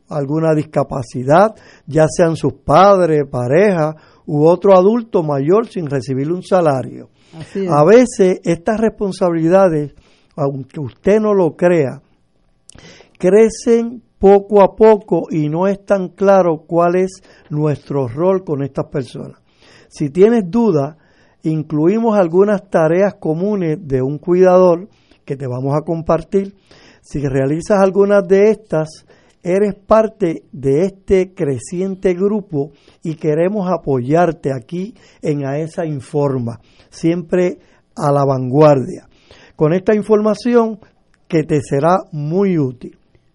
alguna discapacidad, ya sean sus padres, pareja u otro adulto mayor sin recibir un salario. Así es. A veces estas responsabilidades, aunque usted no lo crea, crecen poco a poco y no es tan claro cuál es nuestro rol con estas personas. Si tienes dudas, incluimos algunas tareas comunes de un cuidador que te vamos a compartir. Si realizas algunas de estas, eres parte de este creciente grupo y queremos apoyarte aquí en AESA Informa, siempre a la vanguardia, con esta información que te será muy útil.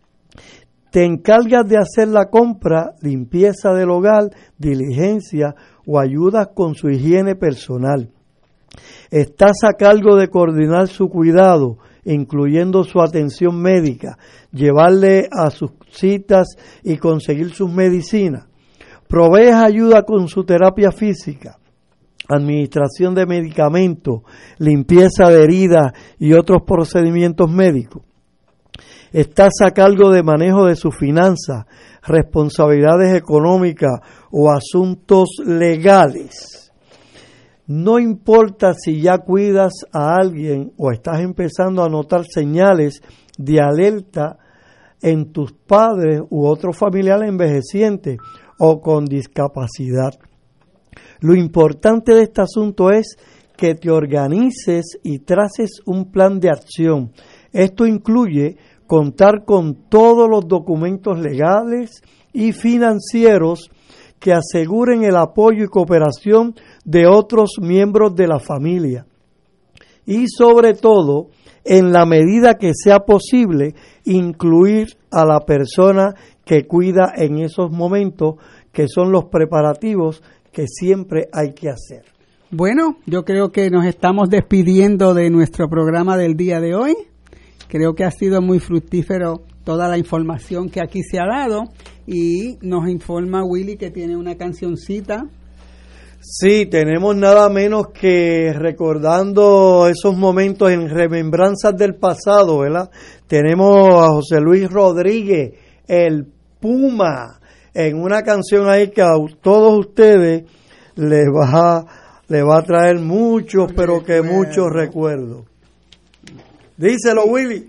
Te encargas de hacer la compra, limpieza del hogar, diligencia o ayudas con su higiene personal. Estás a cargo de coordinar su cuidado, incluyendo su atención médica, llevarle a sus citas y conseguir sus medicinas. Provees ayuda con su terapia física, administración de medicamentos, limpieza de heridas y otros procedimientos médicos. Estás a cargo de manejo de sus finanzas, responsabilidades económicas o asuntos legales. No importa si ya cuidas a alguien o estás empezando a notar señales de alerta en tus padres u otros familiares envejecientes o con discapacidad. Lo importante de este asunto es que te organices y traces un plan de acción. Esto incluye contar con todos los documentos legales y financieros que aseguren el apoyo y cooperación de otros miembros de la familia. Y sobre todo, en la medida que sea posible, incluir a la persona que cuida en esos momentos, que son los preparativos que siempre hay que hacer. Bueno, yo creo que nos estamos despidiendo de nuestro programa del día de hoy. Creo que ha sido muy fructífero toda la información que aquí se ha dado y nos informa Willy que tiene una cancioncita. Sí, tenemos nada menos que recordando esos momentos en remembranzas del pasado, ¿verdad? Tenemos a José Luis Rodríguez, el Puma, en una canción ahí que a todos ustedes les va a traer muchos, pero que muchos recuerdos. Díselo, Willy.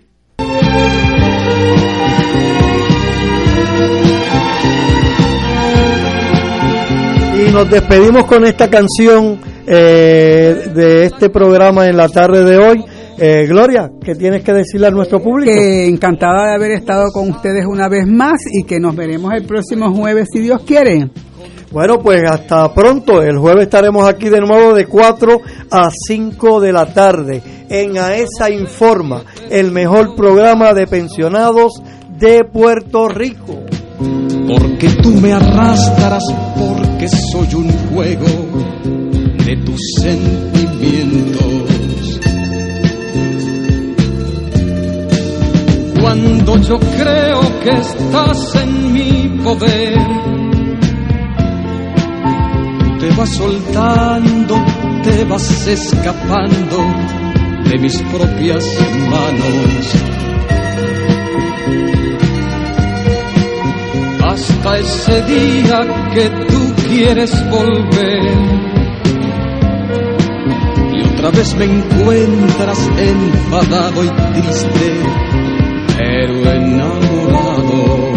Y nos despedimos con esta canción de este programa en la tarde de hoy. Gloria, ¿qué tienes que decirle a nuestro público? Encantada de haber estado con ustedes una vez más y que nos veremos el próximo jueves si Dios quiere. Bueno, pues hasta pronto. El jueves estaremos aquí de nuevo de 4 a 5 de la tarde en AESA Informa, el mejor programa de pensionados de Puerto Rico. Porque tú me arrastras, porque soy un juego de tus sentimientos. Cuando yo creo que estás en mi poder, te vas soltando, te vas escapando de mis propias manos. Hasta ese día que tú quieres volver y otra vez me encuentras enfadado y triste, pero enamorado.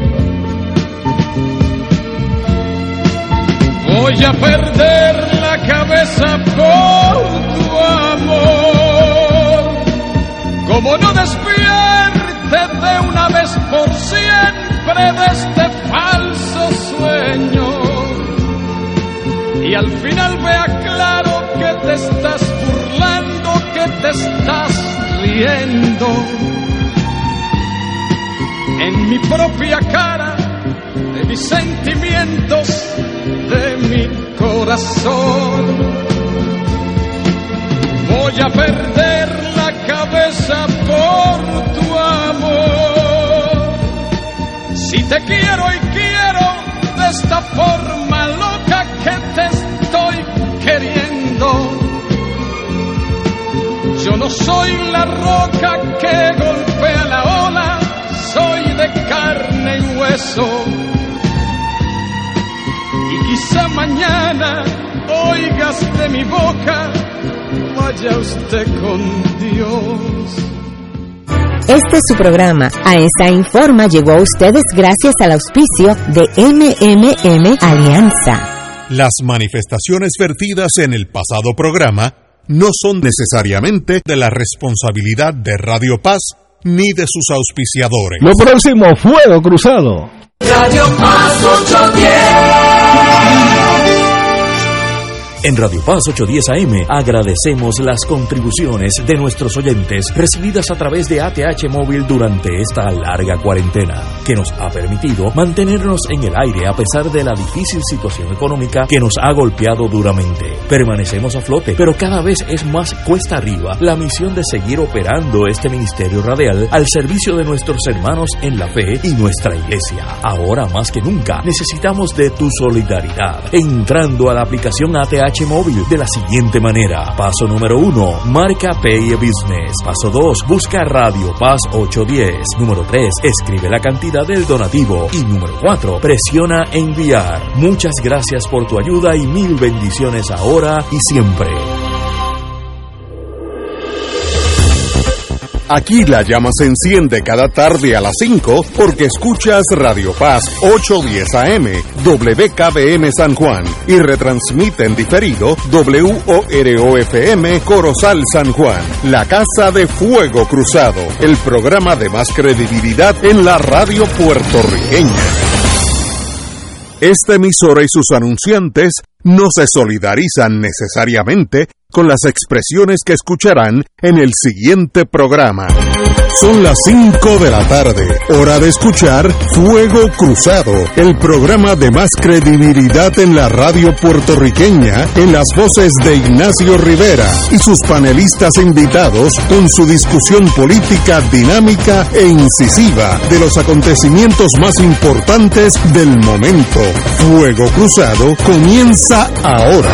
Voy a perder la cabeza por tu amor, como no despierte de una vez por siempre de este falso sueño, y al final vea claro que te estás burlando, que te estás riendo en mi propia cara, de mis sentimientos, de mi corazón. Voy a perder la cabeza por tu amor. Si te quiero y quiero de esta forma loca que te estoy queriendo, yo no soy la roca que golpea la ola, soy de carne carne y hueso. Y quizá mañana oigas de mi boca, vaya usted con Dios. Este es su programa. AESA Informa llegó a ustedes gracias al auspicio de MMM Alianza. Las manifestaciones vertidas en el pasado programa no son necesariamente de la responsabilidad de Radio Paz ni de sus auspiciadores. Lo próximo, Fuego Cruzado. Radio Paz 810. En Radio Paz 810 AM agradecemos las contribuciones de nuestros oyentes recibidas a través de ATH Móvil durante esta larga cuarentena, que nos ha permitido mantenernos en el aire a pesar de la difícil situación económica que nos ha golpeado duramente. Permanecemos a flote, pero cada vez es más cuesta arriba la misión de seguir operando este ministerio radial al servicio de nuestros hermanos en la fe y nuestra iglesia. Ahora más que nunca necesitamos de tu solidaridad. Entrando a la aplicación ATH Móvil de la siguiente manera: paso número 1, marca Pay a Business. Paso 2, busca Radio Paz 810. Número 3, escribe la cantidad del donativo. Y número 4, presiona enviar. Muchas gracias por tu ayuda y mil bendiciones ahora y siempre. Aquí la llama se enciende cada tarde a las 5 porque escuchas Radio Paz 810 AM, WKBM San Juan, y retransmite en diferido WOROFM Corozal San Juan, la Casa de Fuego Cruzado, el programa de más credibilidad en la radio puertorriqueña. Esta emisora y sus anunciantes no se solidarizan necesariamente con las expresiones que escucharán en el siguiente programa. Son las 5 de la tarde, hora de escuchar Fuego Cruzado, el programa de más credibilidad en la radio puertorriqueña, en las voces de Ignacio Rivera y sus panelistas invitados con su discusión política dinámica e incisiva de los acontecimientos más importantes del momento. Fuego Cruzado comienza ahora.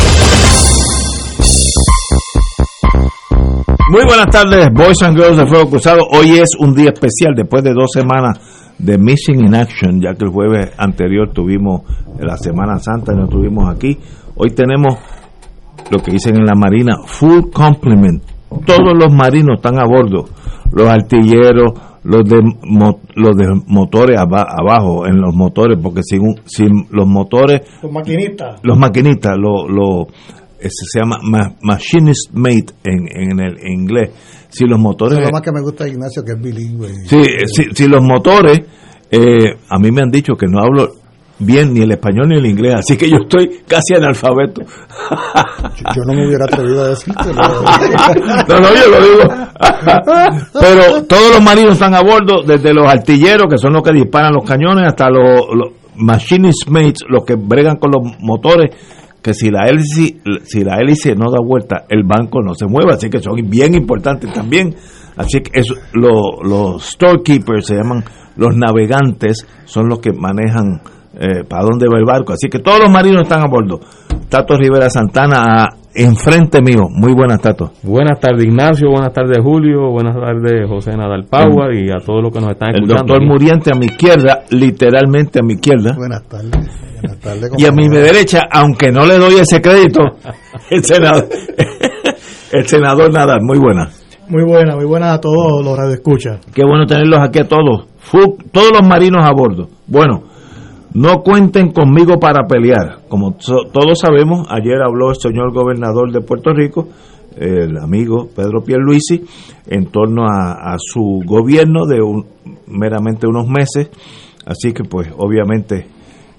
Muy buenas tardes, Boys and Girls de Fuego Cruzado. Hoy es un día especial después de 2 semanas de Missing in Action, ya que el jueves anterior tuvimos la Semana Santa y no estuvimos aquí. Hoy tenemos lo que dicen en la Marina, full complement. Todos los marinos están a bordo, los artilleros, los de motores abajo, en los motores, porque sin los motores, los maquinistas, se llama machinist mate en el inglés. Si los motores, eso es lo más que me gusta de Ignacio, que es bilingüe. Si los motores, a mí me han dicho que no hablo bien ni el español ni el inglés, así que yo estoy casi analfabeto. Yo no me hubiera atrevido a decirte. No, yo lo digo. Pero todos los marinos están a bordo, desde los artilleros, que son los que disparan los cañones, hasta los machinist mates, los que bregan con los motores, que si la hélice no da vuelta, el banco no se mueve, así que son bien importantes también. Así que los storekeepers, se llaman los navegantes, son los que manejan para dónde va el barco. Así que todos los marinos están a bordo. Tato Rivera Santana enfrente mío. Muy buenas, Tato. Buenas tardes, Ignacio. Buenas tardes, Julio. Buenas tardes, José Nadal Power, y a todos los que nos están escuchando. El doctor Muriente a mi izquierda, literalmente a mi izquierda. Buenas tardes. Y a mi derecha, aunque no le doy ese crédito, el senador Nadal. Muy buenas. Muy buenas a todos los radioescuchas. Qué bueno tenerlos aquí a todos. Todos los marinos a bordo. Bueno, no cuenten conmigo para pelear. Como todos sabemos, ayer habló el señor gobernador de Puerto Rico, el amigo Pedro Pierluisi, en torno a su gobierno de meramente unos meses. Así que pues obviamente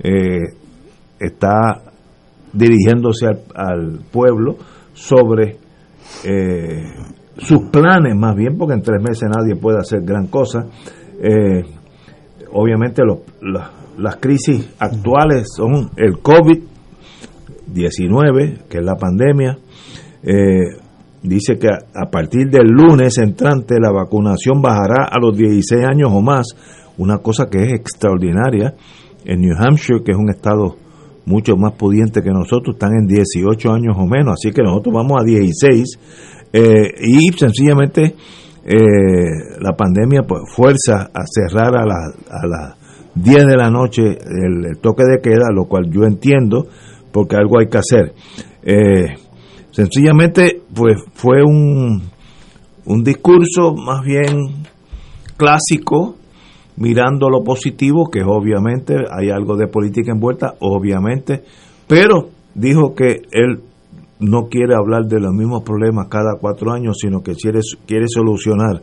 está dirigiéndose al pueblo sobre sus planes, más bien, porque en 3 meses nadie puede hacer gran cosa. Obviamente las crisis actuales son el COVID-19, que es la pandemia. Dice que a partir del lunes entrante la vacunación bajará a los 16 años o más, una cosa que es extraordinaria. En New Hampshire, que es un estado mucho más pudiente que nosotros, están en 18 años o menos, así que nosotros vamos a 16, y sencillamente la pandemia pues fuerza a cerrar a 10 de la noche el toque de queda, lo cual yo entiendo, porque algo hay que hacer. Sencillamente, pues fue un discurso más bien clásico, mirando lo positivo, que obviamente hay algo de política envuelta, obviamente, pero dijo que él no quiere hablar de los mismos problemas cada 4 años, sino que quiere solucionar.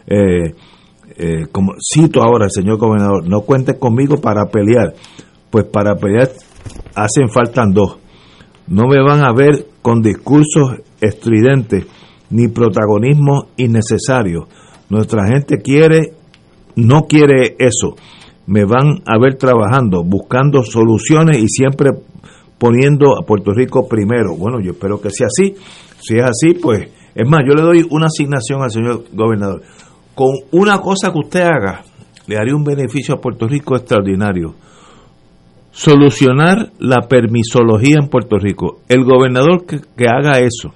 Como cito ahora al señor gobernador, no cuente conmigo para pelear. Pues para pelear hacen falta 2. No me van a ver con discursos estridentes ni protagonismo innecesario. Nuestra gente no quiere eso. Me van a ver trabajando, buscando soluciones y siempre poniendo a Puerto Rico primero. Bueno, yo espero que sea así. Si es así, pues, es más, yo le doy una asignación al señor gobernador. Con una cosa que usted haga, le haría un beneficio a Puerto Rico extraordinario. Solucionar la permisología en Puerto Rico. El gobernador que haga eso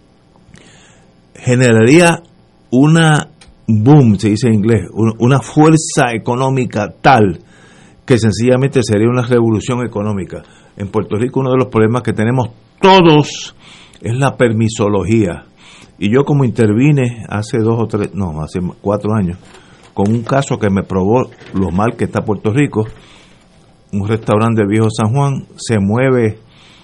generaría una boom, se dice en inglés, una fuerza económica tal que sencillamente sería una revolución económica. En Puerto Rico uno de los problemas que tenemos todos es la permisología. Y yo como intervine hace 4 años, con un caso que me probó lo mal que está Puerto Rico, un restaurante del Viejo San Juan se mueve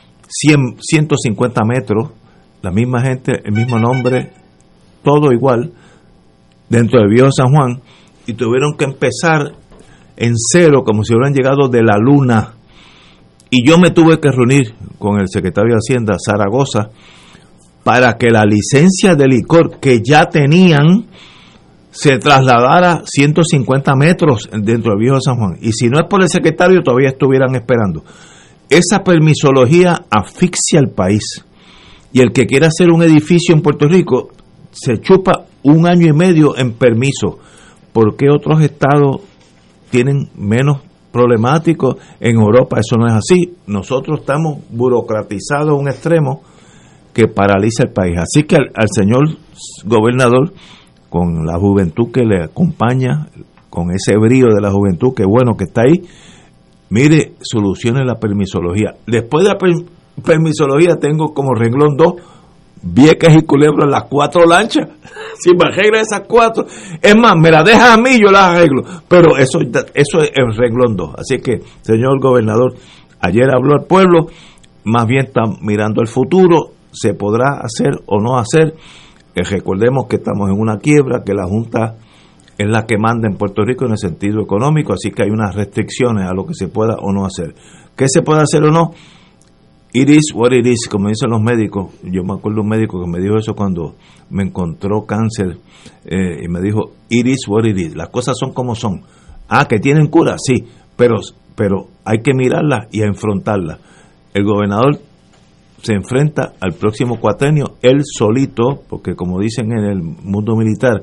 150 metros, la misma gente, el mismo nombre, todo igual, dentro del Viejo San Juan, y tuvieron que empezar en cero, como si hubieran llegado de la luna. Y yo me tuve que reunir con el secretario de Hacienda, Zaragoza, para que la licencia de licor que ya tenían se trasladara 150 metros dentro del Viejo San Juan. Y si no es por el secretario, todavía estuvieran esperando. Esa permisología asfixia al país. Y el que quiera hacer un edificio en Puerto Rico se chupa 1 año y medio en permiso. ¿Por qué otros estados tienen menos problemáticos? En Europa eso no es así. Nosotros estamos burocratizados a un extremo que paraliza el país. Así que al señor gobernador, con la juventud que le acompaña, con ese brío de la juventud, que bueno que está ahí, mire, solucione la permisología. Después de la permisología tengo como renglón 2, Vieques y Culebra, las 4 lanchas. Si me arregla esas 4, es más, me la deja a mí, yo las arreglo. Pero eso es el renglón 2. Así que, señor gobernador, ayer habló al pueblo, más bien está mirando el futuro, se podrá hacer o no hacer. Recordemos que estamos en una quiebra, que la Junta es la que manda en Puerto Rico en el sentido económico, así que hay unas restricciones a lo que se pueda o no hacer. ¿Qué se puede hacer o no? It is what it is, como dicen los médicos. Yo me acuerdo de un médico que me dijo eso cuando me encontró cáncer, y me dijo, it is what it is, las cosas son como son. Que tienen cura, sí, pero hay que mirarlas y enfrentarlas. El gobernador se enfrenta al próximo cuatrenio él solito, porque como dicen en el mundo militar,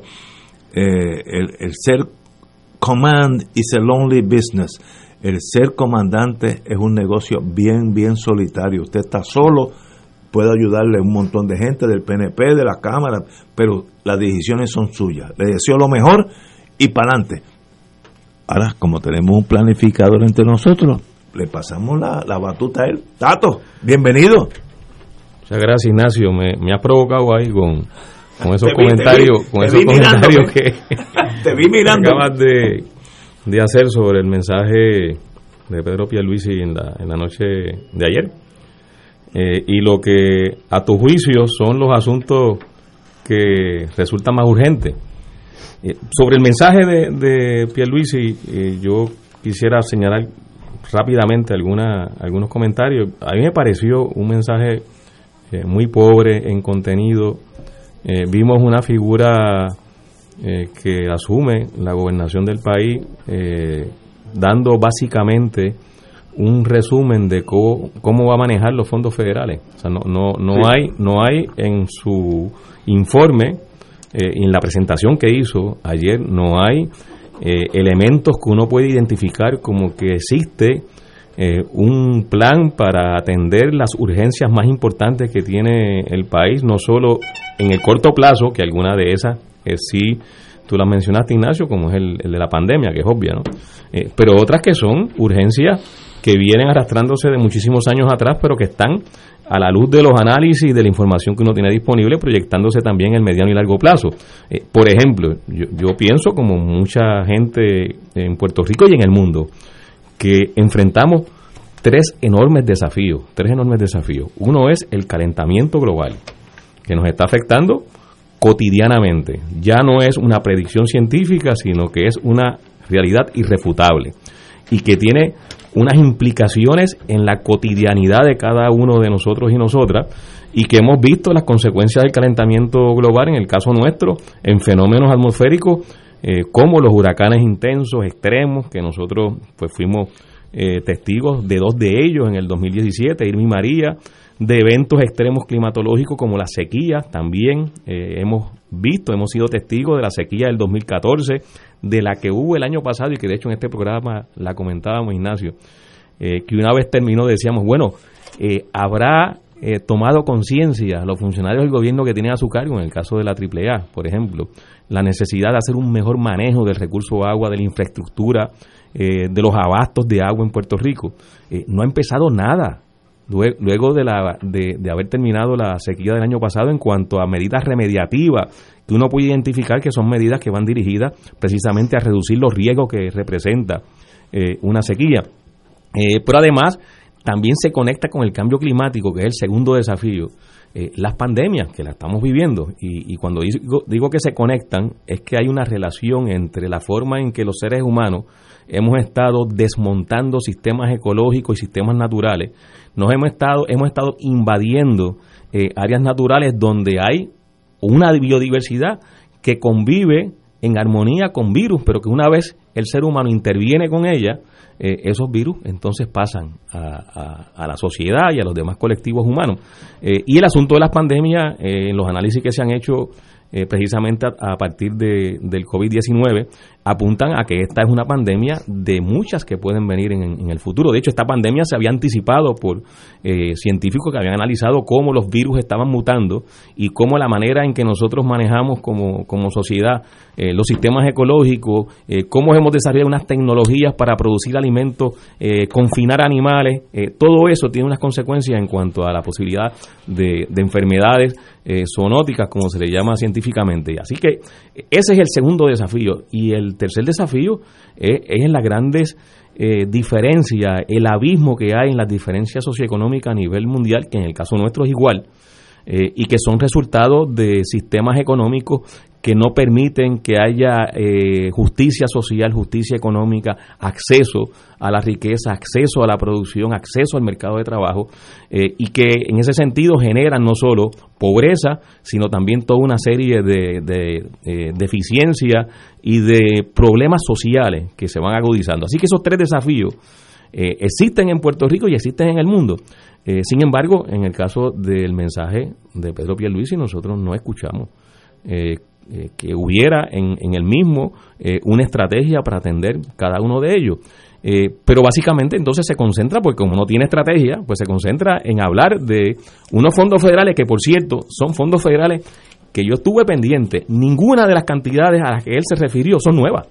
el ser command is a lonely business. El ser comandante es un negocio bien solitario. Usted está solo, puede ayudarle a un montón de gente del PNP, de la Cámara, pero las decisiones son suyas. Le deseo lo mejor y para adelante. Ahora, como tenemos un planificador entre nosotros, le pasamos la batuta a él. Tato, bienvenido. Muchas gracias, Ignacio. Me has provocado ahí con esos comentarios, que te vi mirando. Acabas de hacer sobre el mensaje de Pedro Pierluisi en la noche de ayer. Y lo que a tu juicio son los asuntos que resultan más urgentes. Sobre el mensaje de Pierluisi, yo quisiera señalar rápidamente algunos comentarios. A mí me pareció un mensaje muy pobre en contenido. Vimos una figura que asume la gobernación del país, dando básicamente un resumen de cómo va a manejar los fondos federales. O sea, no hay en su informe, en la presentación que hizo ayer, no hay elementos que uno puede identificar como que existe un plan para atender las urgencias más importantes que tiene el país, no solo en el corto plazo, que alguna de esas sí tú las mencionaste, Ignacio, como es el de la pandemia, que es obvia, ¿no? Pero otras que son urgencias que vienen arrastrándose de muchísimos años atrás, pero que están a la luz de los análisis y de la información que uno tiene disponible, proyectándose también en el mediano y largo plazo. Por ejemplo, yo pienso, como mucha gente en Puerto Rico y en el mundo, que enfrentamos tres enormes desafíos. Uno es el calentamiento global, que nos está afectando cotidianamente. Ya no es una predicción científica, sino que es una realidad irrefutable y que tiene unas implicaciones en la cotidianidad de cada uno de nosotros y nosotras, y que hemos visto las consecuencias del calentamiento global, en el caso nuestro, en fenómenos atmosféricos como los huracanes intensos, extremos, que nosotros pues fuimos testigos de dos de ellos en el 2017, Irma y María, de eventos extremos climatológicos como las sequías. También hemos sido testigos de la sequía del 2014, de la que hubo el año pasado y que de hecho en este programa la comentábamos, Ignacio, que una vez terminó decíamos, bueno, habrá tomado conciencia los funcionarios del gobierno que tienen a su cargo, en el caso de la AAA, por ejemplo, la necesidad de hacer un mejor manejo del recurso agua, de la infraestructura, de los abastos de agua en Puerto Rico. No ha empezado nada luego de haber terminado la sequía del año pasado en cuanto a medidas remediativas que uno puede identificar que son medidas que van dirigidas precisamente a reducir los riesgos que representa una sequía. Pero además también se conecta con el cambio climático, que es el segundo desafío, las pandemias que la estamos viviendo, y cuando digo que se conectan es que hay una relación entre la forma en que los seres humanos hemos estado desmontando sistemas ecológicos y sistemas naturales. Hemos estado invadiendo áreas naturales donde hay una biodiversidad que convive en armonía con virus, pero que una vez el ser humano interviene con ella, esos virus entonces pasan a la sociedad y a los demás colectivos humanos. Y el asunto de las pandemias, en los análisis que se han hecho precisamente a partir del COVID-19, apuntan a que esta es una pandemia de muchas que pueden venir en el futuro. De hecho, esta pandemia se había anticipado por científicos que habían analizado cómo los virus estaban mutando y cómo la manera en que nosotros manejamos como sociedad los sistemas ecológicos, cómo hemos desarrollado unas tecnologías para producir alimentos, confinar animales, todo eso tiene unas consecuencias en cuanto a la posibilidad de enfermedades zoonóticas, como se le llama científicamente. Así que ese es el segundo desafío. Y el tercer desafío es en las grandes diferencias, el abismo que hay en las diferencias socioeconómicas a nivel mundial, que en el caso nuestro es igual, y que son resultados de sistemas económicos que no permiten que haya justicia social, justicia económica, acceso a la riqueza, acceso a la producción, acceso al mercado de trabajo, y que en ese sentido generan no solo pobreza, sino también toda una serie de deficiencias y de problemas sociales que se van agudizando. Así que esos tres desafíos existen en Puerto Rico y existen en el mundo. Sin embargo, en el caso del mensaje de Pedro Pierluisi, nosotros no escuchamos que hubiera en el mismo una estrategia para atender cada uno de ellos. Pero básicamente entonces se concentra, porque como no tiene estrategia, pues se concentra en hablar de unos fondos federales que, por cierto, son fondos federales que yo estuve pendiente. Ninguna de las cantidades a las que él se refirió son nuevas.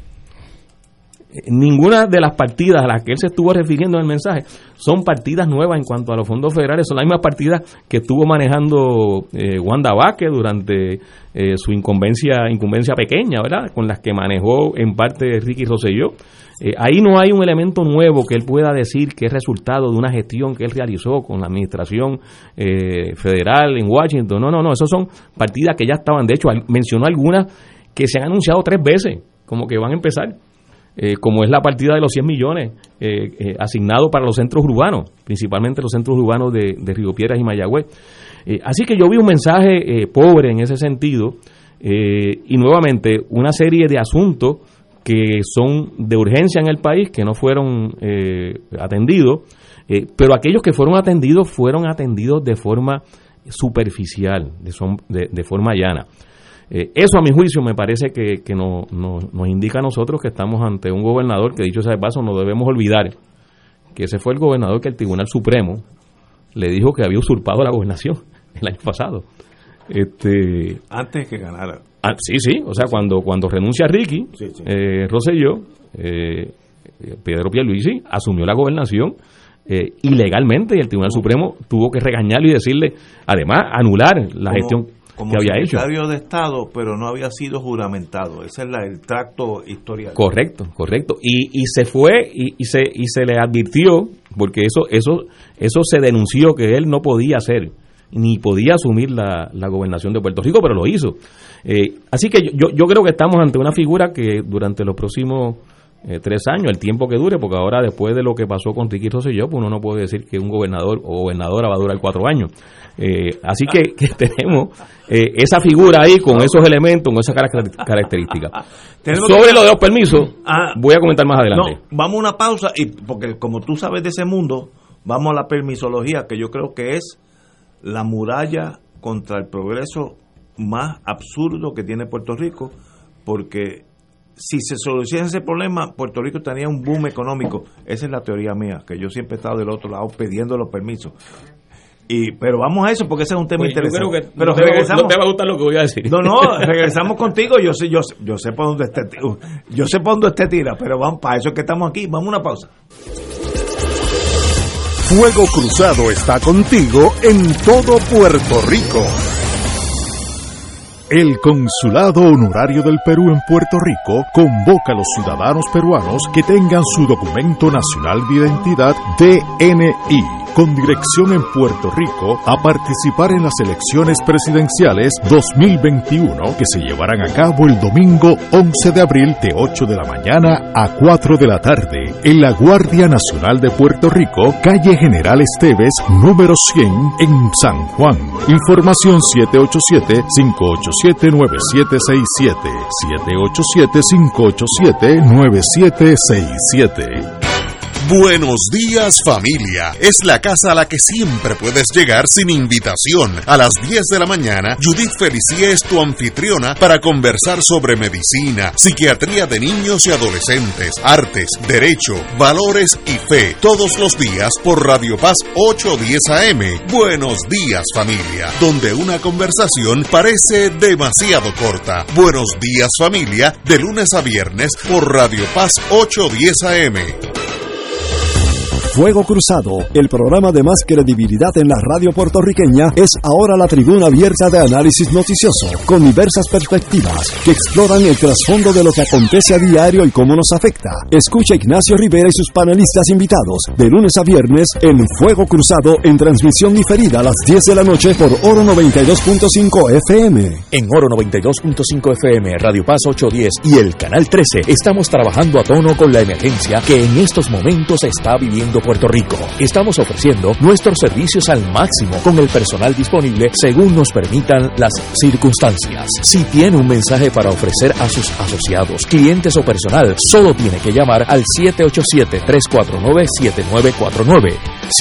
Ninguna de las partidas a las que él se estuvo refiriendo en el mensaje son partidas nuevas en cuanto a los fondos federales. Son las mismas partidas que estuvo manejando Wanda Vázquez durante su incumbencia pequeña, ¿verdad?, con las que manejó en parte Ricky Rosselló. Ahí no hay un elemento nuevo que él pueda decir que es resultado de una gestión que él realizó con la administración federal en Washington. No, esas son partidas que ya estaban. De hecho, mencionó algunas que se han anunciado 3 veces, como que van a empezar. Como es la partida de los 100 millones asignados para los centros urbanos, principalmente los centros urbanos de Río Piedras y Mayagüez. Así que yo vi un mensaje pobre en ese sentido, y nuevamente una serie de asuntos que son de urgencia en el país que no fueron atendidos, pero aquellos que fueron atendidos de forma superficial, de forma llana. Eso, a mi juicio, me parece que nos indica a nosotros que estamos ante un gobernador que, dicho sea de paso, no debemos olvidar que ese fue el gobernador que el Tribunal Supremo le dijo que había usurpado la gobernación el año pasado. Antes que ganara. Sí, o sea, cuando renuncia Ricky Rosselló, Pedro Pierluisi asumió la gobernación ilegalmente, y el Tribunal Supremo tuvo que regañarlo y decirle, además, anular la gestión que había hecho. Como secretario de Estado, pero no había sido juramentado. Ese es el tracto historial. Correcto. Y se fue y se le advirtió, porque eso se denunció, que él no podía hacer, ni podía asumir la gobernación de Puerto Rico, pero lo hizo. Así que yo creo que estamos ante una figura que durante los próximos 3 años, el tiempo que dure, porque ahora después de lo que pasó con Ricky Rosselló, pues uno no puede decir que un gobernador o gobernadora va a durar 4 años. Así que tenemos esa figura ahí con esos elementos, con esas características. Sobre lo de los permisos, voy a comentar más adelante. No, vamos a una pausa, y porque como tú sabes de ese mundo, vamos a la permisología, que yo creo que es la muralla contra el progreso más absurdo que tiene Puerto Rico, porque si se soluciona ese problema, Puerto Rico tenía un boom económico. Esa es la teoría mía, que yo siempre he estado del otro lado pidiendo los permisos. Pero vamos a eso, porque ese es un tema interesante. Yo creo que pero regresamos. No te va a gustar lo que voy a decir. No, regresamos contigo. Yo sé por dónde usted tira, pero vamos, para eso es que estamos aquí. Vamos a una pausa. Fuego Cruzado está contigo en todo Puerto Rico. El Consulado Honorario del Perú en Puerto Rico convoca a los ciudadanos peruanos que tengan su documento nacional de identidad DNI con dirección en Puerto Rico a participar en las elecciones presidenciales 2021 que se llevarán a cabo el domingo 11 de abril de 8 de la mañana a 4 de la tarde en la Guardia Nacional de Puerto Rico, calle General Esteves, número 100 en San Juan. Información 787-587-9767, 787-587-9767. Buenos días, familia. Es la casa a la que siempre puedes llegar sin invitación. A las 10 de la mañana, Judith Felicie es tu anfitriona para conversar sobre medicina, psiquiatría de niños y adolescentes, artes, derecho, valores y fe. Todos los días por Radio Paz 810 AM. Buenos días, familia. Donde una conversación parece demasiado corta. Buenos días, familia. De lunes a viernes por Radio Paz 810 AM. Fuego Cruzado, el programa de más credibilidad en la radio puertorriqueña, es ahora la tribuna abierta de análisis noticioso, con diversas perspectivas que exploran el trasfondo de lo que acontece a diario y cómo nos afecta. Escucha a Ignacio Rivera y sus panelistas invitados, de lunes a viernes, en Fuego Cruzado, en transmisión diferida a las 10 de la noche por Oro 92.5 FM. En Oro 92.5 FM, Radio Paz 810 y el Canal 13, estamos trabajando a tono con la emergencia que en estos momentos está viviendo Puerto Rico. Estamos ofreciendo nuestros servicios al máximo con el personal disponible según nos permitan las circunstancias. Si tiene un mensaje para ofrecer a sus asociados, clientes o personal, solo tiene que llamar al 787-349-7949,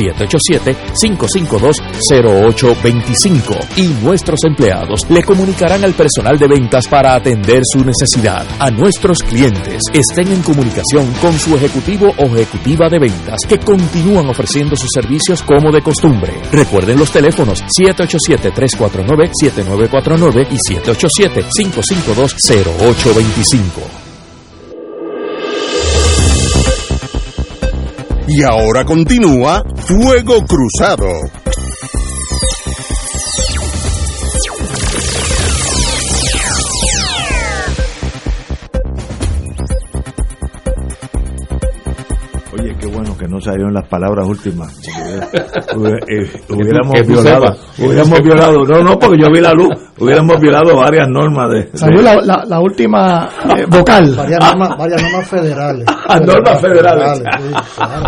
787-552-0825 y nuestros empleados le comunicarán al personal de ventas para atender su necesidad. A nuestros clientes, estén en comunicación con su ejecutivo o ejecutiva de ventas que continúan ofreciendo sus servicios como de costumbre. Recuerden los teléfonos 787-349-7949 y 787-552-0825. Y ahora continúa Fuego Cruzado. Oye, qué bueno que no salieron las palabras últimas. Hubiéramos violado, no, porque yo vi la luz, hubiéramos violado varias normas salió la última vocal. Varias normas federales. Normas federales. Sí, claro.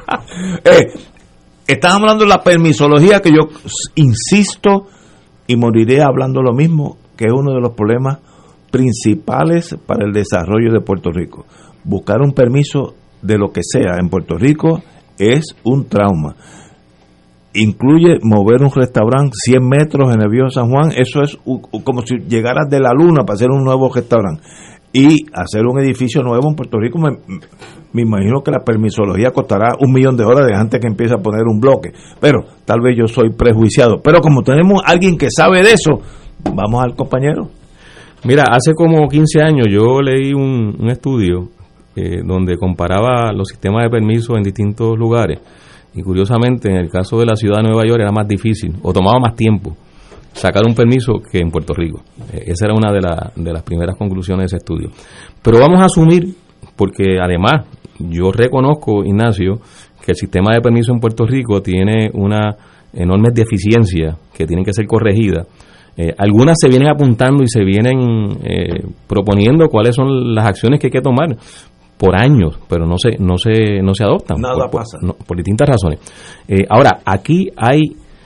Estamos hablando de la permisología, que yo insisto y moriré hablando lo mismo, que es uno de los problemas principales para el desarrollo de Puerto Rico. Buscar un permiso de lo que sea en Puerto Rico es un trauma. Incluye mover un restaurante 100 metros en el viejo San Juan. Eso es como si llegaras de la luna para hacer un nuevo restaurante. Y hacer un edificio nuevo en Puerto Rico, me imagino que la permisología costará $1,000,000 antes que empiece a poner un bloque. Pero tal vez yo soy prejuiciado. Pero como tenemos a alguien que sabe de eso, vamos al compañero. Mira, hace como 15 años yo leí un estudio donde comparaba los sistemas de permisos en distintos lugares, y curiosamente en el caso de la ciudad de Nueva York era más difícil o tomaba más tiempo sacar un permiso que en Puerto Rico. Esa era una de las primeras conclusiones de ese estudio. Pero vamos a asumir, porque además yo reconozco, Ignacio, que el sistema de permiso en Puerto Rico tiene una enormes deficiencias que tienen que ser corregidas. Algunas se vienen apuntando y se vienen proponiendo cuáles son las acciones que hay que tomar por años, pero no se adoptan. Nada pasa. Por distintas razones. Ahora, aquí hay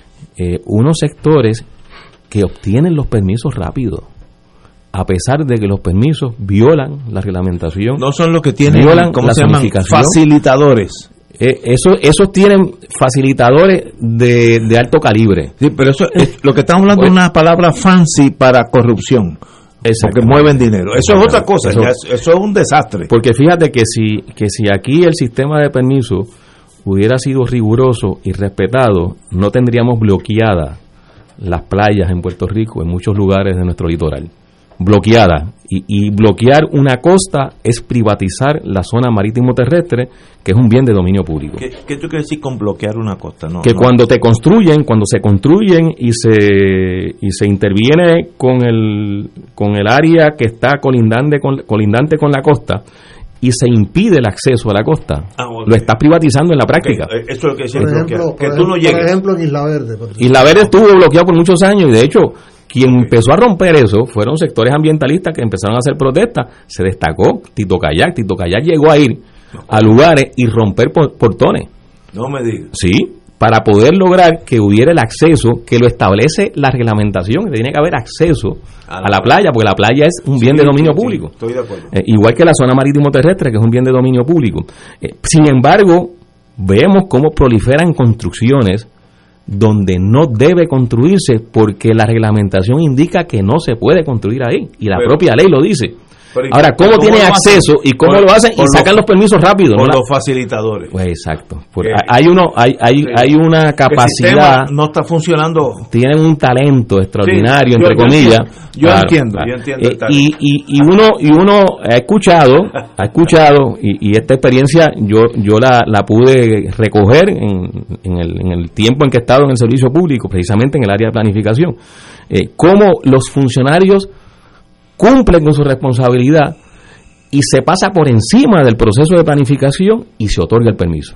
unos sectores que obtienen los permisos rápido, a pesar de que los permisos violan la reglamentación. No son los que tienen, ¿cómo se llaman? Facilitadores. Esos tienen facilitadores de alto calibre. Sí, pero eso lo que estamos hablando es una palabra fancy para corrupción. Porque mueven dinero. Eso es otra cosa, eso es un desastre. Porque fíjate que si aquí el sistema de permiso hubiera sido riguroso y respetado, no tendríamos bloqueadas las playas en Puerto Rico, en muchos lugares de nuestro litoral. Bloqueada. Y bloquear una costa es privatizar la zona marítimo terrestre, que es un bien de dominio público. ¿Qué tú quieres decir con bloquear una costa? Cuando se construyen y se interviene con el área que está colindante con la costa, y se impide el acceso a la costa, lo estás privatizando en la práctica. Eso es lo que decía. Por ejemplo, en Isla Verde. Isla Verde estuvo bloqueado por muchos años, y de hecho quien empezó a romper eso fueron sectores ambientalistas que empezaron a hacer protestas. Se destacó Tito Kayak llegó a ir a lugares y romper portones. No me digas. Sí, para poder lograr que hubiera el acceso que lo establece la reglamentación, que tiene que haber acceso a la playa, porque la playa es un bien de dominio público. Estoy de acuerdo. Igual que la zona marítimo terrestre, que es un bien de dominio público. Sin embargo, vemos cómo proliferan construcciones donde no debe construirse, porque la reglamentación indica que no se puede construir ahí, y la propia ley lo dice. Ahora, ¿cómo tiene acceso y cómo lo hacen? Y sacan los permisos rápido. Por los facilitadores. Pues exacto. Hay una capacidad. No está funcionando. Tienen un talento extraordinario, entre comillas. Yo entiendo el talento. Y uno ha escuchado, y esta experiencia yo la pude recoger en el tiempo en que he estado en el servicio público, precisamente en el área de planificación. Cómo los funcionarios cumplen con su responsabilidad y se pasa por encima del proceso de planificación y se otorga el permiso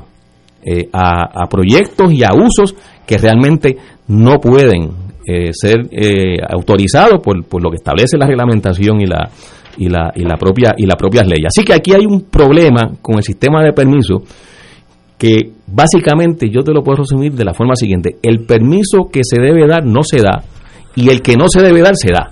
a proyectos y a usos que realmente no pueden ser autorizados por lo que establece la reglamentación y las propias leyes. Así que aquí hay un problema con el sistema de permiso que básicamente yo te lo puedo resumir de la forma siguiente: el permiso que se debe dar no se da, y el que no se debe dar se da.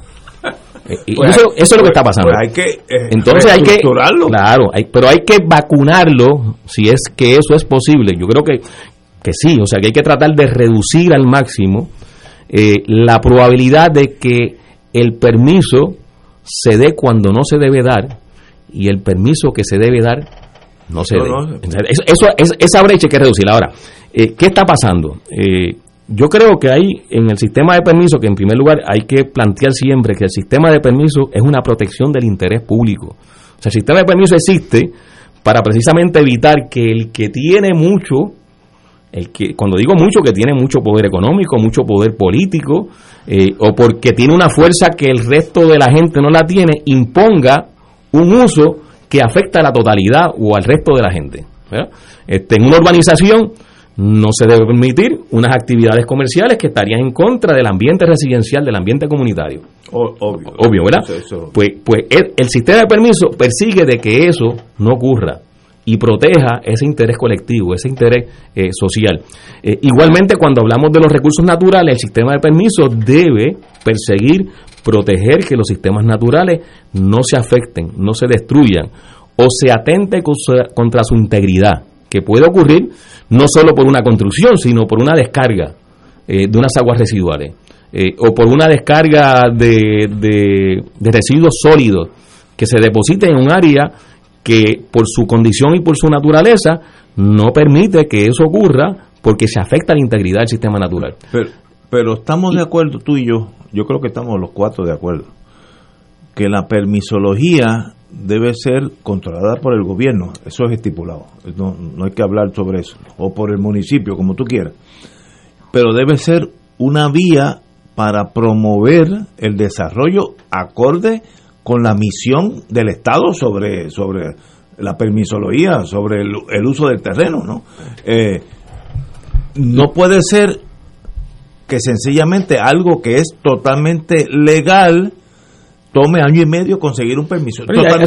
Eso es lo que está pasando. Hay que entonces hay que, claro, pero hay que vacunarlo, si es que eso es posible. Yo creo que sí, o sea, que hay que tratar de reducir al máximo la probabilidad de que el permiso se dé cuando no se debe dar, y el permiso que se debe dar no se dé. Esa brecha hay que reducirla. Ahora, ¿qué está pasando? Yo creo que hay en el sistema de permiso, que en primer lugar hay que plantear siempre que el sistema de permiso es una protección del interés público. O sea, el sistema de permiso existe para precisamente evitar que el que tiene mucho, cuando digo mucho, que tiene mucho poder económico, mucho poder político, o porque tiene una fuerza que el resto de la gente no la tiene, imponga un uso que afecta a la totalidad o al resto de la gente. En una urbanización no se debe permitir unas actividades comerciales que estarían en contra del ambiente residencial, del ambiente comunitario. Obvio, ¿verdad? Pues el sistema de permiso persigue de que eso no ocurra y proteja ese interés colectivo, ese interés social. Igualmente, cuando hablamos de los recursos naturales, el sistema de permiso debe perseguir, proteger que los sistemas naturales no se afecten, no se destruyan o se atente contra su integridad, que puede ocurrir no solo por una construcción, sino por una descarga de unas aguas residuales, o por una descarga de residuos sólidos que se depositen en un área que por su condición y por su naturaleza no permite que eso ocurra, porque se afecta la integridad del sistema natural. Pero estamos de acuerdo tú y yo creo que estamos los cuatro de acuerdo, que la permisología debe ser controlada por el gobierno, eso es estipulado, no hay que hablar sobre eso, o por el municipio, como tú quieras, pero debe ser una vía para promover el desarrollo acorde con la misión del Estado sobre la permisología, sobre el uso del terreno, ¿no? No puede ser que sencillamente algo que es totalmente legal tome año y medio conseguir un permiso.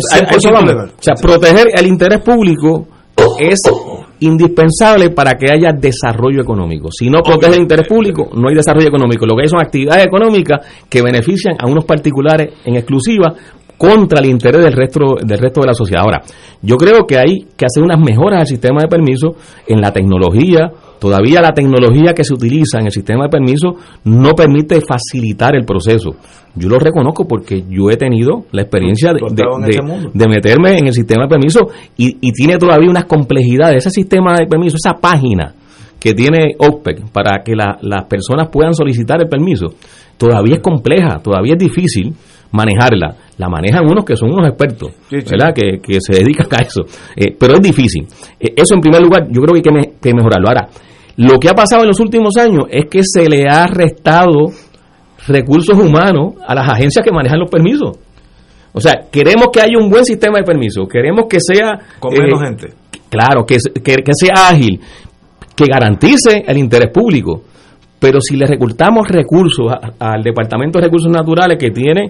O sea, proteger el interés público es indispensable para que haya desarrollo económico. Si no protege el interés público, no hay desarrollo económico. Lo que hay son actividades económicas que benefician a unos particulares en exclusiva contra el interés del resto de la sociedad. Ahora, yo creo que hay que hacer unas mejoras al sistema de permisos en la tecnología. Todavía la tecnología que se utiliza en el sistema de permisos no permite facilitar el proceso. Yo lo reconozco porque yo he tenido la experiencia de meterme en el sistema de permisos y tiene todavía unas complejidades. Ese sistema de permisos, esa página que tiene OPEC para que las personas puedan solicitar el permiso, todavía es compleja, todavía es difícil manejarla. La manejan unos que son unos expertos, ¿verdad? Que se dedican a eso, pero es difícil. Eso en primer lugar yo creo que hay que mejorarlo. Ahora, lo que ha pasado en los últimos años es que se le ha restado recursos humanos a las agencias que manejan los permisos. O sea, queremos que haya un buen sistema de permisos, queremos que sea con menos gente. Claro, que sea ágil, que garantice el interés público. Pero si le recortamos recursos al Departamento de Recursos Naturales, que tiene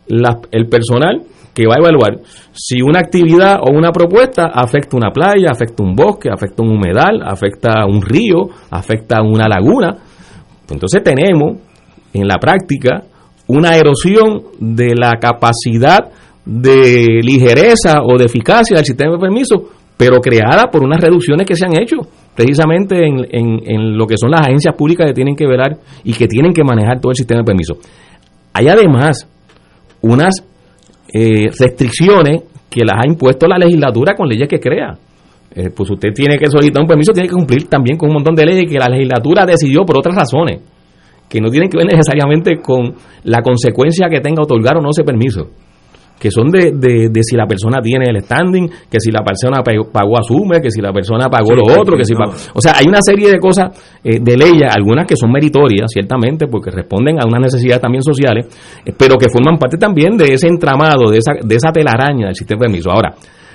el personal que va a evaluar si una actividad o una propuesta afecta una playa, afecta un bosque, afecta un humedal, afecta un río, afecta una laguna, pues entonces tenemos en la práctica una erosión de la capacidad de ligereza o de eficacia del sistema de permisos, pero creada por unas reducciones que se han hecho precisamente en lo que son las agencias públicas que tienen que velar y que tienen que manejar todo el sistema de permisos. Hay además unas restricciones que las ha impuesto la legislatura con leyes que crea. Pues usted tiene que solicitar un permiso, tiene que cumplir también con un montón de leyes que la legislatura decidió por otras razones, que no tienen que ver necesariamente con la consecuencia que tenga otorgar o no ese permiso, que son de si la persona tiene el standing, que si la persona pagó asume, que si la persona pagó lo otro, que si o sea, hay una serie de cosas de leyes, algunas que son meritorias, ciertamente, porque responden a unas necesidades también sociales, pero que forman parte también de ese entramado, de esa telaraña del sistema de permiso. Ahora,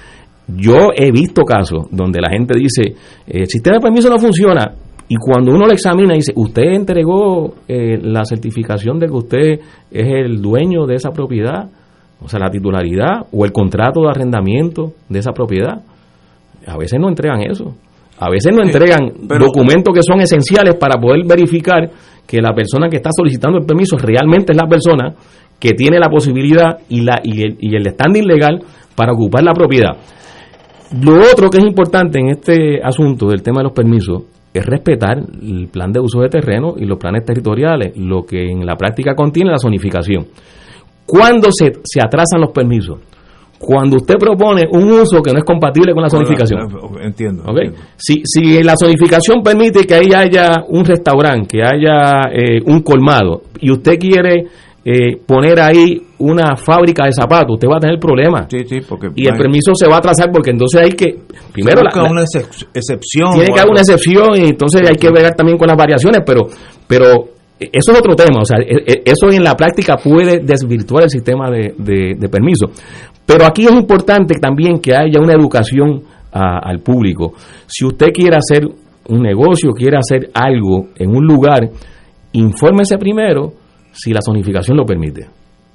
yo he visto casos donde la gente dice, el sistema de permiso no funciona, y cuando uno lo examina dice, usted entregó la certificación de que usted es el dueño de esa propiedad, o sea, la titularidad o el contrato de arrendamiento de esa propiedad. A veces no entregan eso. A veces no entregan documentos que son esenciales para poder verificar que la persona que está solicitando el permiso realmente es la persona que tiene la posibilidad y el standing legal para ocupar la propiedad. Lo otro que es importante en este asunto del tema de los permisos es respetar el plan de uso de terreno y los planes territoriales, lo que en la práctica contiene la zonificación. ¿Cuándo se atrasan los permisos? Cuando usted propone un uso que no es compatible con la zonificación. Entiendo. ¿Okay? Si la zonificación permite que ahí haya un restaurante, que haya un colmado, y usted quiere poner ahí una fábrica de zapatos, usted va a tener problemas. Sí, porque y el permiso se va a atrasar porque entonces hay que... Primero, una excepción. Tiene que haber una excepción y entonces hay que ver también con las variaciones, pero eso es otro tema. O sea, eso en la práctica puede desvirtuar el sistema de permiso. Pero aquí es importante también que haya una educación al público. Si usted quiere hacer un negocio, quiere hacer algo en un lugar, infórmese primero si la zonificación lo permite.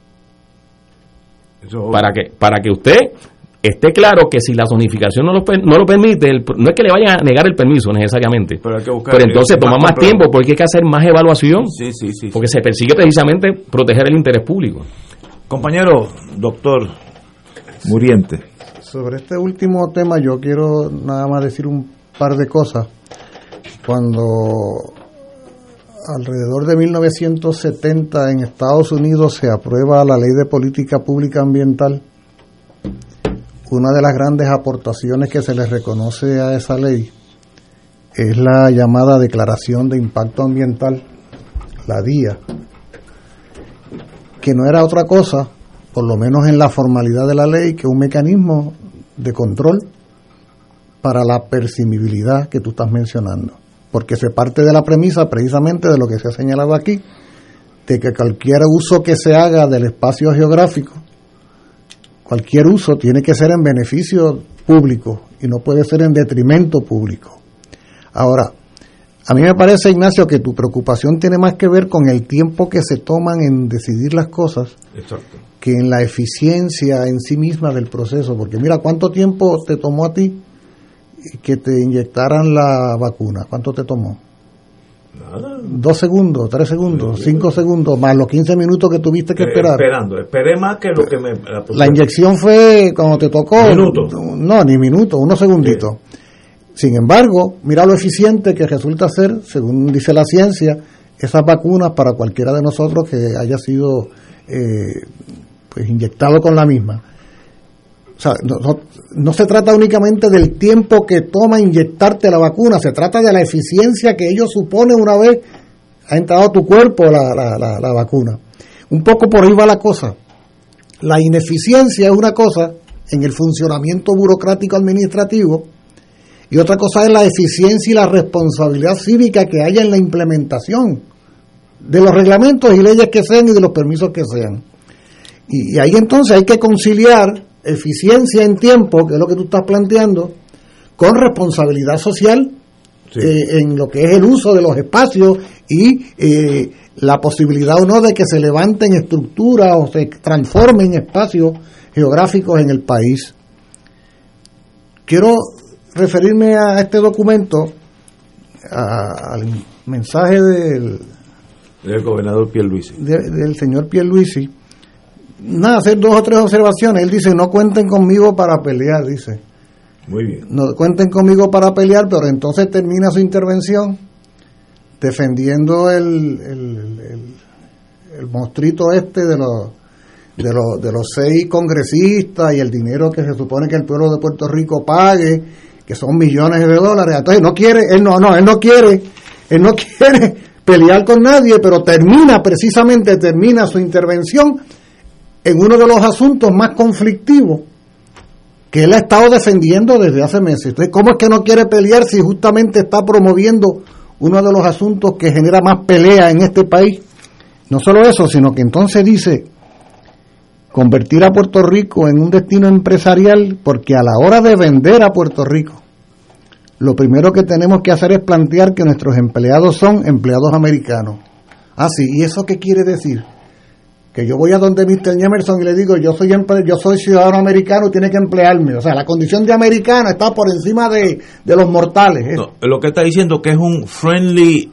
Para que usted esté claro que si la zonificación no lo permite, no es que le vayan a negar el permiso necesariamente, pero entonces toma más tiempo porque hay que hacer más evaluación, porque se persigue precisamente proteger el interés público. Compañero doctor Muriente. Sobre este último tema yo quiero nada más decir un par de cosas. Cuando alrededor de 1970 en Estados Unidos se aprueba la Ley de Política Pública Ambiental, una de las grandes aportaciones que se le reconoce a esa ley es la llamada Declaración de Impacto Ambiental, la DIA, que no era otra cosa por lo menos en la formalidad de la ley, que es un mecanismo de control para la percibibilidad que tú estás mencionando, porque se parte de la premisa precisamente de lo que se ha señalado aquí, de que cualquier uso que se haga del espacio geográfico, cualquier uso tiene que ser en beneficio público y no puede ser en detrimento público. Ahora, a mí me parece, Ignacio, que tu preocupación tiene más que ver con el tiempo que se toman en decidir las cosas. Exacto. Que en la eficiencia en sí misma del proceso, porque mira, ¿cuánto tiempo te tomó a ti que te inyectaran la vacuna? ¿Cuánto te tomó? Nada. 2 segundos, 3 segundos, 5 segundos, más los 15 minutos que tuviste que esperar. Esperé más que lo que me... La inyección fue cuando te tocó... ¿Minuto? No, ni minuto, unos segunditos. Sí. Sin embargo, mira lo eficiente que resulta ser, según dice la ciencia, esas vacunas para cualquiera de nosotros que haya sido pues inyectado con la misma. O sea, no se trata únicamente del tiempo que toma inyectarte la vacuna, se trata de la eficiencia que ello supone una vez ha entrado a tu cuerpo la vacuna. Un poco por ahí va la cosa. La ineficiencia es una cosa en el funcionamiento burocrático administrativo, y otra cosa es la eficiencia y la responsabilidad cívica que haya en la implementación de los reglamentos y leyes que sean y de los permisos que sean. Y ahí entonces hay que conciliar eficiencia en tiempo, que es lo que tú estás planteando, con responsabilidad social, sí, en lo que es el uso de los espacios y la posibilidad o no de que se levanten estructuras o se transformen espacios geográficos en el país. Quiero referirme a este documento, al mensaje del gobernador Pierluisi, del señor Pierluisi. Nada, hacer 2 o 3 observaciones. Él dice: no cuenten conmigo para pelear, dice. Muy bien. No cuenten conmigo para pelear, pero entonces termina su intervención defendiendo el monstruito este de los 6 congresistas y el dinero que se supone que el pueblo de Puerto Rico pague, que son millones de dólares. Entonces él no quiere pelear con nadie, pero termina su intervención en uno de los asuntos más conflictivos que él ha estado defendiendo desde hace meses. Entonces, ¿cómo es que no quiere pelear si justamente está promoviendo uno de los asuntos que genera más pelea en este país? No solo eso, sino que entonces dice convertir a Puerto Rico en un destino empresarial, porque a la hora de vender a Puerto Rico, lo primero que tenemos que hacer es plantear que nuestros empleados son empleados americanos. Ah, sí, ¿y eso qué quiere decir? Que yo voy a donde Mr. Emerson y le digo: yo soy ciudadano americano, tiene que emplearme. O sea, la condición de americano está por encima de los mortales. No, lo que está diciendo que es un friendly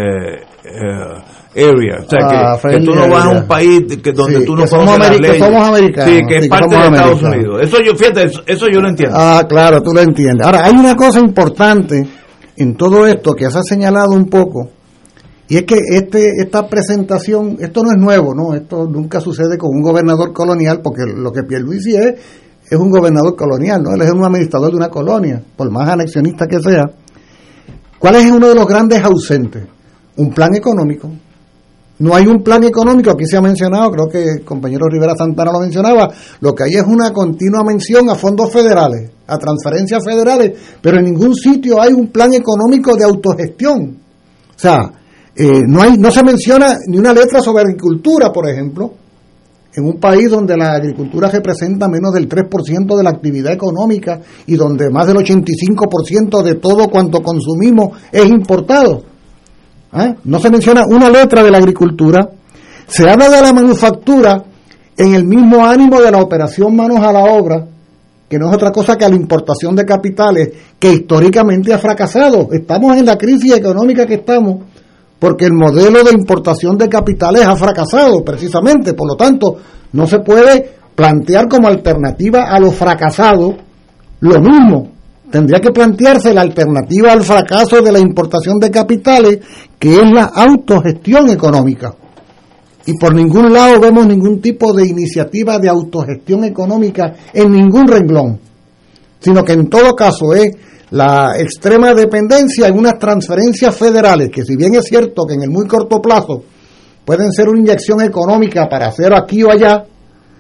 area, o sea, que tú no vas a un país donde tú no conoces las leyes. Que somos americanos. Sí, que es parte de Estados Unidos. Eso yo lo entiendo. Ah, claro, tú lo entiendes. Ahora, hay una cosa importante en todo esto que se ha señalado un poco, y es que esta presentación, esto no es nuevo, ¿no? Esto nunca sucede con un gobernador colonial, porque lo que Pierluisi es un gobernador colonial, ¿no? Él es un administrador de una colonia, por más anexionista que sea. ¿Cuál es uno de los grandes ausentes? Un plan económico. No hay un plan económico, aquí se ha mencionado, creo que el compañero Rivera Santana lo mencionaba, lo que hay es una continua mención a fondos federales, a transferencias federales, pero en ningún sitio hay un plan económico de autogestión. O sea, no se menciona ni una letra sobre agricultura, por ejemplo, en un país donde la agricultura representa menos del 3% de la actividad económica y donde más del 85% de todo cuanto consumimos es importado. No se menciona una letra de la agricultura. Se habla de la manufactura en el mismo ánimo de la operación manos a la obra, que no es otra cosa que la importación de capitales, que históricamente ha fracasado. Estamos en la crisis económica que estamos porque el modelo de importación de capitales ha fracasado precisamente. Por lo tanto, no se puede plantear como alternativa a lo fracasado lo mismo. Tendría que plantearse la alternativa al fracaso de la importación de capitales, que es la autogestión económica. Y por ningún lado vemos ningún tipo de iniciativa de autogestión económica en ningún renglón, sino que en todo caso es la extrema dependencia en unas transferencias federales, que si bien es cierto que en el muy corto plazo pueden ser una inyección económica para hacer aquí o allá,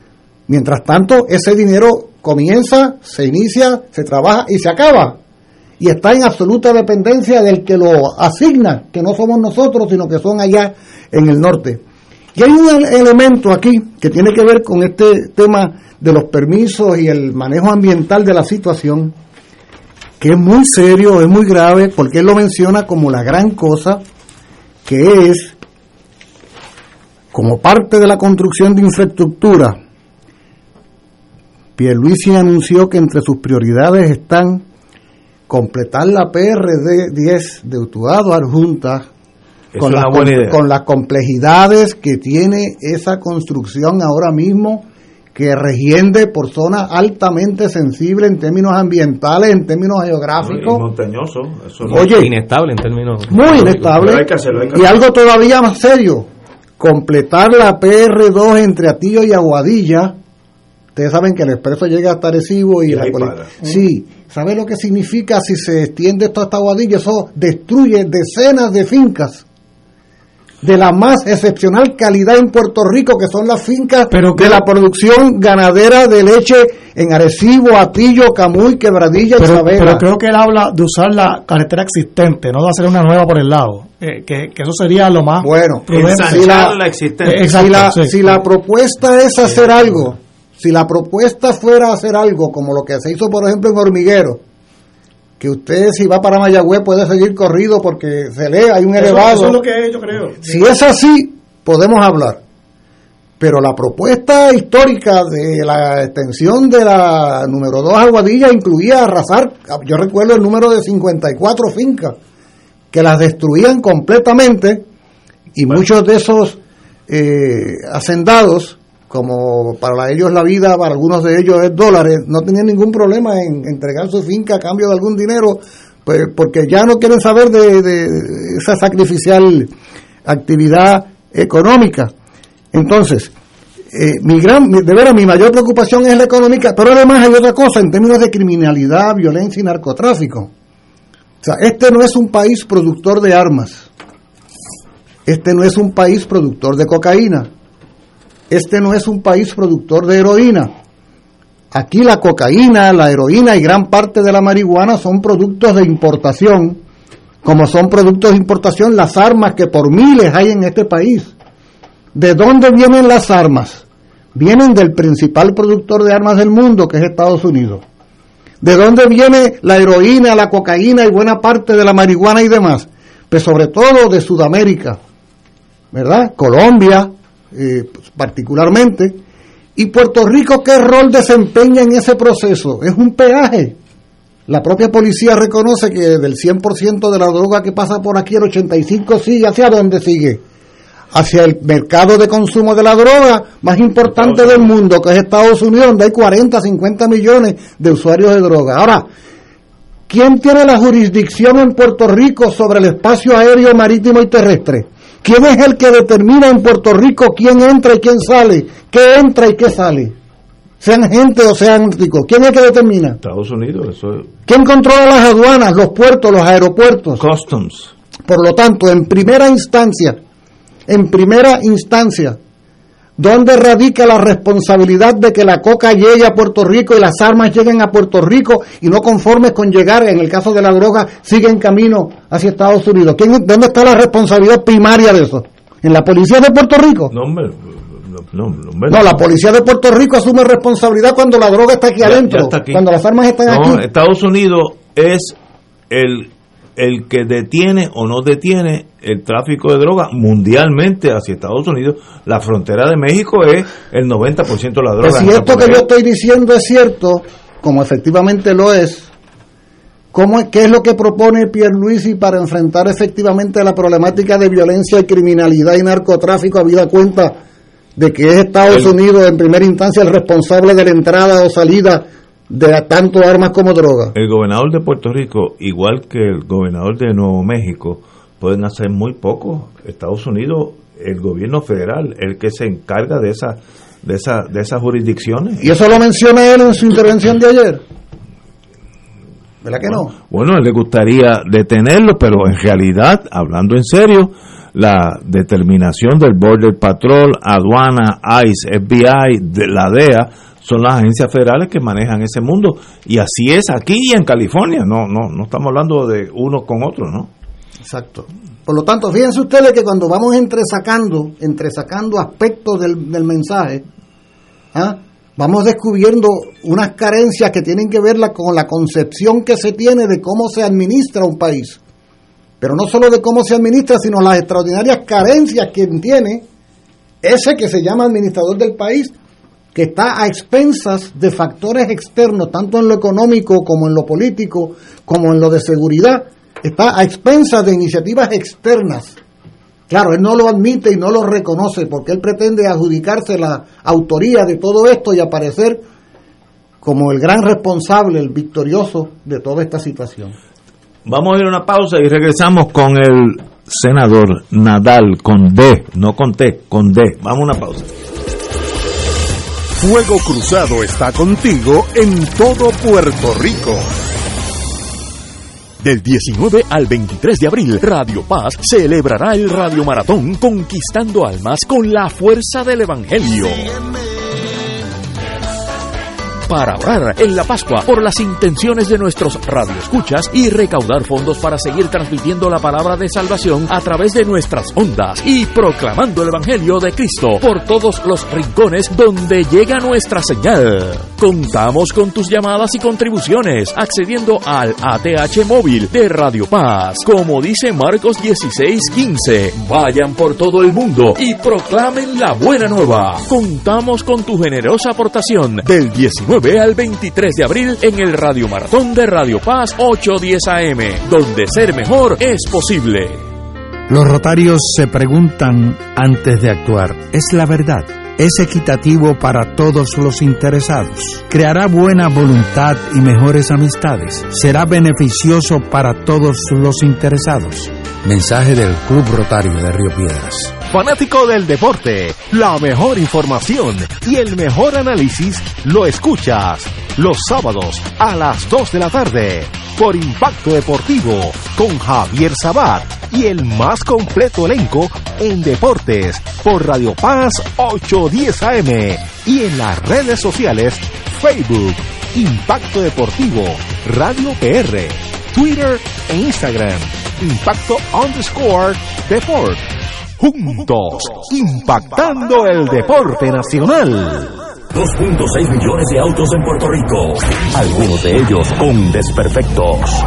Mientras tanto, ese dinero comienza, se inicia, se trabaja y se acaba. Y está en absoluta dependencia del que lo asigna, que no somos nosotros, sino que son allá en el norte. Y hay un elemento aquí que tiene que ver con este tema de los permisos y el manejo ambiental de la situación, que es muy serio, es muy grave, porque él lo menciona como la gran cosa, que es, como parte de la construcción de infraestructura, Pierluisi anunció que entre sus prioridades están completar la PRD 10 de Utuado a Adjunta con las complejidades que tiene esa construcción ahora mismo, que regiende por zonas altamente sensibles en términos ambientales, en términos geográficos. Y montañoso. Eso Oye, inestable en términos... Muy inestable. Hay que hacerlo. Y algo todavía más serio, completar la PR2 entre Atillo y Aguadilla. Ustedes saben que el expreso llega hasta Arecibo y la sí, ¿sabe lo que significa si se extiende esto hasta Aguadilla? Eso destruye decenas de fincas de la más excepcional calidad en Puerto Rico, que son las fincas de la producción ganadera de leche en Arecibo, Atillo, Camuy, Quebradilla y Isabela. Pero creo que él habla de usar la carretera existente, no de hacer una nueva por el lado, que eso sería lo más prudente. Si la propuesta es hacer algo, si la propuesta fuera hacer algo como lo que se hizo por ejemplo en Hormiguero, que usted si va para Mayagüez puede seguir corrido porque se lee, hay un elevado. Eso es lo que yo creo. Si es así, podemos hablar. Pero la propuesta histórica de la extensión de la número 2 Aguadilla incluía arrasar, yo recuerdo el número de 54 fincas, que las destruían completamente, y muchos de esos hacendados, como para ellos la vida, para algunos de ellos es dólares, no tenían ningún problema en entregar su finca a cambio de algún dinero, pues porque ya no quieren saber de esa sacrificial actividad económica. Entonces, mi mayor preocupación es la económica, pero además hay otra cosa en términos de criminalidad, violencia y narcotráfico. O sea, este no es un país productor de armas, este no es un país productor de cocaína, este no es un país productor de heroína. Aquí la cocaína, la heroína y gran parte de la marihuana son productos de importación, como son productos de importación las armas que por miles hay en este país. ¿De dónde vienen las armas? Vienen del principal productor de armas del mundo, que es Estados Unidos. ¿De dónde viene la heroína, la cocaína y buena parte de la marihuana y demás? Pues sobre todo de Sudamérica, ¿verdad? Colombia, particularmente. ¿Y Puerto Rico qué rol desempeña en ese proceso? Es un peaje. La propia policía reconoce que del 100% de la droga que pasa por aquí, el 85% sigue. ¿Hacia dónde sigue? Hacia el mercado de consumo de la droga más importante del mundo, que es Estados Unidos, donde hay 40, 50 millones de usuarios de droga. Ahora, ¿quién tiene la jurisdicción en Puerto Rico sobre el espacio aéreo, marítimo y terrestre? ¿Quién es el que determina en Puerto Rico quién entra y quién sale? ¿Qué entra y qué sale? Sean gente o sean ricos. ¿Quién es el que determina? Estados Unidos. ¿Quién controla las aduanas, los puertos, los aeropuertos? Customs. Por lo tanto, en primera instancia, ¿dónde radica la responsabilidad de que la coca llegue a Puerto Rico y las armas lleguen a Puerto Rico y no conformes con llegar, en el caso de la droga, siguen camino hacia Estados Unidos? ¿Dónde está la responsabilidad primaria de eso? ¿En la policía de Puerto Rico? No, la policía de Puerto Rico asume responsabilidad cuando la droga está aquí adentro, está aquí. Cuando las armas están aquí. Estados Unidos es el que detiene o no detiene el tráfico de droga mundialmente hacia Estados Unidos. La frontera de México es el 90% de la droga. Pues si esto que yo estoy diciendo es cierto, como efectivamente lo es, ¿qué es lo que propone Pierluisi para enfrentar efectivamente la problemática de violencia y criminalidad y narcotráfico, habida cuenta de que es Estados Unidos en primera instancia el responsable de la entrada o salida de tanto armas como drogas? El gobernador de Puerto Rico, igual que el gobernador de Nuevo México, pueden hacer muy poco. Estados Unidos, el gobierno federal, el que se encarga de esas jurisdicciones. Y eso lo menciona él en su intervención de ayer. ¿Verdad que no? Bueno, él le gustaría detenerlo, pero en realidad, hablando en serio, la determinación del Border Patrol, aduana, ICE, FBI, de la DEA, son las agencias federales que manejan ese mundo, y así es aquí y en California, no estamos hablando de uno con otro, ¿no? Exacto. Por lo tanto, fíjense ustedes que cuando vamos entresacando aspectos del mensaje, vamos descubriendo unas carencias que tienen que ver con la concepción que se tiene de cómo se administra un país. Pero no solo de cómo se administra, sino las extraordinarias carencias que tiene ese que se llama administrador del país, que está a expensas de factores externos, tanto en lo económico como en lo político, como en lo de seguridad. Está a expensas de iniciativas externas. Claro, él no lo admite y no lo reconoce porque él pretende adjudicarse la autoría de todo esto y aparecer como el gran responsable, el victorioso de toda esta situación. Vamos a ir a una pausa y regresamos con el senador Nadal, con D, no con T, con D. Vamos a una pausa. Fuego Cruzado está contigo en todo Puerto Rico. Del 19 al 23 de abril, Radio Paz celebrará el Radio Maratón Conquistando Almas con la fuerza del Evangelio. Para orar en la Pascua por las intenciones de nuestros radioescuchas y recaudar fondos para seguir transmitiendo la palabra de salvación a través de nuestras ondas y proclamando el Evangelio de Cristo por todos los rincones donde llega nuestra señal. Contamos con tus llamadas y contribuciones accediendo al ATH móvil de Radio Paz. Como dice Marcos 16:15, vayan por todo el mundo y proclamen la buena nueva. Contamos con tu generosa aportación del 19 al 23 de abril en el Radio Maratón de Radio Paz 810 AM, donde ser mejor es posible. Los rotarios se preguntan antes de actuar, ¿es la verdad? ¿Es equitativo para todos los interesados? ¿Creará buena voluntad y mejores amistades? ¿Será beneficioso para todos los interesados? Mensaje del Club Rotario de Río Piedras. Fanático del deporte, la mejor información y el mejor análisis lo escuchas los sábados a las 2 de la tarde por Impacto Deportivo con Javier Sabat y el más completo elenco en deportes por Radio Paz 810 AM y en las redes sociales Facebook, Impacto Deportivo, Radio PR, Twitter e Instagram, Impacto_Deport. Juntos, impactando el deporte nacional. 2.6 millones de autos en Puerto Rico, algunos de ellos con desperfectos.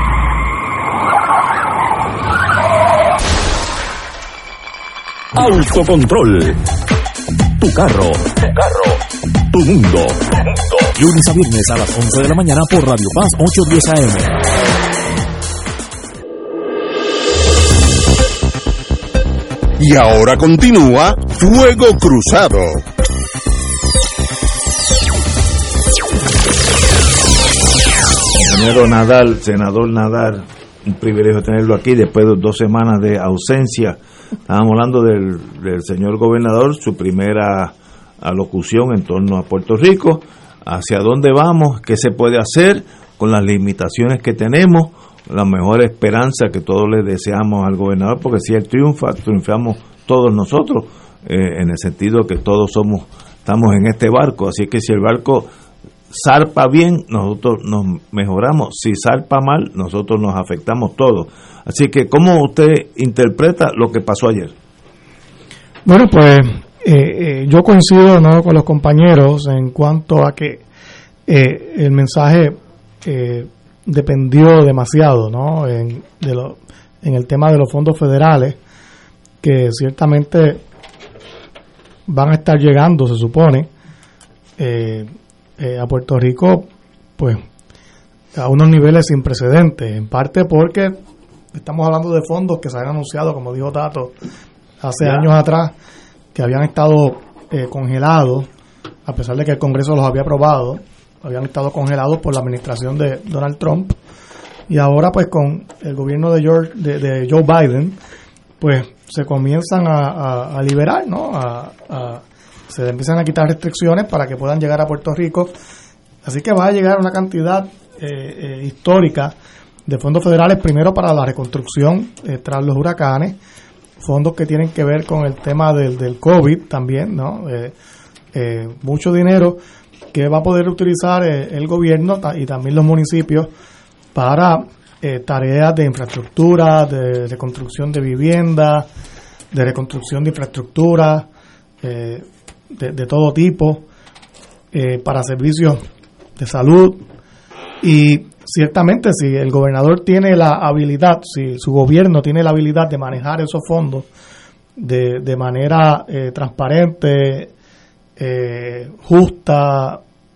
Autocontrol. Tu carro. Tu mundo. Lunes a viernes a las 11 de la mañana por Radio Paz 810 AM. Y ahora continúa Fuego Cruzado. Senador Nadal, un privilegio tenerlo aquí después de 2 semanas de ausencia. Estábamos hablando del señor gobernador, su primera alocución en torno a Puerto Rico, hacia dónde vamos, qué se puede hacer con las limitaciones que tenemos, la mejor esperanza que todos le deseamos al gobernador, porque si él triunfa, triunfamos todos nosotros, en el sentido que todos estamos en este barco, así que si el barco zarpa bien, nosotros nos mejoramos, si zarpa mal, nosotros nos afectamos todos. Así que, ¿cómo usted interpreta lo que pasó ayer? Bueno, pues yo coincido, ¿no?, con los compañeros en cuanto a que el mensaje dependió demasiado, ¿no?, en el tema de los fondos federales, que ciertamente van a estar llegando, se supone, a Puerto Rico, pues a unos niveles sin precedentes, en parte porque estamos hablando de fondos que se habían anunciado, como dijo Tato, hace años atrás, que habían estado congelados, a pesar de que el Congreso los había aprobado, habían estado congelados por la administración de Donald Trump, y ahora pues con el gobierno de Joe Biden, pues se comienzan a liberar, ¿no?, se empiezan a quitar restricciones para que puedan llegar a Puerto Rico, así que va a llegar una cantidad histórica de fondos federales, primero para la reconstrucción tras los huracanes, fondos que tienen que ver con el tema del COVID también, ¿no? Mucho dinero que va a poder utilizar el gobierno y también los municipios para tareas de infraestructura, de reconstrucción de viviendas, de reconstrucción de infraestructura de todo tipo, para servicios de salud. Y ciertamente si el gobernador tiene la habilidad, si su gobierno tiene la habilidad de manejar esos fondos de manera transparente, justa,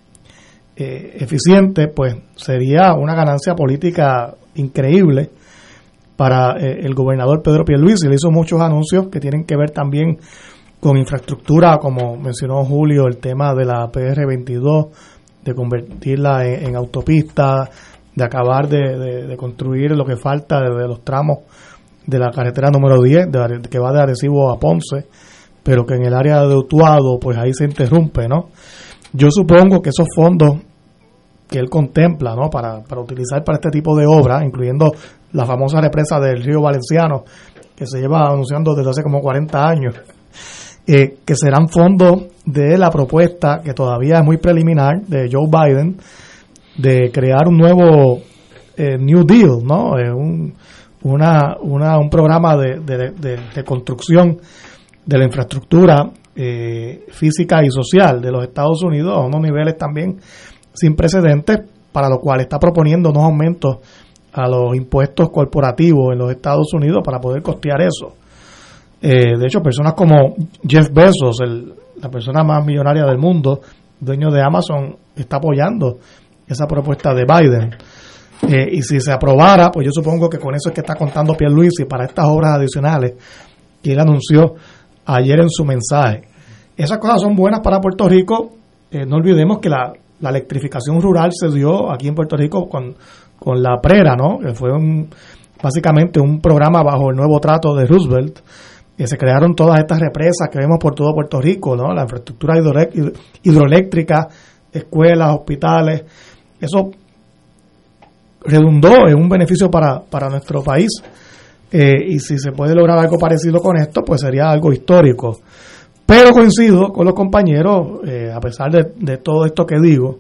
eficiente, pues sería una ganancia política increíble para el gobernador Pedro Pierluisi. Le hizo muchos anuncios que tienen que ver también con infraestructura, como mencionó Julio, el tema de la PR22, de convertirla en autopista, de acabar de construir lo que falta de los tramos de la carretera número 10, que va de Arecibo a Ponce, pero que en el área de Utuado, pues ahí se interrumpe, ¿no? Yo supongo que esos fondos que él contempla, ¿no?, para utilizar para este tipo de obras, incluyendo la famosa represa del río Valenciano, que se lleva anunciando desde hace como 40 años, que serán fondos de la propuesta, que todavía es muy preliminar, de Joe Biden, de crear un nuevo New Deal, ¿no? Un programa de reconstrucción de la infraestructura física y social de los Estados Unidos a unos niveles también sin precedentes, para lo cual está proponiendo unos aumentos a los impuestos corporativos en los Estados Unidos para poder costear eso. De hecho, personas como Jeff Bezos, la persona más millonaria del mundo, dueño de Amazon, está apoyando esa propuesta de Biden. Y si se aprobara, pues yo supongo que con eso es que está contando Pierluisi para estas obras adicionales que él anunció ayer en su mensaje. Esas cosas son buenas para Puerto Rico. No olvidemos que la electrificación rural se dio aquí en Puerto Rico con la PRERA, ¿no? Que fue básicamente un programa bajo el nuevo trato de Roosevelt. Se crearon todas estas represas que vemos por todo Puerto Rico, ¿no? La infraestructura hidroeléctrica, escuelas, hospitales. Eso redundó en un beneficio para nuestro país. Y si se puede lograr algo parecido con esto, pues sería algo histórico. Pero coincido con los compañeros, a pesar de todo esto que digo,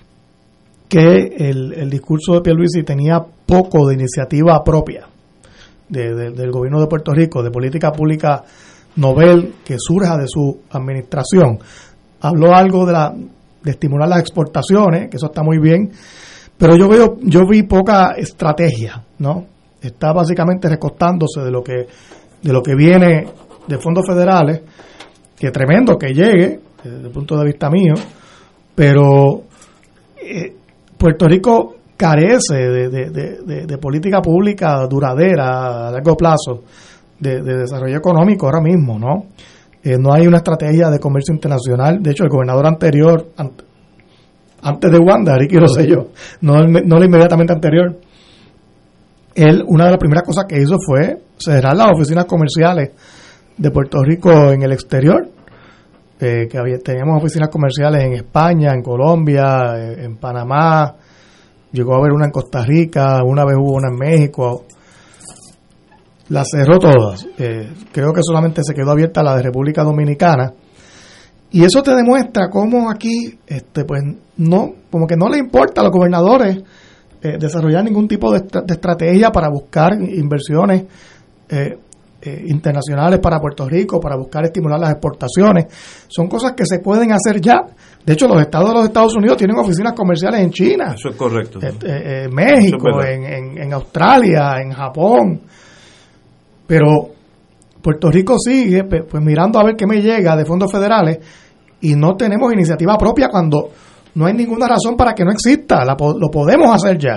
que el discurso de Pierluisi tenía poco de iniciativa propia del gobierno de Puerto Rico, de política pública novel que surja de su administración. Habló algo de estimular las exportaciones, que eso está muy bien, pero yo vi poca estrategia, ¿no? Está básicamente recostándose de lo que viene de fondos federales, que tremendo que llegue desde el punto de vista mío, pero Puerto Rico carece de política pública duradera a largo plazo, de desarrollo económico ahora mismo, ¿no? No hay una estrategia de comercio internacional. De hecho, el gobernador anterior, antes de Wanda, Ricky Rosselló, no el inmediatamente anterior, él, una de las primeras cosas que hizo fue cerrar las oficinas comerciales de Puerto Rico en el exterior, teníamos oficinas comerciales en España, en Colombia, en Panamá, llegó a haber una en Costa Rica, una vez hubo una en México, las cerró todas. Creo que solamente se quedó abierta la de República Dominicana, y eso te demuestra cómo aquí pues no, como que no le importa a los gobernadores desarrollar ningún tipo de estrategia para buscar inversiones internacionales para Puerto Rico, para buscar estimular las exportaciones. Son cosas que se pueden hacer ya. De hecho, los estados de los Estados Unidos tienen oficinas comerciales en China. Eso es correcto. México, en Australia, en Japón. Pero Puerto Rico sigue pues mirando a ver qué me llega de fondos federales, y no tenemos iniciativa propia cuando no hay ninguna razón para que no exista. Lo podemos hacer ya.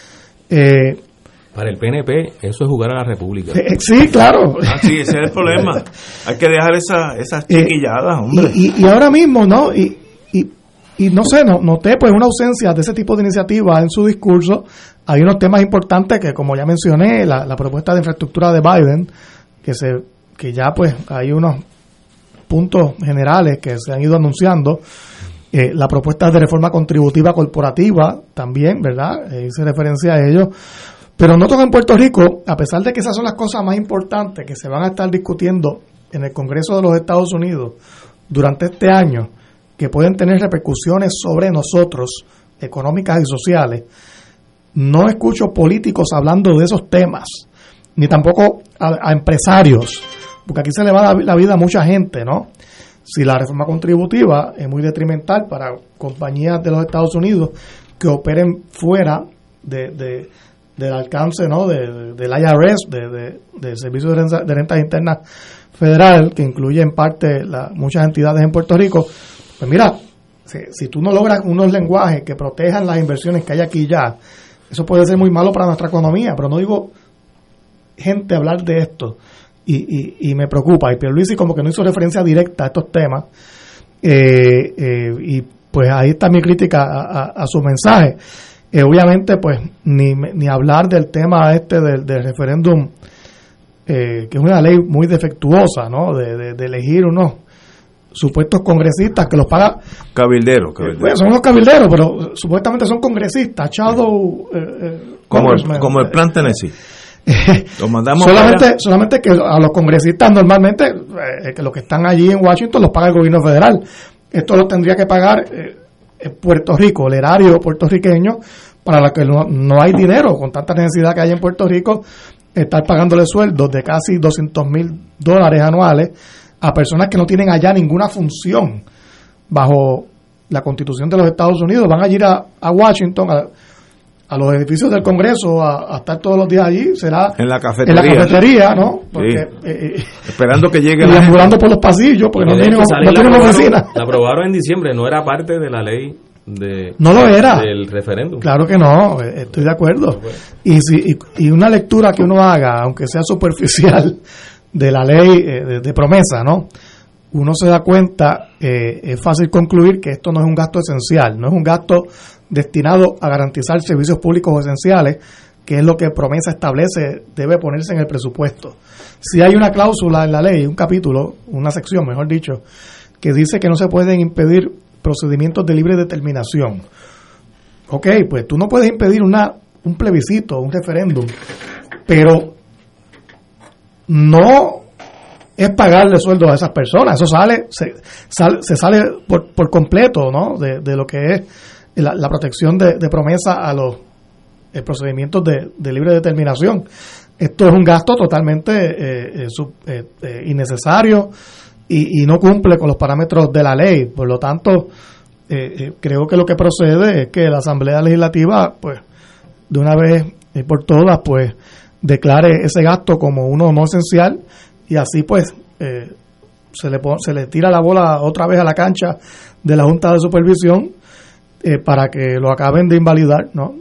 Para el PNP, eso es jugar a la República. Sí, claro. Sí, ese es el problema. Hay que dejar esas chiquilladas, hombre. Y ahora mismo, ¿no? Y no sé, noté pues una ausencia de ese tipo de iniciativa en su discurso. Hay unos temas importantes que, como ya mencioné, la propuesta de infraestructura de Biden, que ya pues hay unos puntos generales que se han ido anunciando. La propuesta de reforma contributiva corporativa también, ¿verdad? Hice referencia a ello. Pero noto que en Puerto Rico, a pesar de que esas son las cosas más importantes que se van a estar discutiendo en el Congreso de los Estados Unidos durante este año, que pueden tener repercusiones sobre nosotros, económicas y sociales, no escucho políticos hablando de esos temas, ni tampoco a empresarios, porque aquí se le va la vida a mucha gente, ¿no? Si la reforma contributiva es muy detrimental para compañías de los Estados Unidos que operen fuera del alcance, ¿no?, del IRS, del Servicio de Rentas Internas Federal, que incluye en parte muchas entidades en Puerto Rico, pues mira, si tú no logras unos lenguajes que protejan las inversiones que hay aquí ya, eso puede ser muy malo para nuestra economía. Pero no digo gente hablar de esto, y me preocupa, y Pierluisi como que no hizo referencia directa a estos temas, y pues ahí está mi crítica a su mensaje. Obviamente pues ni hablar del tema del referéndum, que es una ley muy defectuosa, ¿no?, de elegir unos supuestos congresistas que los paga cabilderos. Bueno, son unos cabilderos, pero supuestamente son congresistas, shadow como el plan Tennessee. Lo mandamos solamente que a los congresistas normalmente, que los que están allí en Washington los paga el gobierno federal. Esto lo tendría que pagar Puerto Rico, el erario puertorriqueño, para la que no hay dinero, con tanta necesidad que hay en Puerto Rico, estar pagándole sueldos de casi $200,000 anuales a personas que no tienen allá ninguna función bajo la Constitución de los Estados Unidos. Van a ir a Washington, a los edificios del Congreso, a estar todos los días allí. Será en la cafetería, ¿no? Porque, sí. Esperando que llegue y ambulando por los pasillos, porque no tienen oficina. La aprobaron en diciembre, no era parte de la ley no lo era del referéndum. Claro que no, estoy de acuerdo. Y una lectura que uno haga, aunque sea superficial, de la ley de promesa, ¿no?, uno se da cuenta, es fácil concluir que esto no es un gasto esencial, no es un gasto destinado a garantizar servicios públicos esenciales, que es lo que promesa establece debe ponerse en el presupuesto. Si hay una cláusula en la ley, un capítulo, una sección, mejor dicho, que dice que no se pueden impedir procedimientos de libre determinación. Ok, pues tú no puedes impedir un plebiscito, un referéndum, pero no es pagarle sueldo a esas personas. Eso se sale por completo, ¿no?, de lo que es la protección de promesa a los procedimientos de libre determinación. Esto es un gasto totalmente innecesario y no cumple con los parámetros de la ley. Por lo tanto, creo que lo que procede es que la Asamblea Legislativa, pues, de una vez por todas, pues, declare ese gasto como uno no esencial, y así pues se le tira la bola otra vez a la cancha de la Junta de Supervisión para que lo acaben de invalidar, ¿no?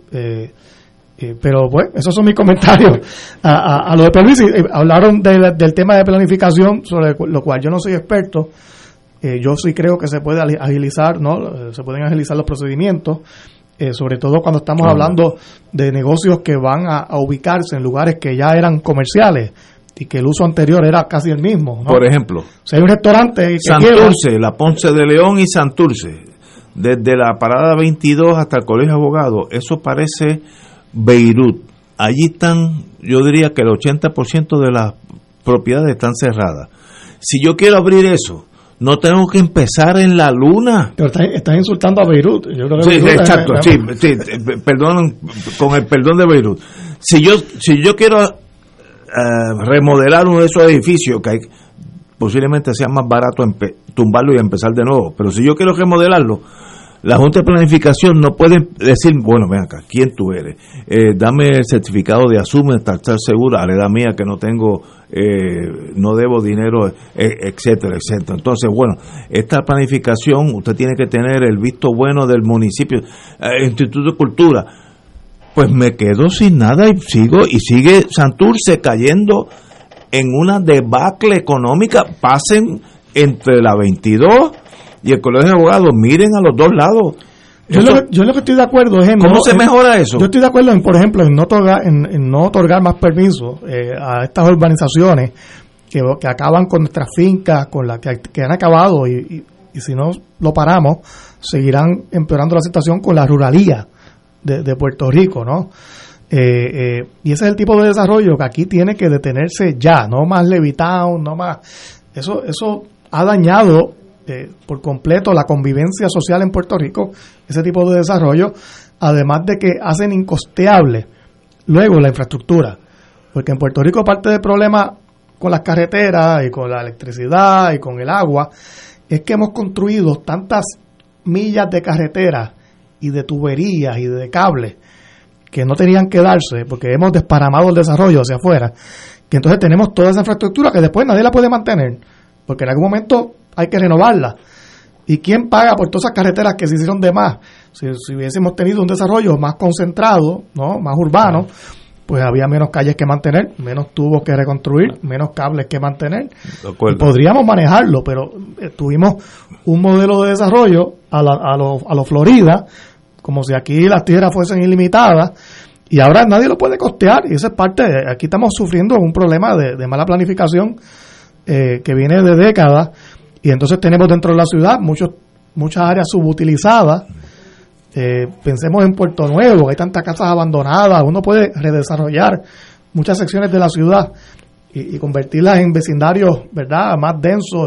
Pero bueno, esos son mis comentarios a lo de Pierluisi. Hablaron del tema de planificación, sobre lo cual yo no soy experto. Yo sí creo que se puede agilizar, ¿no? Se pueden agilizar los procedimientos, sobre todo cuando estamos hablando de negocios que van a ubicarse en lugares que ya eran comerciales y que el uso anterior era casi el mismo, ¿no? Por ejemplo, si hay un restaurante Santurce, la Ponce de León y Santurce, desde la parada 22 hasta el Colegio de Abogados, eso parece Beirut. Allí están, yo diría que el 80% de las propiedades están cerradas. Si yo quiero abrir eso, no tengo que empezar en la luna. Pero estás insultando a Beirut. Yo creo que sí, Beirut exacto, sí, perdón, con el perdón de Beirut. Si yo quiero remodelar uno de esos edificios, que posiblemente sea más barato tumbarlo y empezar de nuevo, pero si yo quiero remodelarlo, la Junta de Planificación no puede decir, bueno, ven acá, ¿quién tú eres? Dame el certificado de asume, estar segura, a la edad mía que no tengo, no debo dinero, etcétera, etcétera. Entonces, bueno, esta planificación, usted tiene que tener el visto bueno del municipio, Instituto de Cultura. Pues me quedo sin nada y sigue Santurce cayendo en una debacle económica. Pasen entre la 22 y el Colegio de Abogados, miren a los dos lados. Yo lo que estoy de acuerdo es ¿cómo se mejora eso? Yo estoy de acuerdo en, por ejemplo, en no otorgar más permisos a estas urbanizaciones que acaban con nuestras fincas, con las que han acabado, y si no lo paramos, seguirán empeorando la situación con la ruralía de Puerto Rico, ¿no? Y ese es el tipo de desarrollo que aquí tiene que detenerse ya, no más Levitown, no más. Eso ha dañado por completo la convivencia social en Puerto Rico, ese tipo de desarrollo, además de que hacen incosteable luego la infraestructura, porque en Puerto Rico parte del problema con las carreteras y con la electricidad y con el agua es que hemos construido tantas millas de carreteras y de tuberías y de cables que no tenían que darse porque hemos desparamado el desarrollo hacia afuera, que entonces tenemos toda esa infraestructura que después nadie la puede mantener, porque en algún momento hay que renovarla. ¿Y quién paga por todas esas carreteras que se hicieron de más? Si hubiésemos tenido un desarrollo más concentrado, ¿no?, más urbano, pues había menos calles que mantener, menos tubos que reconstruir, menos cables que mantener. Y podríamos manejarlo, pero tuvimos un modelo de desarrollo a lo Florida, como si aquí las tierras fuesen ilimitadas, y ahora nadie lo puede costear, y esa es parte aquí estamos sufriendo un problema de mala planificación que viene de décadas, y entonces tenemos dentro de la ciudad muchas áreas subutilizadas. Pensemos en Puerto Nuevo, que hay tantas casas abandonadas, uno puede redesarrollar muchas secciones de la ciudad y convertirlas en vecindarios, ¿verdad?, más densos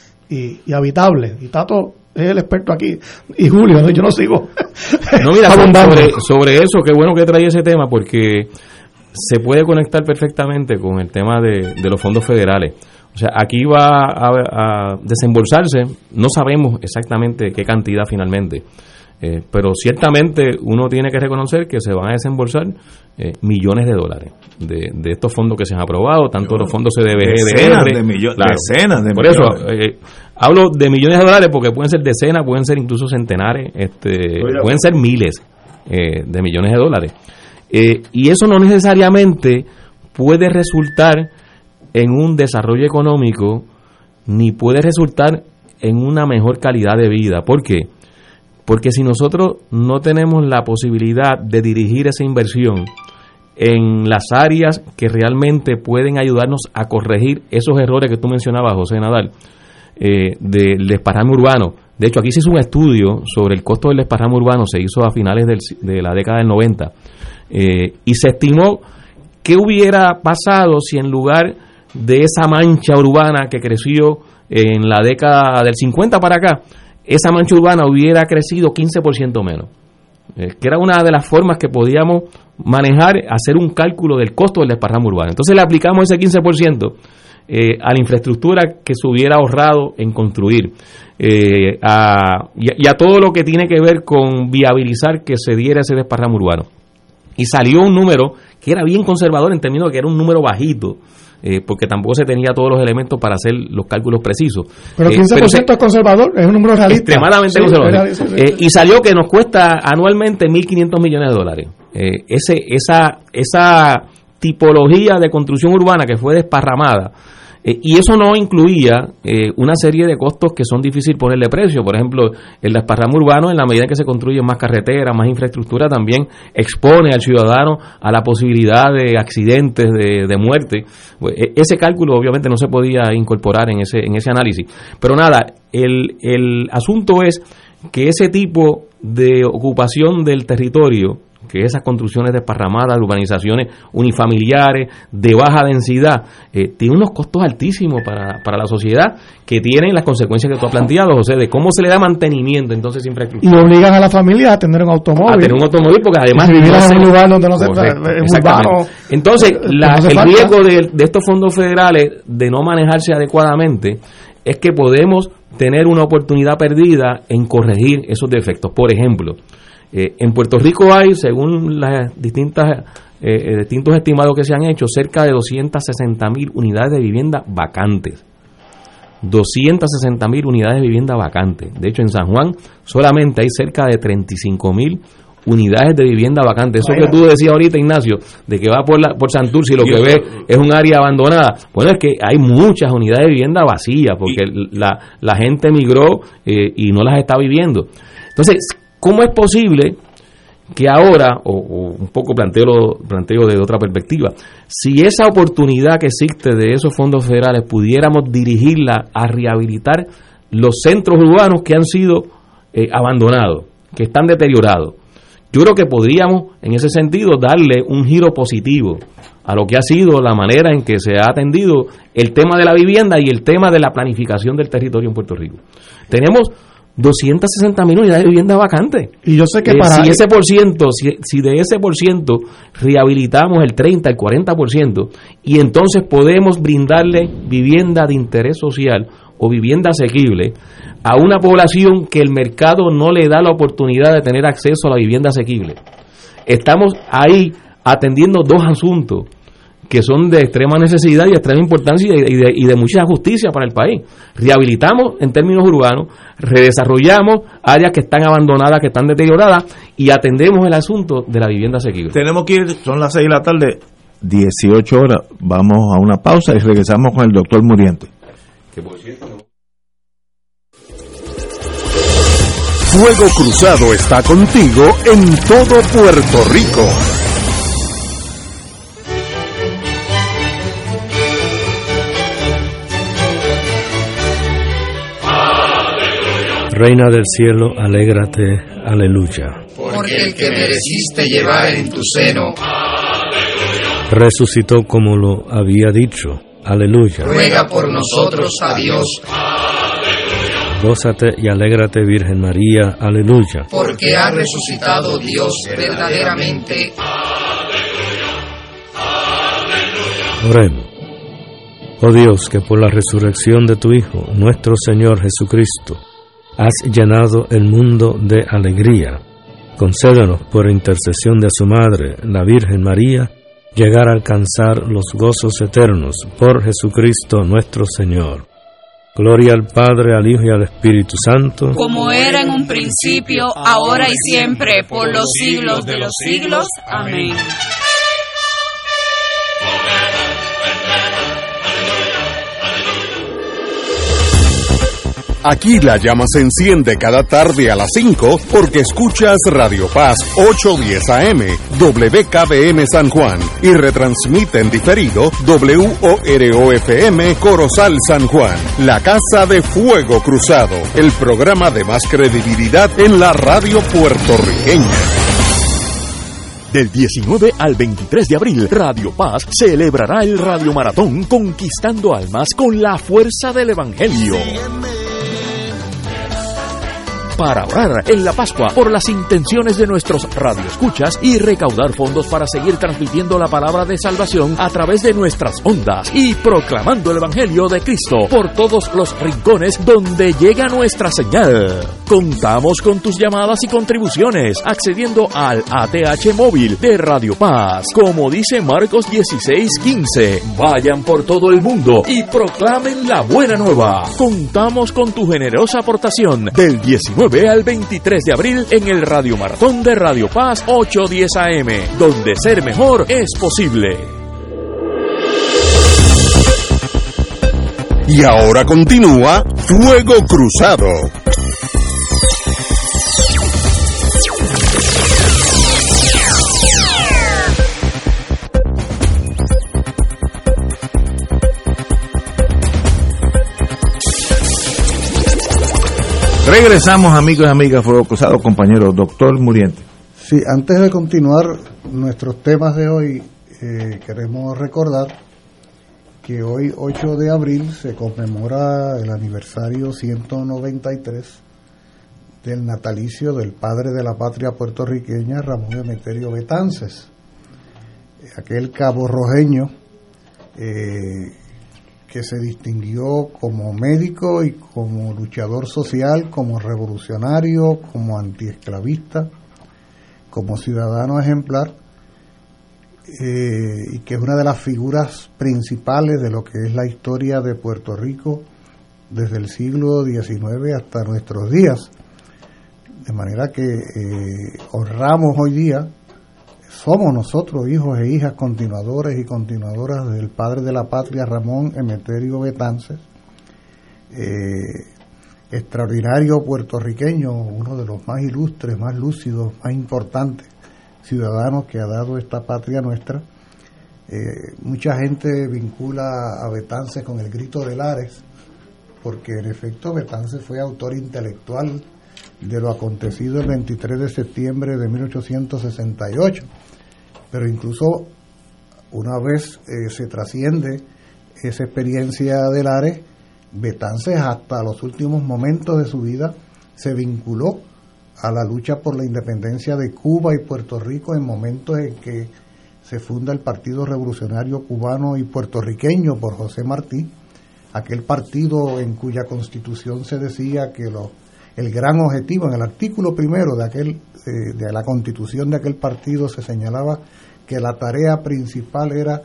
y habitables. Y Tato es el experto aquí, y Julio, ¿no? Yo no sigo. No, mira, sobre eso, qué bueno que trae ese tema, porque se puede conectar perfectamente con el tema de los fondos federales. O sea, aquí va a desembolsarse, no sabemos exactamente qué cantidad finalmente, pero ciertamente uno tiene que reconocer que se van a desembolsar millones de dólares de estos fondos que se han aprobado, tanto los fondos CDBG, decenas de millones. Por eso hablo de millones de dólares porque pueden ser decenas, pueden ser incluso centenares, pueden ser miles de millones de dólares. Y eso no necesariamente puede resultar en un desarrollo económico, ni puede resultar en una mejor calidad de vida. ¿Por qué? Porque si nosotros no tenemos la posibilidad de dirigir esa inversión en las áreas que realmente pueden ayudarnos a corregir esos errores que tú mencionabas, José Nadal, del desparrame urbano. De hecho, aquí se hizo un estudio sobre el costo del desparrame urbano, se hizo a finales de la década del 90, y se estimó qué hubiera pasado si en lugar de esa mancha urbana que creció en la década del 50 para acá, esa mancha urbana hubiera crecido 15% menos, que era una de las formas que podíamos manejar, hacer un cálculo del costo del desparrame urbano. Entonces le aplicamos ese 15% a la infraestructura que se hubiera ahorrado en construir, y a todo lo que tiene que ver con viabilizar que se diera ese desparrame urbano. Y salió un número que era bien conservador en términos de que era un número bajito, porque tampoco se tenía todos los elementos para hacer los cálculos precisos. Pero 15% es conservador, es un número realista. Extremadamente conservador. Y salió que nos cuesta anualmente $1.500 millones. Esa tipología de construcción urbana que fue desparramada, y eso no incluía una serie de costos que son difíciles ponerle precio. Por ejemplo, el desparrame urbano, en la medida que se construyen más carreteras, más infraestructura, también expone al ciudadano a la posibilidad de accidentes, de muerte. Ese cálculo obviamente no se podía incorporar en ese análisis. Pero nada, el asunto es que ese tipo de ocupación del territorio, que esas construcciones desparramadas, urbanizaciones unifamiliares de baja densidad, tiene unos costos altísimos para la sociedad, que tienen las consecuencias que tú has planteado, José, de cómo se le da mantenimiento entonces a esa infraestructura. Y obligan a la familia a tener un automóvil. A tener un automóvil, porque además vivir en un lugar donde no se urbano. Entonces, el riesgo de estos fondos federales de no manejarse adecuadamente es que podemos tener una oportunidad perdida en corregir esos defectos. Por ejemplo, en Puerto Rico hay, según las distintos estimados que se han hecho, cerca de 260,000 unidades de vivienda vacantes. 260,000 unidades de vivienda vacantes. De hecho, en San Juan solamente hay cerca de 35,000 unidades de vivienda vacantes. Eso que tú decías ahorita, Ignacio, de que va por Santurce y lo que ve es un área abandonada. Bueno, es que hay muchas unidades de vivienda vacías porque la gente emigró y no las está viviendo. Entonces, ¿cómo es posible que ahora, o un poco planteo de otra perspectiva, si esa oportunidad que existe de esos fondos federales pudiéramos dirigirla a rehabilitar los centros urbanos que han sido abandonados, que están deteriorados, Yo creo que podríamos, en ese sentido, darle un giro positivo a lo que ha sido la manera en que se ha atendido el tema de la vivienda y el tema de la planificación del territorio en Puerto Rico. Tenemos 260,000 unidades de vivienda vacantes. Y yo sé que si de ese por ciento rehabilitamos el 30, el 40%, y entonces podemos brindarle vivienda de interés social o vivienda asequible a una población que el mercado no le da la oportunidad de tener acceso a la vivienda asequible. Estamos ahí atendiendo dos asuntos que son de extrema necesidad y extrema importancia y de mucha justicia para el país. Rehabilitamos en términos urbanos, redesarrollamos áreas que están abandonadas, que están deterioradas, y atendemos el asunto de la vivienda asequible. Tenemos que ir, son las 6 de la tarde, 18 horas, vamos a una pausa y regresamos con el doctor Muriente. Fuego Cruzado está contigo en todo Puerto Rico. Reina del cielo, alégrate, aleluya. Porque el que mereciste llevar en tu seno, resucitó como lo había dicho, aleluya. Ruega por nosotros a Dios. Gózate y alégrate, Virgen María, aleluya. Porque ha resucitado Dios verdaderamente. Oremos. Oh Dios, que por la resurrección de tu Hijo, nuestro Señor Jesucristo, has llenado el mundo de alegría. Concédenos, por intercesión de su Madre, la Virgen María, llegar a alcanzar los gozos eternos por Jesucristo nuestro Señor. Gloria al Padre, al Hijo y al Espíritu Santo, como era en un principio, ahora y siempre, por los siglos de los siglos. Amén. Aquí la llama se enciende cada tarde a las 5 porque escuchas Radio Paz 810 AM, WKBM San Juan, y retransmite en diferido WOROFM Corozal San Juan, la Casa de Fuego Cruzado, el programa de más credibilidad en la radio puertorriqueña. Del 19 al 23 de abril, Radio Paz celebrará el Radio Maratón Conquistando Almas con la fuerza del Evangelio. Para orar en la Pascua por las intenciones de nuestros radioescuchas y recaudar fondos para seguir transmitiendo la palabra de salvación a través de nuestras ondas y proclamando el Evangelio de Cristo por todos los rincones donde llega nuestra señal. Contamos con tus llamadas y contribuciones accediendo al ATH móvil de Radio Paz. Como dice Marcos 16:15, vayan por todo el mundo y proclamen la buena nueva. Contamos con tu generosa aportación del 19 al 23 de abril en el Radio Maratón de Radio Paz 810 AM, donde ser mejor es posible. Y ahora continúa Fuego Cruzado. Regresamos, amigos y amigas, Fuego Cruzado, compañero doctor Muriente. Sí, antes de continuar nuestros temas de hoy, queremos recordar que hoy, 8 de abril, se conmemora el aniversario 193 del natalicio del padre de la patria puertorriqueña, Ramón Emeterio Betances, aquel caborrojeño que se distinguió como médico y como luchador social, como revolucionario, como antiesclavista, como ciudadano ejemplar, y que es una de las figuras principales de lo que es la historia de Puerto Rico desde el siglo XIX hasta nuestros días. De manera que honramos hoy día, somos nosotros hijos e hijas continuadores y continuadoras del padre de la patria, Ramón Emeterio Betances, extraordinario puertorriqueño, uno de los más ilustres, más lúcidos, más importantes ciudadanos que ha dado esta patria nuestra. Mucha gente vincula a Betances con el Grito de Lares, porque en efecto Betances fue autor intelectual de lo acontecido el 23 de septiembre de 1868. Pero incluso una vez se trasciende esa experiencia de Lares, Betances hasta los últimos momentos de su vida se vinculó a la lucha por la independencia de Cuba y Puerto Rico en momentos en que se funda el Partido Revolucionario Cubano y Puertorriqueño por José Martí, aquel partido en cuya constitución se decía que el gran objetivo, en el artículo primero de la constitución de aquel partido se señalaba que la tarea principal era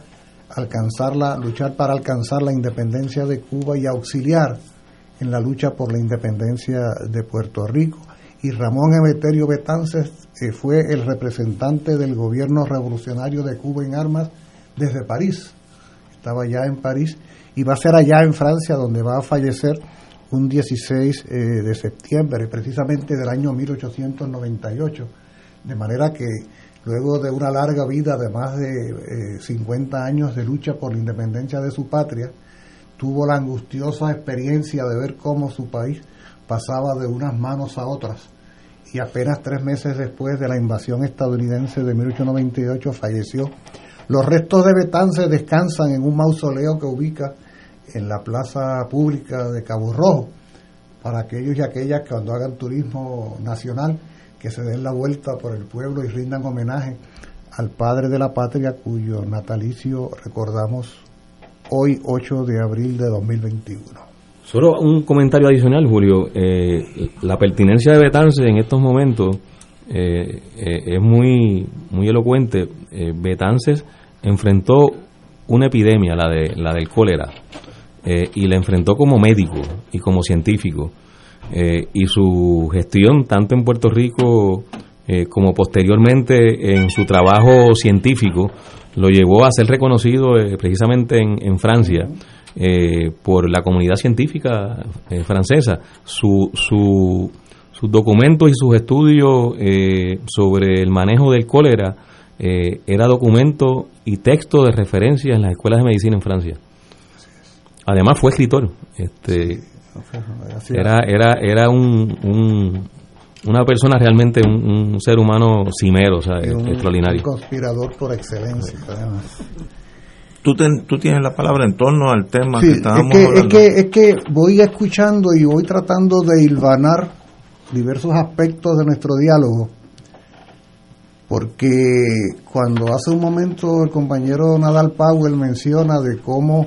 luchar para alcanzar la independencia de Cuba y auxiliar en la lucha por la independencia de Puerto Rico. Y Ramón Emeterio Betances fue el representante del gobierno revolucionario de Cuba en armas desde París. Estaba ya en París y va a ser allá en Francia donde va a fallecer un 16 de septiembre, precisamente del año 1898. De manera que luego de una larga vida de más de 50 años de lucha por la independencia de su patria, tuvo la angustiosa experiencia de ver cómo su país pasaba de unas manos a otras, y apenas 3 meses después de la invasión estadounidense de 1898 falleció. Los restos de Betances descansan en un mausoleo que ubica en la plaza pública de Cabo Rojo, para aquellos y aquellas que cuando hagan turismo nacional, que se den la vuelta por el pueblo y rindan homenaje al padre de la patria, cuyo natalicio recordamos hoy, 8 de abril de 2021. Solo un comentario adicional, Julio. La pertinencia de Betances en estos momentos es muy elocuente. Betances enfrentó una epidemia, la del cólera, y la enfrentó como médico y como científico. Y su gestión, tanto en Puerto Rico como posteriormente en su trabajo científico, lo llevó a ser reconocido precisamente en Francia por la comunidad científica francesa. Sus documentos y sus estudios sobre el manejo del cólera era documento y texto de referencia en las escuelas de medicina en Francia. Además fue escritor. Era una persona realmente, un ser humano cimero, o sea, extraordinario. Un conspirador por excelencia, además. Tú tienes la palabra en torno al tema sí, que estábamos hablando. Es que voy escuchando y voy tratando de hilvanar diversos aspectos de nuestro diálogo, porque cuando hace un momento el compañero Nadal Powell menciona de cómo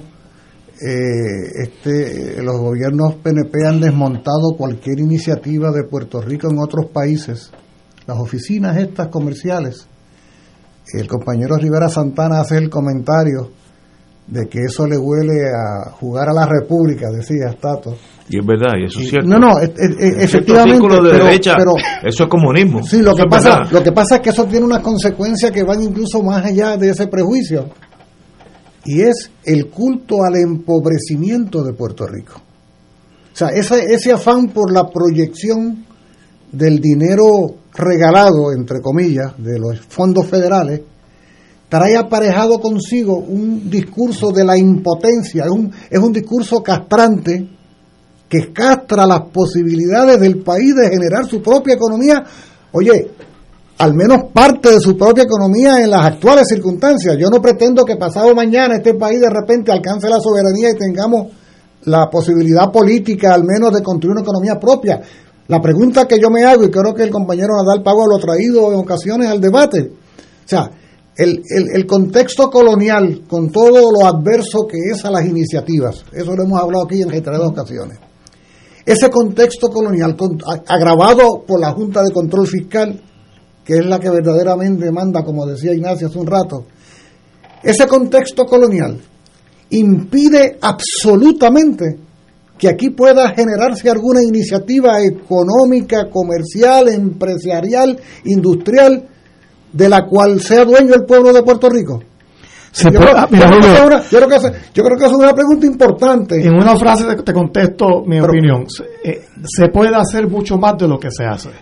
los gobiernos PNP han desmontado cualquier iniciativa de Puerto Rico en otros países, las oficinas estas comerciales, el compañero Rivera Santana hace el comentario de que eso le huele a jugar a la República, decía Tato. Y es verdad, y eso es cierto. No, efectivamente. Pero eso es comunismo. Sí, lo que pasa es que eso tiene unas consecuencias que van incluso más allá de ese prejuicio. Y es el culto al empobrecimiento de Puerto Rico. O sea, ese afán por la proyección del dinero regalado, entre comillas, de los fondos federales, trae aparejado consigo un discurso de la impotencia, es un discurso castrante que castra las posibilidades del país de generar su propia economía, oye, al menos parte de su propia economía en las actuales circunstancias. Yo no pretendo que pasado mañana este país de repente alcance la soberanía y tengamos la posibilidad política al menos de construir una economía propia. La pregunta que yo me hago, y creo que el compañero Nadal Powell lo ha traído en ocasiones al debate, o sea, el contexto colonial, con todo lo adverso que es a las iniciativas, eso lo hemos hablado aquí en reiteradas ocasiones, ese contexto colonial agravado por la Junta de Control Fiscal, que es la que verdaderamente manda, como decía Ignacio hace un rato, ese contexto colonial impide absolutamente que aquí pueda generarse alguna iniciativa económica, comercial, empresarial, industrial, de la cual sea dueño el pueblo de Puerto Rico. Yo creo que eso es una pregunta importante. En una frase te contesto mi opinión. Se puede hacer mucho más de lo que se hace.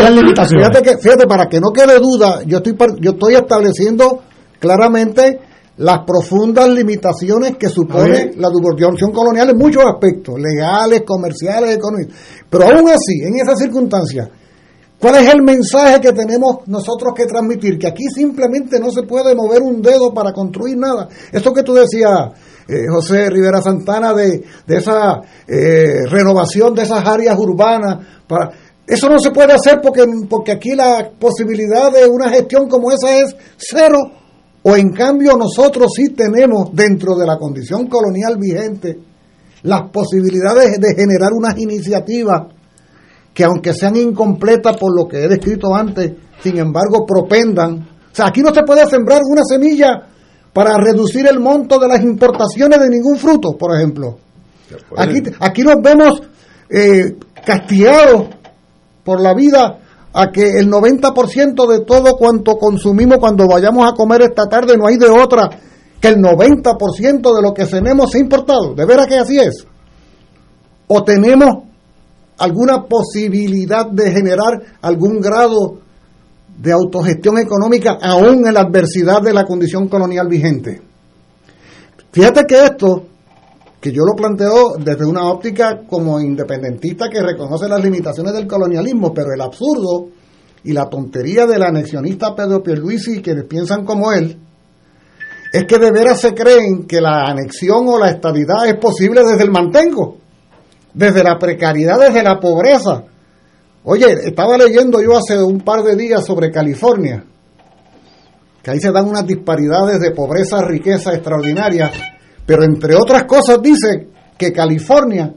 Fíjate para que no quede duda, yo estoy estableciendo claramente las profundas limitaciones que supone la subordinación colonial en muchos aspectos, legales, comerciales, económicos. Pero aún así, en esa circunstancia, ¿cuál es el mensaje que tenemos nosotros que transmitir? Que aquí simplemente no se puede mover un dedo para construir nada. Esto que tú decías, José Rivera Santana, de esa renovación de esas áreas urbanas, eso no se puede hacer porque aquí la posibilidad de una gestión como esa es cero. O en cambio nosotros sí tenemos dentro de la condición colonial vigente las posibilidades de generar unas iniciativas que, aunque sean incompletas por lo que he descrito antes, sin embargo propendan. O sea, aquí no se puede sembrar una semilla para reducir el monto de las importaciones de ningún fruto, por ejemplo. Aquí nos vemos castigados por la vida a que el 90% de todo cuanto consumimos cuando vayamos a comer esta tarde, no hay de otra que el 90% de lo que tenemos sea importado. ¿De veras que así es? ¿O tenemos alguna posibilidad de generar algún grado de autogestión económica aún en la adversidad de la condición colonial vigente? Fíjate que esto, que yo lo planteo desde una óptica como independentista que reconoce las limitaciones del colonialismo, pero el absurdo y la tontería del anexionista Pedro Pierluisi, quienes piensan como él, es que de veras se creen que la anexión o la estadidad es posible desde el mantengo, desde la precariedad, desde la pobreza. Oye, estaba leyendo yo hace un par de días sobre California, que ahí se dan unas disparidades de pobreza, riqueza extraordinarias, pero entre otras cosas dice que California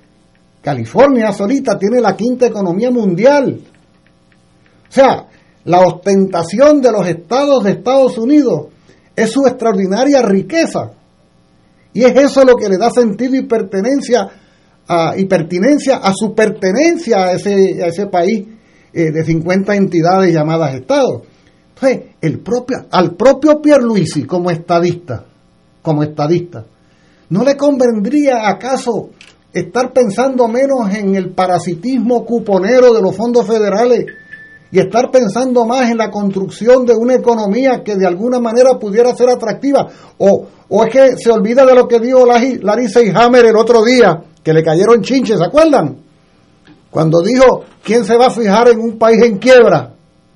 solita tiene la quinta economía mundial. O sea, la ostentación de los estados de Estados Unidos es su extraordinaria riqueza. Y es eso lo que le da sentido y pertinencia a su pertenencia a ese país de 50 entidades llamadas estados. Entonces, al propio Pierluisi como estadista, ¿no le convendría acaso estar pensando menos en el parasitismo cuponero de los fondos federales y estar pensando más en la construcción de una economía que de alguna manera pudiera ser atractiva? ¿O es que se olvida de lo que dijo Larry Seyhammer el otro día, que le cayeron chinches, ¿se acuerdan? Cuando dijo, ¿quién se va a fijar en un país en quiebra?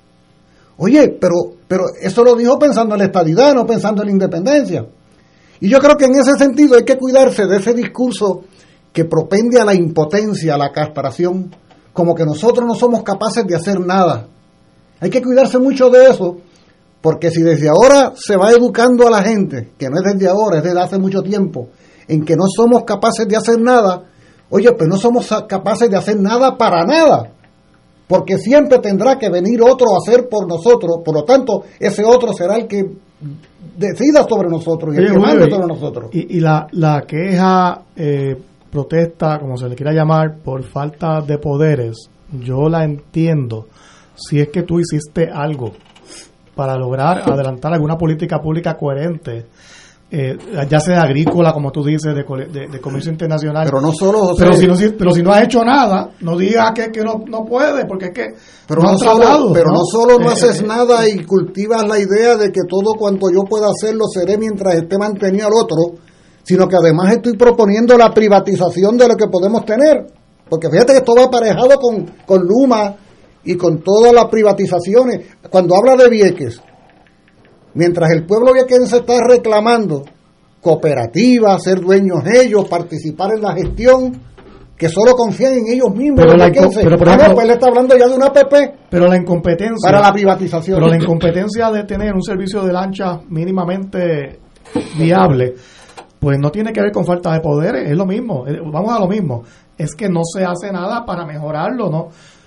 Oye, pero eso lo dijo pensando en la estadidad, no pensando en la independencia. Y yo creo que en ese sentido hay que cuidarse de ese discurso que propende a la impotencia, a la castración, como que nosotros no somos capaces de hacer nada. Hay que cuidarse mucho de eso, porque si desde ahora se va educando a la gente, que no es desde ahora, es desde hace mucho tiempo, en que no somos capaces de hacer nada, oye, pues no somos capaces de hacer nada para nada, porque siempre tendrá que venir otro a hacer por nosotros, por lo tanto, ese otro será el que decida sobre nosotros y el que mande sobre nosotros. Y la queja, protesta, como se le quiera llamar, por falta de poderes, yo la entiendo si es que tú hiciste algo para lograr adelantar alguna política pública coherente, ya sea agrícola, como tú dices, de comercio internacional. Pero no solo, José, pero si no has hecho nada, no digas que no puede, porque es que pero no haces nada y cultivas la idea de que todo cuanto yo pueda hacer lo seré mientras esté mantenido al otro, sino que además estoy proponiendo la privatización de lo que podemos tener, porque fíjate que esto va aparejado con Luma y con todas las privatizaciones. Cuando habla de Vieques, mientras el pueblo viequense está reclamando cooperativas, ser dueños ellos, participar en la gestión, que solo confían en ellos mismos. Pues le está hablando ya de una APP. Pero la incompetencia para la privatización. Pero la incompetencia de tener un servicio de lancha mínimamente viable, pues no tiene que ver con falta de poderes, es lo mismo, vamos a lo mismo, es que no se hace nada para mejorarlo, ¿no?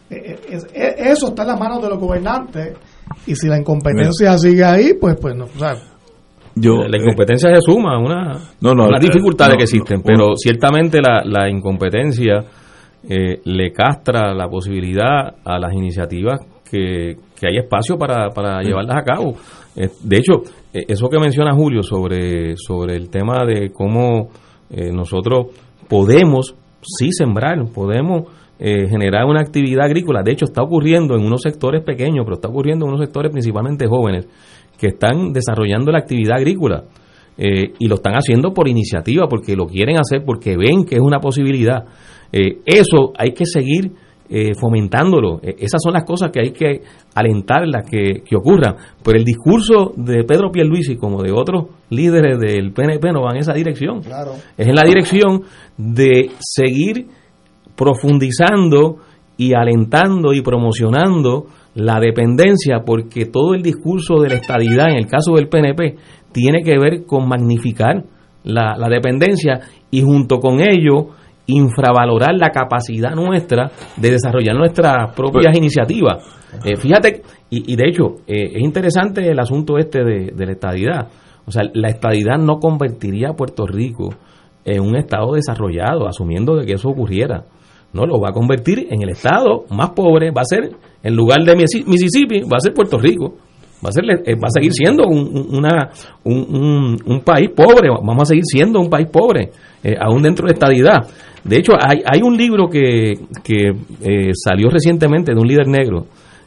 Eso está en las manos de los gobernantes, y si la incompetencia sigue ahí, pues no, o sea, la incompetencia se suma a las dificultades que existen, pero ciertamente la incompetencia le castra la posibilidad a las iniciativas que hay espacio para llevarlas a cabo. De hecho, eso que menciona Julio sobre el tema de cómo nosotros podemos sí sembrar, podemos generar una actividad agrícola. De hecho, está ocurriendo en unos sectores pequeños, pero está ocurriendo en unos sectores principalmente jóvenes que están desarrollando la actividad agrícola. y lo están haciendo por iniciativa, porque lo quieren hacer, porque ven que es una posibilidad. Eso hay que seguir fomentándolo. Esas son las cosas que hay que alentarlas que ocurran. Pero el discurso de Pedro Pierluisi, como de otros líderes del PNP, no va en esa dirección. Claro. Es en la dirección de seguir profundizando y alentando y promocionando la dependencia, porque todo el discurso de la estadidad, en el caso del PNP, tiene que ver con magnificar la dependencia y junto con ello infravalorar la capacidad nuestra de desarrollar nuestras propias iniciativas. Fíjate, y de hecho, es interesante el asunto de la estadidad. O sea, la estadidad no convertiría a Puerto Rico en un estado desarrollado, asumiendo de que eso ocurriera. No, lo va a convertir en el estado más pobre. Va a ser, en lugar de Mississippi, va a ser Puerto Rico. Va a seguir siendo un país pobre. Vamos a seguir siendo un país pobre, aún dentro de la estadidad. De hecho, hay un libro que salió recientemente de un líder negro,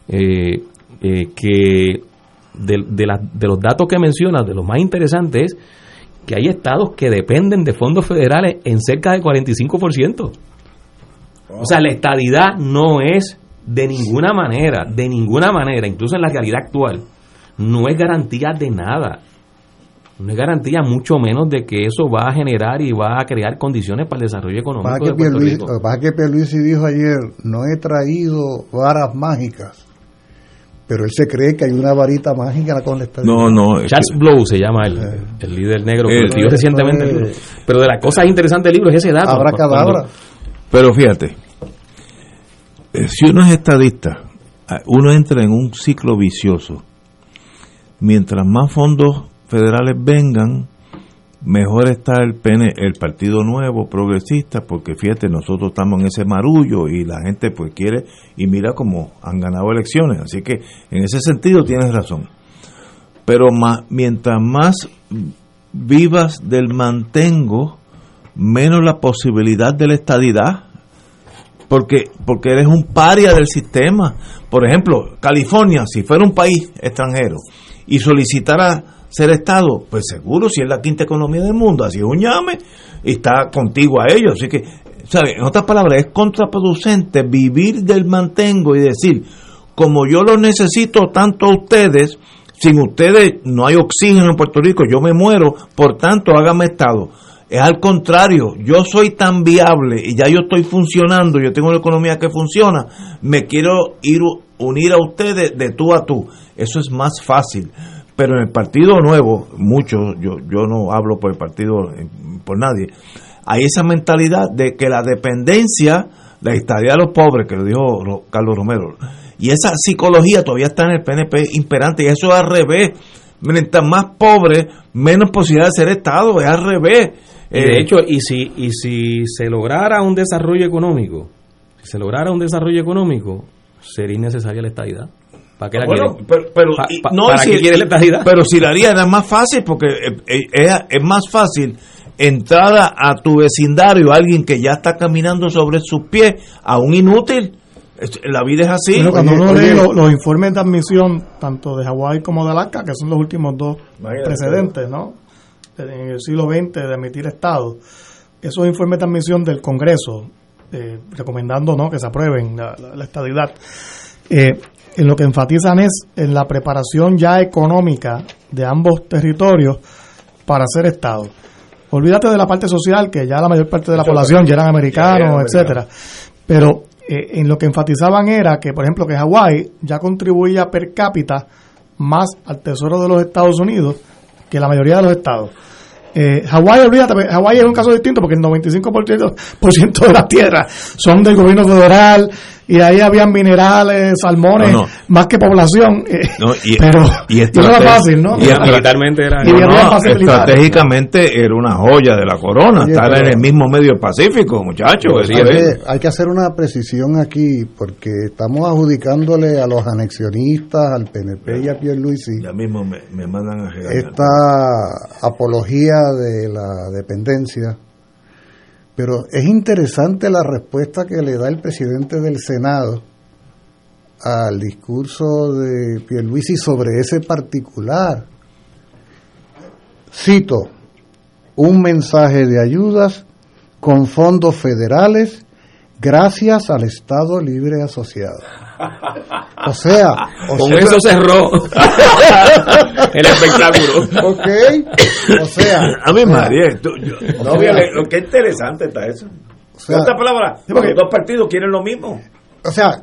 que de los datos que menciona, de lo más interesante es que hay estados que dependen de fondos federales en cerca del 45%. O sea, la estadidad no es de ninguna manera, incluso en la realidad actual, no es garantía de nada. No es garantía, mucho menos de que eso va a generar y va a crear condiciones para el desarrollo económico de Puerto Rico. Lo que pasa es que Pierluisi dijo ayer, no he traído varas mágicas, pero él se cree que hay una varita mágica con la estadidad. No. Charles Blow se llama el líder negro que escribió recientemente el libro. Pero de las cosas interesantes del libro es ese dato. Abracadabra. Pero fíjate, si uno es estadista, uno entra en un ciclo vicioso. Mientras más fondos federales vengan, mejor está el Partido Nuevo Progresista, porque fíjate, nosotros estamos en ese marullo y la gente pues quiere, y mira cómo han ganado elecciones, así que en ese sentido tienes razón. Pero mientras más vivas del mantengo, menos la posibilidad de la estadidad, porque eres un paria del sistema. Por ejemplo, California, si fuera un país extranjero y solicitara ser Estado, pues seguro, si es la quinta economía del mundo, así es un llame y está contigo a ellos. Así que, ¿sabes? En otras palabras, es contraproducente vivir del mantengo y decir, como yo los necesito tanto a ustedes, sin ustedes no hay oxígeno en Puerto Rico, yo me muero, por tanto hágame Estado. Es al contrario, yo soy tan viable y ya yo estoy funcionando, yo tengo una economía que funciona, me quiero unir a ustedes de tú a tú. Eso es más fácil. Pero en el Partido Nuevo, muchos, yo no hablo por el partido, por nadie, hay esa mentalidad de que la dependencia, la estadía de los pobres, que lo dijo Carlos Romero, y esa psicología todavía está en el PNP imperante, y eso es al revés. Mientras más pobres, menos posibilidad de ser Estado, es al revés. Y de hecho, y si se lograra un desarrollo económico, sería innecesaria la estadidad. ¿Para qué la quiere? ¿Quiere la estadidad? Pero si la haría era más fácil, porque es más fácil entrar a tu vecindario alguien que ya está caminando sobre sus pies a un inútil. La vida es así. Bueno, cuando uno lee los informes de admisión tanto de Hawái como de Alaska, que son los últimos dos precedentes, ¿no?, en el siglo XX de admitir Estado, esos informes de admisión del Congreso recomendando, ¿no?, que se aprueben la estadidad, en lo que enfatizan es en la preparación ya económica de ambos territorios para ser Estado. Olvídate de la parte social, que ya la mayor parte de la población ya eran americanos, etcétera. Pero en lo que enfatizaban era que, por ejemplo, que Hawái ya contribuía per cápita más al tesoro de los Estados Unidos que la mayoría de los estados. Hawái, olvídate, Hawái es un caso distinto porque el 95% de las tierras son del gobierno federal y ahí habían minerales, salmones, más que población. Pero no era fácil, ¿no? Y militarmente era. Estratégicamente era una joya de la corona, estar en el mismo medio del Pacífico, muchachos. Hay que hacer una precisión aquí, porque estamos adjudicándole a los anexionistas, al PNP y a Pierluisi, ya mismo me mandan a regañar, esta apología de la dependencia. Pero es interesante la respuesta que le da el presidente del Senado al discurso de Pierluisi sobre ese particular. Cito: un mensaje de ayudas con fondos federales gracias al Estado Libre Asociado. O sea con eso cerró el espectáculo. Ok, o sea, a mí María, qué interesante está eso. O sea, esta palabra, porque los dos partidos quieren lo mismo. O sea,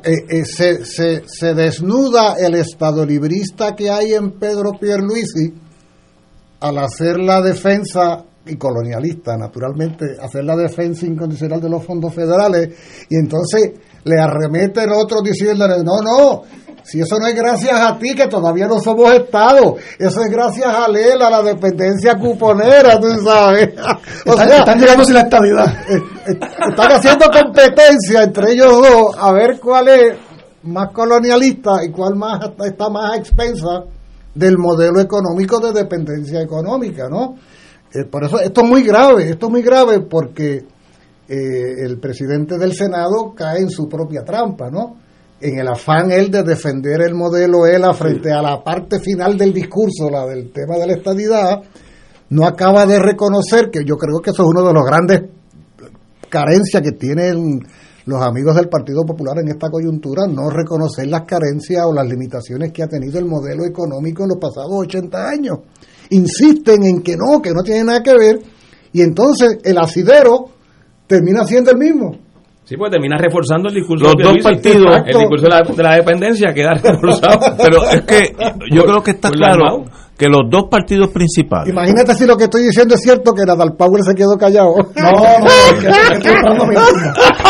se desnuda el estado librista que hay en Pedro Pierluisi al hacer la defensa, y colonialista naturalmente, hacer la defensa incondicional de los fondos federales, y entonces le arremeten otros diciéndole, no, si eso no es gracias a ti, que todavía no somos Estado, eso es gracias a Lela, a la dependencia cuponera, tú sabes. Están llegando sin la estabilidad. Están haciendo competencia entre ellos dos a ver cuál es más colonialista y cuál más está más a expensa del modelo económico de dependencia económica, ¿no? Por eso esto es muy grave porque el presidente del Senado cae en su propia trampa, ¿no? En el afán él de defender el modelo ELA frente a la parte final del discurso, la del tema de la estadidad, no acaba de reconocer, que yo creo que eso es uno de los grandes carencias que tienen los amigos del Partido Popular en esta coyuntura, no reconocer las carencias o las limitaciones que ha tenido el modelo económico en los pasados 80 años. Insisten en que no tiene nada que ver, y entonces el asidero termina siendo el mismo. Sí, pues termina reforzando el discurso los dos partidos. El discurso de la dependencia queda reforzado. Pero es que yo creo que está claro que los dos partidos principales. Imagínate si lo que estoy diciendo es cierto, que Nadal Powell se quedó callado. No, que estoy esperando mi turno.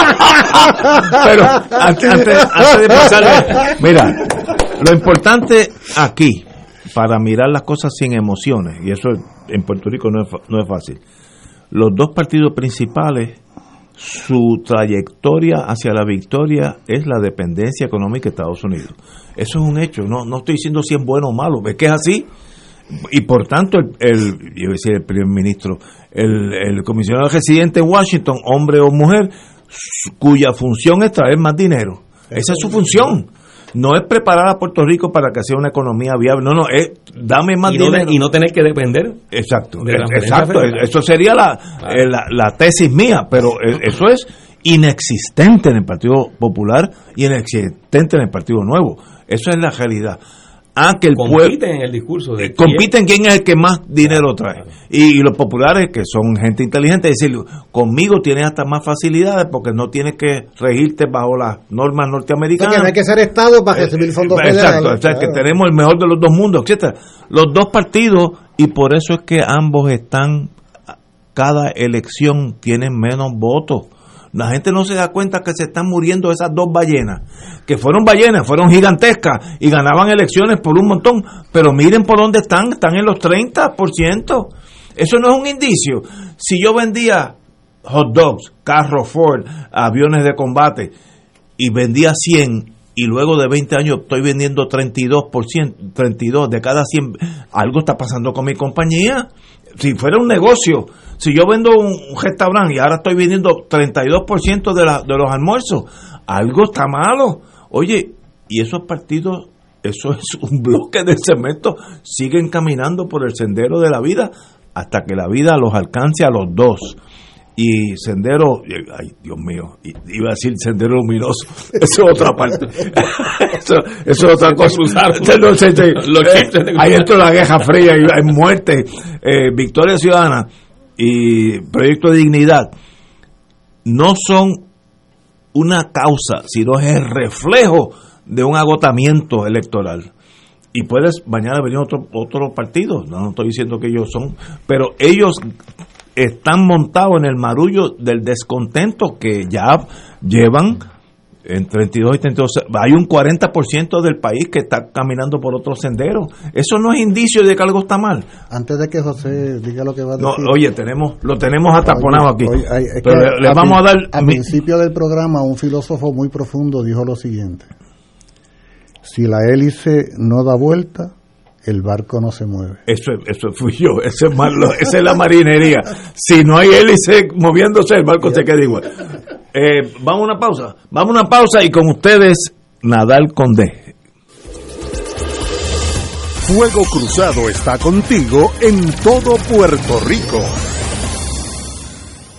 Pero antes de pasarle, mira, lo importante aquí, para mirar las cosas sin emociones, y eso en Puerto Rico no es fácil, los dos partidos principales, su trayectoria hacia la victoria es la dependencia económica de Estados Unidos. Eso es un hecho, no estoy diciendo si es bueno o malo, es que es así. Y por tanto el primer ministro, el comisionado residente en Washington, hombre o mujer, cuya función es traer más dinero, esa es su función. No es preparar a Puerto Rico para que sea una economía viable, es dame más dinero y no tener que depender. Exacto, eso sería la tesis mía, pero eso es inexistente en el Partido Popular y inexistente en el Partido Nuevo. Eso es la realidad. Que el compiten en el discurso compiten quién es el que más dinero trae, y los populares, que son gente inteligente, decir, conmigo tienes hasta más facilidades porque no tienes que regirte bajo las normas norteamericanas, o sea, que no hay que ser Estado para recibir fondos federales. Exacto, o sea, que tenemos el mejor de los dos mundos, etcétera. Los dos partidos, y por eso es que ambos están, cada elección tienen menos votos. La gente no se da cuenta que se están muriendo esas dos ballenas, que fueron gigantescas y ganaban elecciones por un montón, pero miren por dónde están en los 30%. Eso no es un indicio. Si yo vendía hot dogs, carros Ford, aviones de combate, y vendía 100, y luego de 20 años estoy vendiendo 32% de cada 100, algo está pasando con mi compañía. Si fuera un negocio, si yo vendo un restaurante y ahora estoy vendiendo 32% de los almuerzos, algo está malo. Oye, y esos partidos, eso es un bloque de cemento, siguen caminando por el sendero de la vida hasta que la vida los alcance a los dos. Y sendero, ay Dios mío, iba a decir sendero luminoso, eso es otra parte, eso es otra cosa. Ahí entró la Guerra Fría, y hay muerte, Victoria Ciudadana y Proyecto de Dignidad no son una causa, sino es el reflejo de un agotamiento electoral. Y puedes mañana venir otros partidos, no estoy diciendo que ellos son, pero ellos están montados en el marullo del descontento que ya llevan en 32 y 32. Hay un 40% del país que está caminando por otro sendero. Eso no es indicio de que algo está mal. Antes de que José diga lo que va a decir. No, oye, lo tenemos ataponado aquí. Pero le vamos a dar. Al principio del programa, un filósofo muy profundo dijo lo siguiente: si la hélice no da vuelta, el barco no se mueve. Eso fui yo, esa es la marinería. Si no hay hélice moviéndose, el barco se queda igual. Vamos a una pausa y con ustedes, Nadal Condé. Fuego Cruzado está contigo en todo Puerto Rico.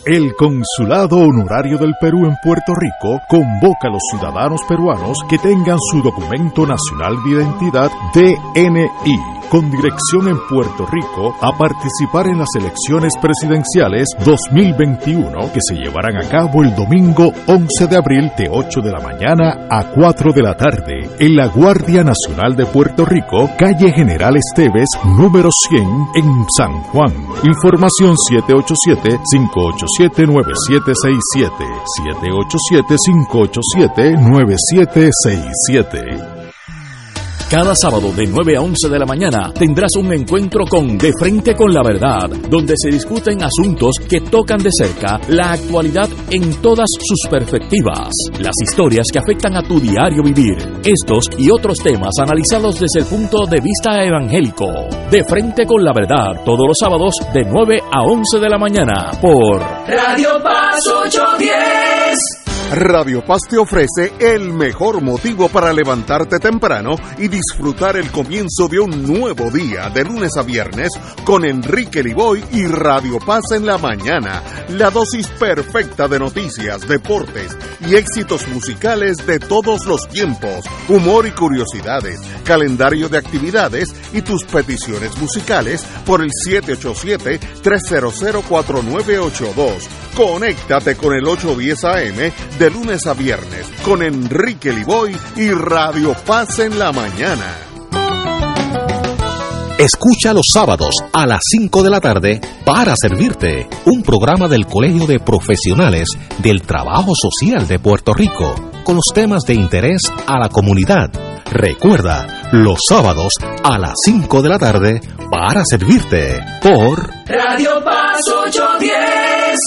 El Consulado Honorario del Perú en Puerto Rico convoca a los ciudadanos peruanos que tengan su documento nacional de identidad DNI con dirección en Puerto Rico a participar en las elecciones presidenciales 2021 que se llevarán a cabo el domingo 11 de abril de 8 de la mañana a 4 de la tarde en la Guardia Nacional de Puerto Rico, calle General Esteves, número 100 en San Juan. Información 787-587-9767. 787-587-9767. Cada sábado de 9 a 11 de la mañana tendrás un encuentro con De Frente con la Verdad, donde se discuten asuntos que tocan de cerca la actualidad en todas sus perspectivas, las historias que afectan a tu diario vivir, estos y otros temas analizados desde el punto de vista evangélico. De Frente con la Verdad, todos los sábados de 9 a 11 de la mañana por Radio Paz 810. Radio Paz te ofrece el mejor motivo para levantarte temprano y disfrutar el comienzo de un nuevo día de lunes a viernes con Enrique Liboy y Radio Paz en la mañana. La dosis perfecta de noticias, deportes y éxitos musicales de todos los tiempos, humor y curiosidades, calendario de actividades y tus peticiones musicales por el 787-300-4982. Conéctate con el 810 AM de lunes a viernes con Enrique Liboy y Radio Paz en la mañana. Escucha los sábados a las 5 de la tarde Para Servirte, un programa del Colegio de Profesionales del Trabajo Social de Puerto Rico, con los temas de interés a la comunidad. Recuerda, los sábados a las 5 de la tarde Para Servirte, por Radio Paz 810.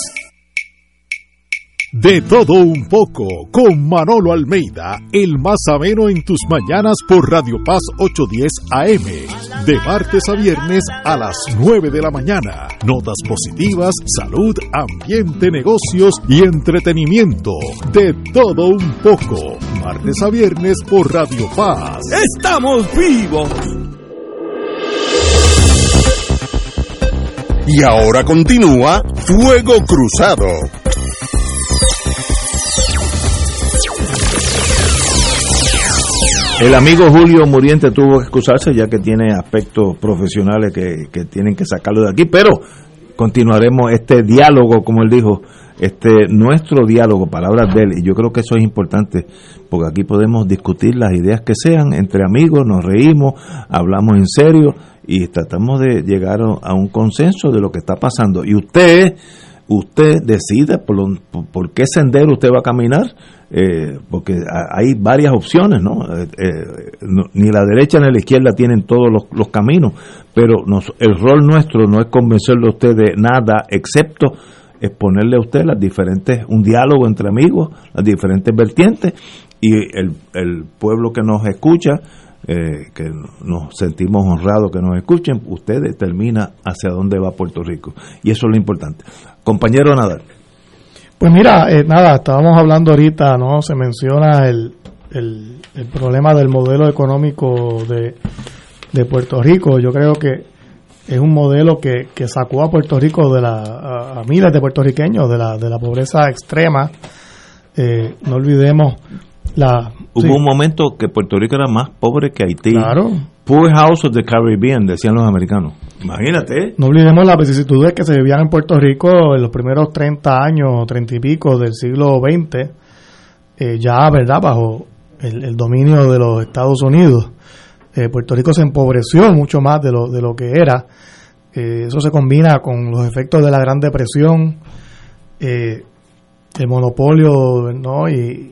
De todo un poco, con Manolo Almeida, el más ameno en tus mañanas por Radio Paz 810 AM, de martes a viernes a las 9 de la mañana. Notas positivas, salud, ambiente, negocios y entretenimiento. De todo un poco, martes a viernes por Radio Paz. ¡Estamos vivos! Y ahora continúa Fuego Cruzado. El amigo Julio Muriente tuvo que excusarse ya que tiene aspectos profesionales que tienen que sacarlo de aquí, pero continuaremos este diálogo, como él dijo, nuestro diálogo, palabras de él, y yo creo que eso es importante, porque aquí podemos discutir las ideas que sean, entre amigos, nos reímos, hablamos en serio y tratamos de llegar a un consenso de lo que está pasando. Y usted decide por qué sendero usted va a caminar, porque hay varias opciones, ¿no? Ni la derecha ni la izquierda tienen todos los caminos, pero el rol nuestro no es convencerle a usted de nada, excepto exponerle a usted un diálogo entre amigos, las diferentes vertientes, y el pueblo que nos escucha, que nos sentimos honrados que nos escuchen, usted determina hacia dónde va Puerto Rico, y eso es lo importante. Compañero Nadal. Pues mira, estábamos hablando ahorita, ¿no? Se menciona el problema del modelo económico de Puerto Rico. Yo creo que es un modelo que sacó a Puerto Rico a miles de puertorriqueños de la pobreza extrema. No olvidemos Hubo un momento que Puerto Rico era más pobre que Haití. Claro. Poor house of the Caribbean, decían los americanos. Imagínate. No olvidemos las vicisitudes que se vivían en Puerto Rico en los primeros 30 años, 30 y pico del siglo XX, ya, ¿verdad?, bajo el dominio de los Estados Unidos. Puerto Rico se empobreció mucho más de lo que era. Eso se combina con los efectos de la Gran Depresión, el monopolio, ¿no? y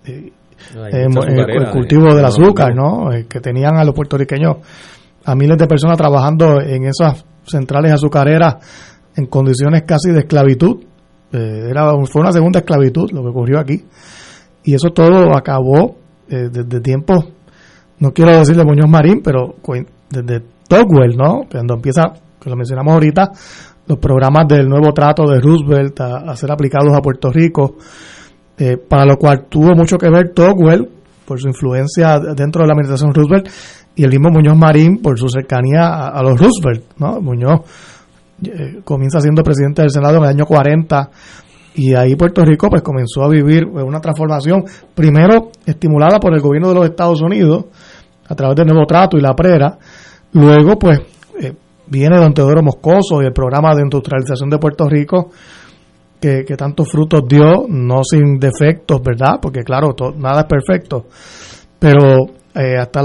el cultivo del azúcar, ¿no? Que tenían a los puertorriqueños, a miles de personas trabajando en esas centrales azucareras en condiciones casi de esclavitud. Fue una segunda esclavitud lo que ocurrió aquí, y eso todo acabó desde tiempos, no quiero decirle Muñoz Marín, pero desde Tocqueville, ¿no? Cuando empieza, que lo mencionamos ahorita, los programas del nuevo trato de Roosevelt a ser aplicados a Puerto Rico, para lo cual tuvo mucho que ver Tocqueville por su influencia dentro de la administración Roosevelt, y el mismo Muñoz Marín por su cercanía a los Roosevelt, ¿no? Muñoz comienza siendo presidente del Senado en el año 40, y ahí Puerto Rico pues comenzó a vivir una transformación, primero estimulada por el gobierno de los Estados Unidos a través del Nuevo Trato y la PRERA. Luego pues viene don Teodoro Moscoso y el programa de industrialización de Puerto Rico, que tantos frutos dio, no sin defectos, ¿verdad? Porque claro, nada es perfecto, pero hasta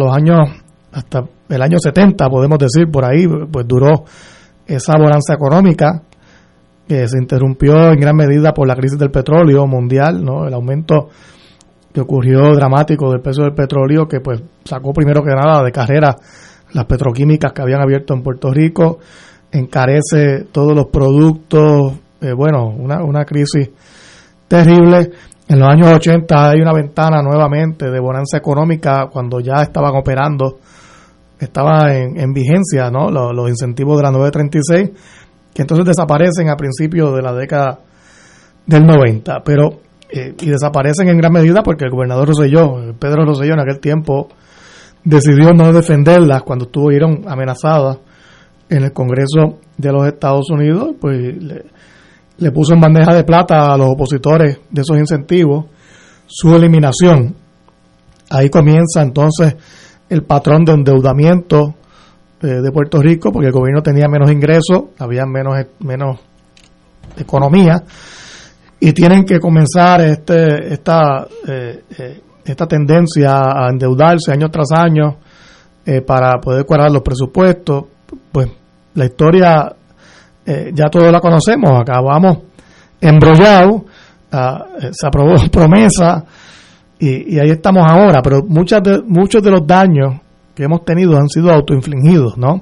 el año 70, podemos decir, por ahí, pues duró esa bonanza económica, que se interrumpió en gran medida por la crisis del petróleo mundial, ¿no? El aumento que ocurrió dramático del precio del petróleo, que pues sacó primero que nada de carrera las petroquímicas que habían abierto en Puerto Rico, encarece todos los productos, una crisis terrible. En los años 80 hay una ventana nuevamente de bonanza económica, cuando ya estaban operando, estaba en vigencia, ¿no? Los incentivos de la 936, que entonces desaparecen a principios de la década del 90, pero y desaparecen en gran medida porque el gobernador Rosselló, Pedro Rosselló, en aquel tiempo decidió no defenderlas cuando estuvieron amenazadas en el Congreso de los Estados Unidos, pues le puso en bandeja de plata a los opositores de esos incentivos su eliminación. Ahí comienza entonces el patrón de endeudamiento de Puerto Rico, porque el gobierno tenía menos ingresos, había menos economía, y tienen que comenzar esta tendencia a endeudarse año tras año para poder cuadrar los presupuestos. Pues la historia ya todos la conocemos, acabamos embrollados, se aprobó promesa y ahí estamos ahora, pero muchos de los daños que hemos tenido han sido autoinfligidos, ¿no?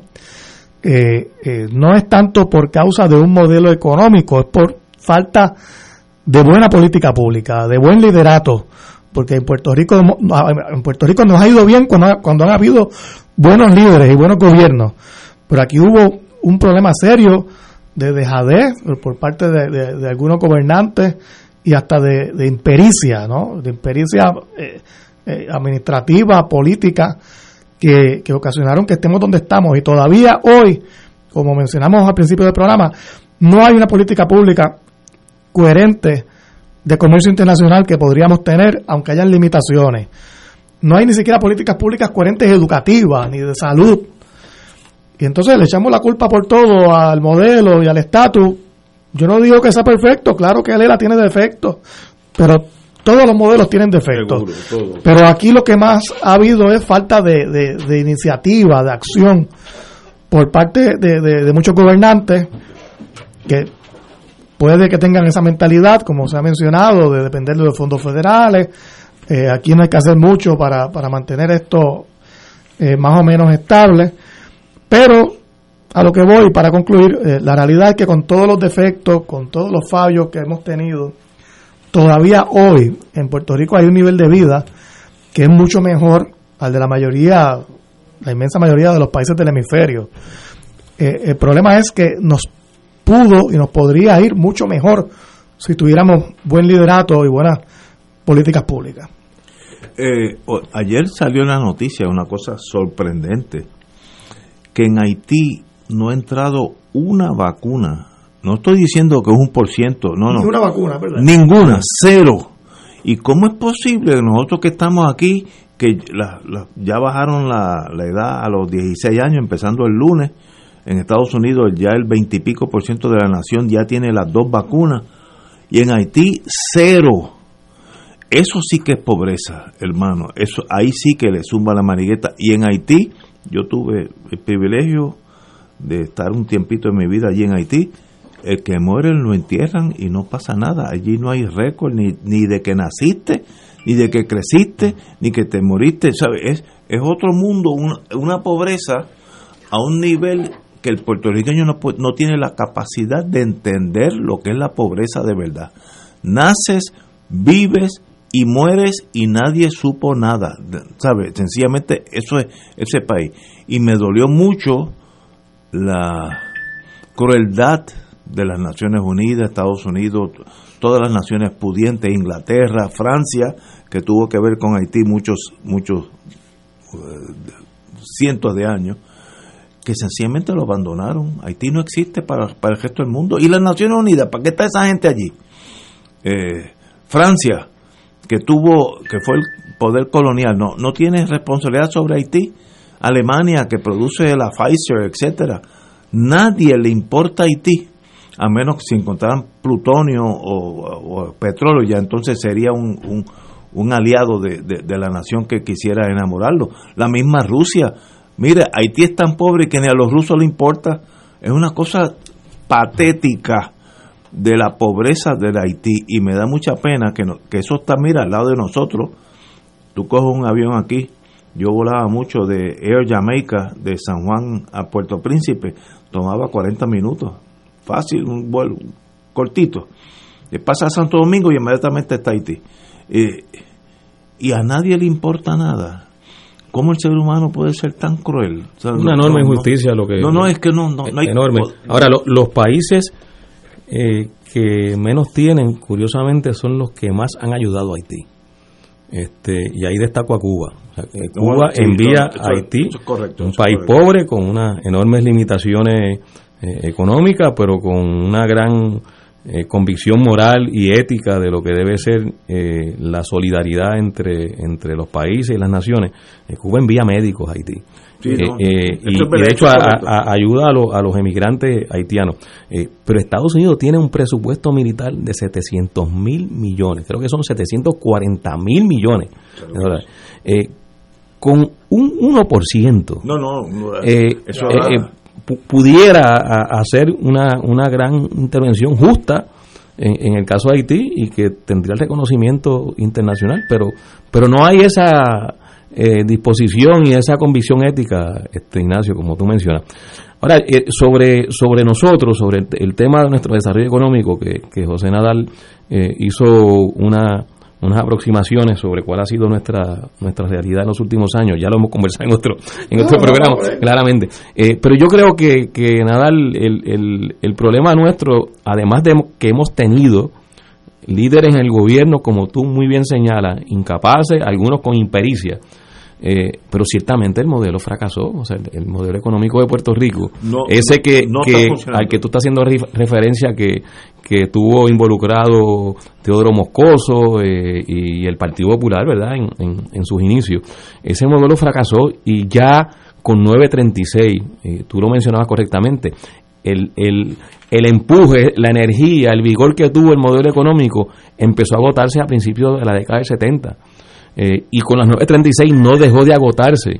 No es tanto por causa de un modelo económico, es por falta de buena política pública, de buen liderato, porque en Puerto Rico nos ha ido bien cuando han habido buenos líderes y buenos gobiernos, pero aquí hubo un problema serio de dejadez por parte de algunos gobernantes y hasta de impericia, ¿no? De impericia administrativa, política, que ocasionaron que estemos donde estamos. Y todavía hoy, como mencionamos al principio del programa, no hay una política pública coherente de comercio internacional que podríamos tener, aunque hayan limitaciones. No hay ni siquiera políticas públicas coherentes educativas, ni de salud. Y entonces le echamos la culpa por todo al modelo y al estatus. Yo no digo que sea perfecto, claro que Lela tiene defectos, pero todos los modelos tienen defectos. Seguro, pero aquí lo que más ha habido es falta de iniciativa, de acción por parte de muchos gobernantes que puede que tengan esa mentalidad, como se ha mencionado, de depender de los fondos federales. Aquí no hay que hacer mucho para mantener esto más o menos estable. Pero a lo que voy, para concluir, la realidad es que con todos los defectos, con todos los fallos que hemos tenido, todavía hoy en Puerto Rico hay un nivel de vida que es mucho mejor al de la inmensa mayoría de los países del hemisferio. El problema es que nos pudo y nos podría ir mucho mejor si tuviéramos buen liderato y buenas políticas públicas. Ayer salió en la noticia una cosa sorprendente, que en Haití no ha entrado una vacuna. No estoy diciendo que es 1%, no. Ninguna vacuna, ¿verdad? Ninguna, cero. ¿Y cómo es posible nosotros que estamos aquí, que ya bajaron la edad a los 16 años, empezando el lunes, en Estados Unidos ya el 20 y pico % de la nación ya tiene las 2 vacunas, y en Haití cero? Eso sí que es pobreza, hermano. Eso ahí sí que le zumba la manigueta. Y en Haití, yo tuve el privilegio de estar un tiempito en mi vida allí en Haití. El que muere lo entierran y no pasa nada. Allí no hay récord ni de que naciste, ni de que creciste, ni que te moriste. ¿Sabes? Es otro mundo, una pobreza a un nivel que el puertorriqueño no tiene la capacidad de entender lo que es la pobreza de verdad. Naces, vives y mueres y nadie supo nada, ¿sabes? Sencillamente eso es ese país. Y me dolió mucho la crueldad de las Naciones Unidas, Estados Unidos, todas las naciones pudientes, Inglaterra, Francia, que tuvo que ver con Haití muchos cientos de años, que sencillamente lo abandonaron. Haití no existe para el resto del mundo. ¿Y las Naciones Unidas? ¿Para qué está esa gente allí? Francia, que fue el poder colonial, no tiene responsabilidad sobre Haití. Alemania, que produce la Pfizer, etcétera. Nadie le importa a Haití, a menos que si encontraran plutonio o petróleo, ya entonces sería un aliado de la nación que quisiera enamorarlo. La misma Rusia. Mire, Haití es tan pobre que ni a los rusos le importa. Es una cosa patética de la pobreza de Haití, y me da mucha pena que eso está, mira, al lado de nosotros. Tú coges un avión aquí, yo volaba mucho de Air Jamaica, de San Juan a Puerto Príncipe, tomaba 40 minutos, fácil, un vuelo cortito. Pasa a Santo Domingo y inmediatamente está Haití. Y a nadie le importa nada. ¿Cómo el ser humano puede ser tan cruel? O sea, una enorme injusticia lo que... No, es que no hay... Enorme. Ahora, los países que menos tienen, curiosamente, son los que más han ayudado a Haití. Y ahí destaco a Cuba. O sea, Cuba envía a Haití, un país pobre con unas enormes limitaciones económicas, pero con una gran convicción moral y ética de lo que debe ser la solidaridad entre los países y las naciones. Cuba envía médicos a Haití. Sí, y de hecho ayuda a los emigrantes haitianos. Pero Estados Unidos tiene un presupuesto militar de 700.000 millones, creo que son 740.000 millones de dólares. Con un 1%, pudiera hacer una gran intervención justa en el caso de Haití, y que tendría el reconocimiento internacional, pero no hay esa disposición y esa convicción ética, Ignacio, como tú mencionas. Ahora, sobre nosotros, sobre el tema de nuestro desarrollo económico, que José Nadal hizo unas aproximaciones sobre cuál ha sido nuestra realidad en los últimos años. Ya lo hemos conversado en otro programa, claramente. Pero yo creo que Nadal, el problema nuestro, además de que hemos tenido líderes en el gobierno, como tú muy bien señalas, incapaces, algunos con impericia, pero ciertamente el modelo fracasó. O sea, el modelo económico de Puerto Rico, al que tú estás haciendo referencia, que tuvo involucrado Teodoro Moscoso y el Partido Popular, ¿verdad?, en sus inicios. Ese modelo fracasó, y ya con 936, tú lo mencionabas correctamente, el empuje, la energía, el vigor que tuvo el modelo económico empezó a agotarse a principios de la década del 70. Y con las 936 no dejó de agotarse,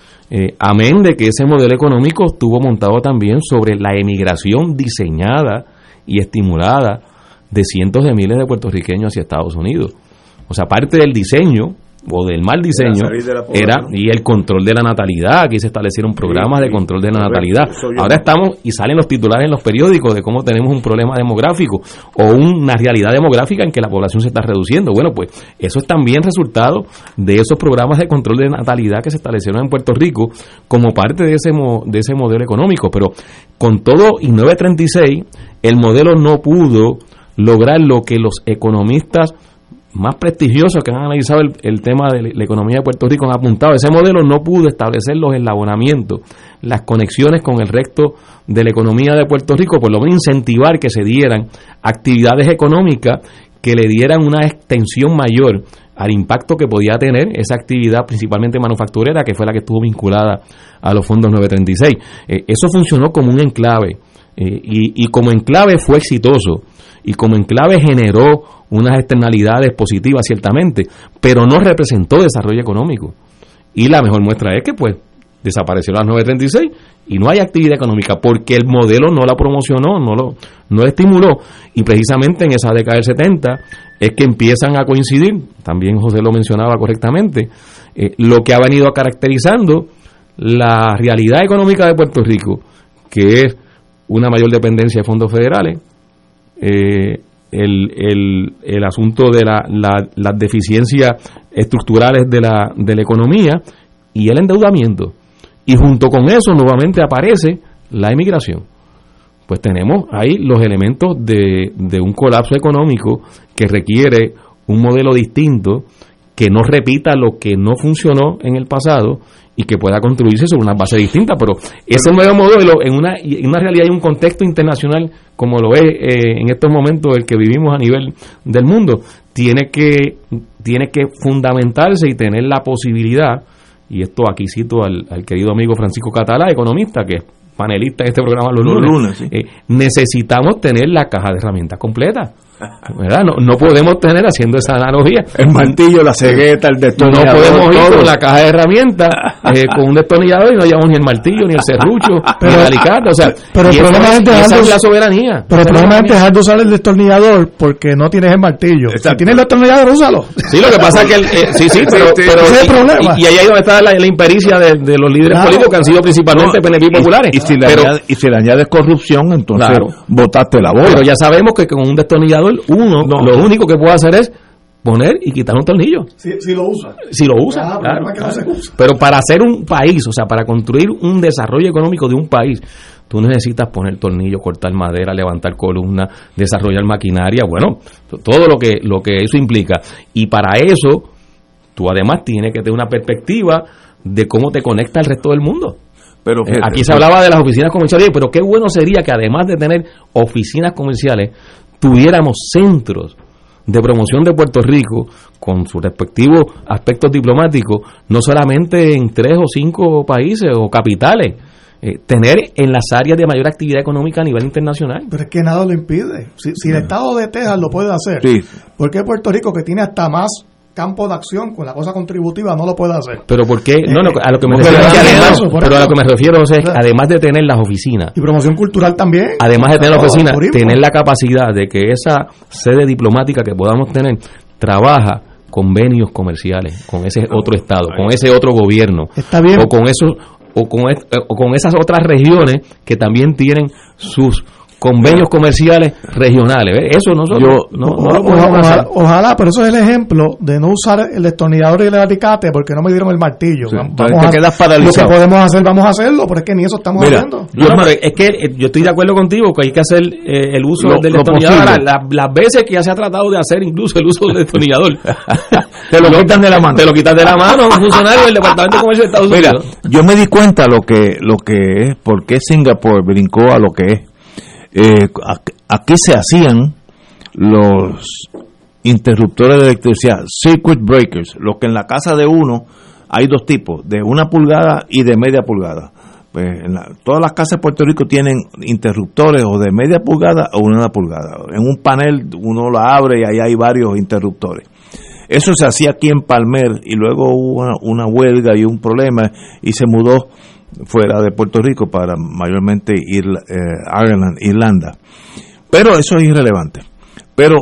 amén de que ese modelo económico estuvo montado también sobre la emigración diseñada y estimulada de cientos de miles de puertorriqueños hacia Estados Unidos. O sea, parte del diseño o del mal diseño era y el control de la natalidad. Aquí se establecieron programas de control de la natalidad. Ahora estamos, y salen los titulares en los periódicos de cómo tenemos un problema demográfico o una realidad demográfica en que la población se está reduciendo. Bueno, pues eso es también resultado de esos programas de control de natalidad que se establecieron en Puerto Rico como parte de ese modelo económico. Pero con todo y 936, el modelo no pudo lograr lo que los economistas más prestigiosos que han analizado el tema de la economía de Puerto Rico han apuntado. Ese modelo no pudo establecer los eslabonamientos, las conexiones con el resto de la economía de Puerto Rico, por lo menos incentivar que se dieran actividades económicas que le dieran una extensión mayor al impacto que podía tener esa actividad, principalmente manufacturera, que fue la que estuvo vinculada a los fondos 936. Eso funcionó como un enclave, y como enclave fue exitoso, y como enclave generó unas externalidades positivas ciertamente, pero no representó desarrollo económico. Y la mejor muestra es que pues desaparecieron las 936 y no hay actividad económica porque el modelo no la promocionó, no la estimuló. Y precisamente en esa década del 70 es que empiezan a coincidir, también José lo mencionaba correctamente, lo que ha venido caracterizando la realidad económica de Puerto Rico, que es una mayor dependencia de fondos federales, el asunto de las deficiencias estructurales de la economía y el endeudamiento, y junto con eso nuevamente aparece la emigración. Pues tenemos ahí los elementos de un colapso económico que requiere un modelo distinto, que no repita lo que no funcionó en el pasado y que pueda construirse sobre una base distinta. Pero ese nuevo modelo, en una realidad y un contexto internacional como lo es en estos momentos el que vivimos a nivel del mundo, tiene que fundamentarse y tener la posibilidad, y esto aquí cito al querido amigo Francisco Catalá, economista, que es panelista en este programa los lunes, sí. Necesitamos tener la caja de herramientas completa, ¿verdad? No podemos tener, haciendo esa analogía, el martillo, la cegueta, el destornillador, no podemos ir con la caja de herramientas con un destornillador y no llevamos ni el martillo, ni el serrucho, ni el alicate, o sea, pero el problema es la soberanía. Pero el problema es dejar de usar el destornillador porque no tienes el martillo. Exacto. Si tienes el destornillador, úsalo. Sí, lo que pasa es que pero ese es el problema. Y ahí es donde está la impericia de los líderes políticos que han sido principalmente PNP populares. Y si le añades corrupción, entonces botaste la bola. Pero ya sabemos que con un destornillador lo único que puede hacer es poner y quitar un tornillo. Si lo usa. Si lo usa, claro. Pero para hacer un país, o sea, para construir un desarrollo económico de un país, tú necesitas poner tornillos, cortar madera, levantar columnas, desarrollar maquinaria, bueno, todo lo que eso implica. Y para eso, tú además tienes que tener una perspectiva de cómo te conecta al resto del mundo. Pero aquí se hablaba de las oficinas comerciales, pero qué bueno sería que además de tener oficinas comerciales, tuviéramos centros de promoción de Puerto Rico con sus respectivos aspectos diplomáticos, no solamente en 3 o 5 países o capitales, tener en las áreas de mayor actividad económica a nivel internacional. Pero es que nada lo impide. Si el estado de Texas lo puede hacer, ¿por qué Puerto Rico, que tiene hasta más campo de acción con la cosa contributiva, no lo puede hacer? Pero ¿por qué? A lo que me refiero es que además de tener las oficinas y promoción cultural también, además de tener las oficinas, tener la capacidad de que esa sede diplomática que podamos tener trabaja convenios comerciales con ese otro estado, con ese otro gobierno, está bien, o con esos o con esas otras regiones que también tienen sus convenios comerciales regionales. Eso nosotros no lo podemos hacer. Ojalá, pero eso es el ejemplo de no usar el destornillador y el alicate porque no me dieron el martillo. Sí, te quedas paralizado. Lo que podemos hacer, vamos a hacerlo, pero es que ni eso estamos haciendo. Es que yo estoy de acuerdo contigo que hay que hacer el uso del destornillador. Las veces que ya se ha tratado de hacer incluso el uso del destornillador, te lo quitan de la mano. Te lo quitas de la mano un funcionario del Departamento de Comercio de Estados Unidos. Mira, yo me di cuenta lo que es, por qué Singapur brincó a lo que es. Aquí se hacían los interruptores de electricidad, circuit breakers, lo que en la casa de uno hay 2 tipos, de 1 pulgada y de media pulgada. Pues todas las casas de Puerto Rico tienen interruptores o de media pulgada o 1 pulgada. En un panel uno lo abre y ahí hay varios interruptores. Eso se hacía aquí en Palmer y luego hubo una huelga y un problema y se mudó fuera de Puerto Rico para mayormente Irlanda. Pero eso es irrelevante. Pero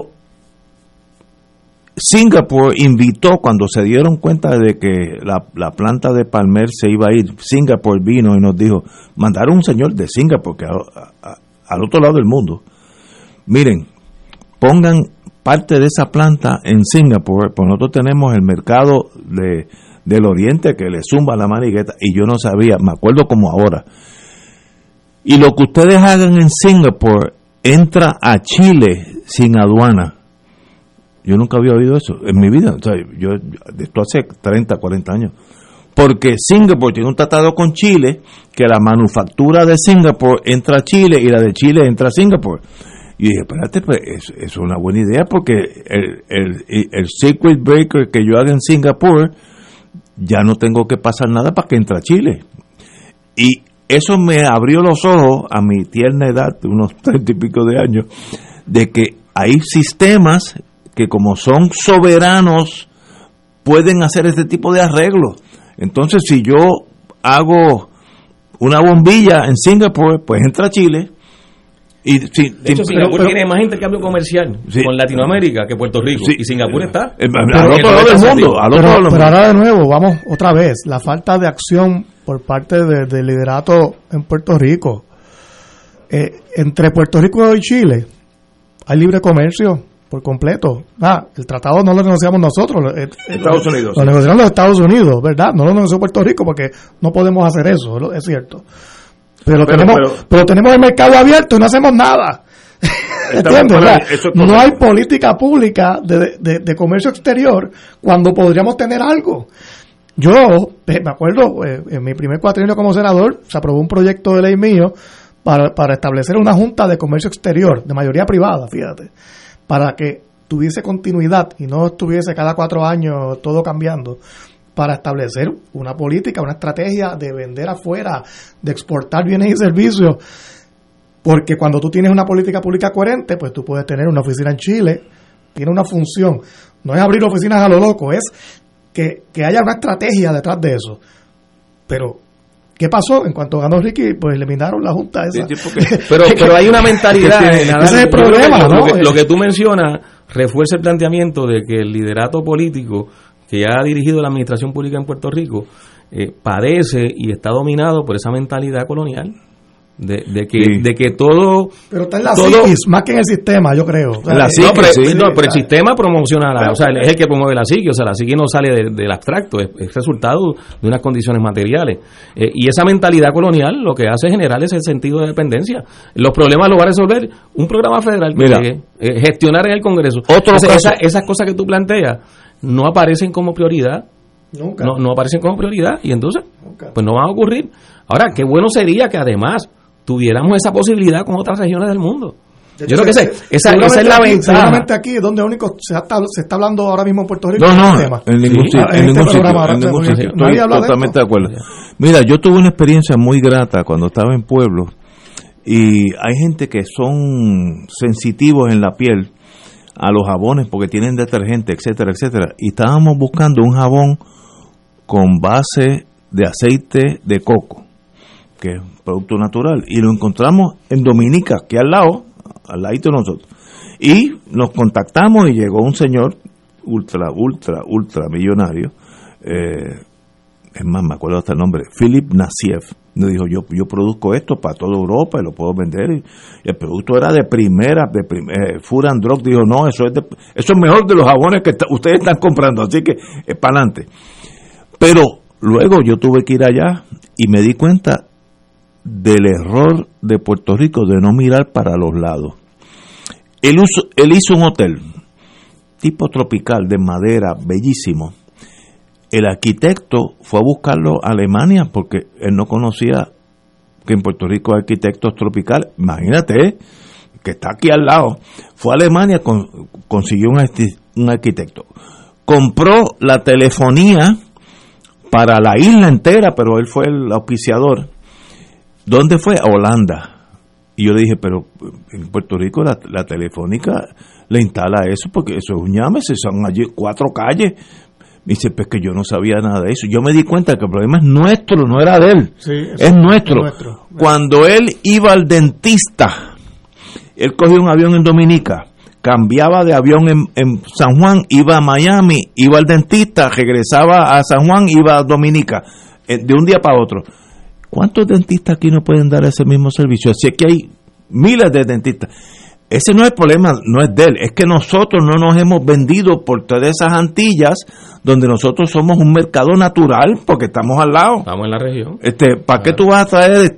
Singapur invitó, cuando se dieron cuenta de que la planta de Palmer se iba a ir, Singapur vino y nos dijo, mandaron un señor de Singapur, que al otro lado del mundo, miren, pongan parte de esa planta en Singapur, pues nosotros tenemos el mercado del Oriente que le zumba la manigueta, y yo no sabía, me acuerdo como ahora. Y lo que ustedes hagan en Singapur entra a Chile sin aduana. Yo nunca había oído eso en mi vida. O sea, esto hace 30, 40 años. Porque Singapur tiene un tratado con Chile que la manufactura de Singapur entra a Chile y la de Chile entra a Singapur. Y dije, espérate, pues es una buena idea porque el circuit breaker que yo haga en Singapur, ya no tengo que pasar nada para que entre a Chile. Y eso me abrió los ojos a mi tierna edad, de unos 30 y pico de años, de que hay sistemas que como son soberanos pueden hacer este tipo de arreglos. Entonces, si yo hago una bombilla en Singapur, pues entra a Chile. Y de hecho, Singapur tiene más intercambio comercial con Latinoamérica que Puerto Rico, y Singapur está al otro lado del mundo. Pero ahora de nuevo, vamos otra vez, la falta de acción por parte del liderato en Puerto Rico. Entre Puerto Rico y Chile hay libre comercio por completo. El tratado no lo negociamos nosotros, Estados Unidos. Lo negociaron los Estados Unidos, ¿verdad? No lo negoció Puerto Rico porque no podemos hacer eso, es cierto. Pero tenemos el mercado abierto y no hacemos nada. ¿Entiendes? No hay política pública de comercio exterior cuando podríamos tener algo. Yo me acuerdo, en mi primer cuatrienio como senador, se aprobó un proyecto de ley mío para establecer una junta de comercio exterior, de mayoría privada, fíjate, para que tuviese continuidad y no estuviese cada 4 años todo cambiando, para establecer una política, una estrategia de vender afuera, de exportar bienes y servicios, porque cuando tú tienes una política pública coherente, pues tú puedes tener una oficina en Chile, tiene una función, no es abrir oficinas a lo loco, es que haya una estrategia detrás de eso. Pero ¿qué pasó? En cuanto ganó Ricky, pues eliminaron la junta esa. Pero hay una mentalidad. Ese es el problema, ¿no? Lo que tú mencionas refuerza el planteamiento de que el liderato político que ya ha dirigido la administración pública en Puerto Rico padece y está dominado por esa mentalidad colonial. De que todo. Pero está en la psiquis, más que en el sistema, yo creo. Pero el sistema promociona o sea, es el que promueve la psiquis. O sea, la psiquis no sale del abstracto, es resultado de unas condiciones materiales. Y esa mentalidad colonial lo que hace es generar ese sentido de dependencia. Los problemas los va a resolver un programa federal que gestionar en el Congreso. Esas cosas que tú planteas no aparecen como prioridad. Nunca. No aparecen como prioridad y entonces pues no van a ocurrir. Ahora, qué bueno sería que además tuviéramos esa posibilidad con otras regiones del mundo. Yo creo que esa es la ventaja. Seguramente aquí es donde único se está hablando ahora mismo en Puerto Rico. En ningún sitio. Estoy totalmente de acuerdo. Mira, yo tuve una experiencia muy grata cuando estaba en pueblos y hay gente que son sensitivos en la piel a los jabones porque tienen detergente, etcétera, etcétera. Y estábamos buscando un jabón con base de aceite de coco, que es un producto natural, y lo encontramos en Dominica, que al ladito de nosotros. Y nos contactamos y llegó un señor ultra millonario, es más, me acuerdo hasta el nombre, Philip Nassiev. Nos dijo, yo produzco esto para toda Europa y lo puedo vender. Y el producto era de primera, Food and Drug dijo, no, eso es mejor de los jabones que ustedes están comprando, así que para adelante. Pero luego yo tuve que ir allá y me di cuenta del error de Puerto Rico de no mirar para los lados. Él hizo un hotel tipo tropical de madera, bellísimo. El arquitecto fue a buscarlo a Alemania porque él no conocía que en Puerto Rico hay arquitectos tropicales. Imagínate, que está aquí al lado. Fue a Alemania, consiguió un arquitecto. Compró la telefonía para la isla entera, pero él fue el auspiciador. ¿Dónde fue? A Holanda. Y yo le dije, pero en Puerto Rico la telefónica le instala eso, porque eso es un llame, son allí 4 calles. Me dice, pues que yo no sabía nada de eso. Yo me di cuenta que el problema es nuestro, no era de él. Sí, es nuestro. Cuando él iba al dentista, él cogió un avión en Dominica, cambiaba de avión en San Juan, iba a Miami, iba al dentista, regresaba a San Juan, iba a Dominica, de un día para otro. ¿Cuántos dentistas aquí no pueden dar ese mismo servicio? Así que hay miles de dentistas. Ese no es el problema, no es de él, es que nosotros no nos hemos vendido por todas esas Antillas, donde nosotros somos un mercado natural, porque estamos al lado. Estamos en la región. ¿Para qué tú vas a traer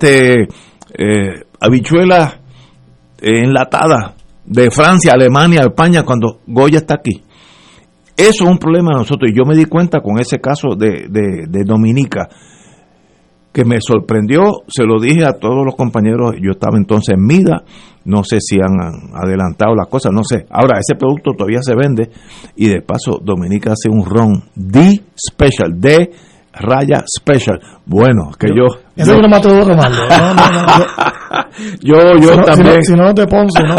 habichuelas enlatadas de Francia, Alemania, España, cuando Goya está aquí? Eso es un problema de nosotros, y yo me di cuenta con ese caso de Dominica, que me sorprendió, se lo dije a todos los compañeros, yo estaba entonces en Mida, no sé si han adelantado las cosas, no sé. Ahora, ese producto todavía se vende, y de paso, Dominica hace un ron D-Special, D-Special. Bueno, que yo... Eso es lo más todo tomarlo. Yo también... Si no te Ponce, no.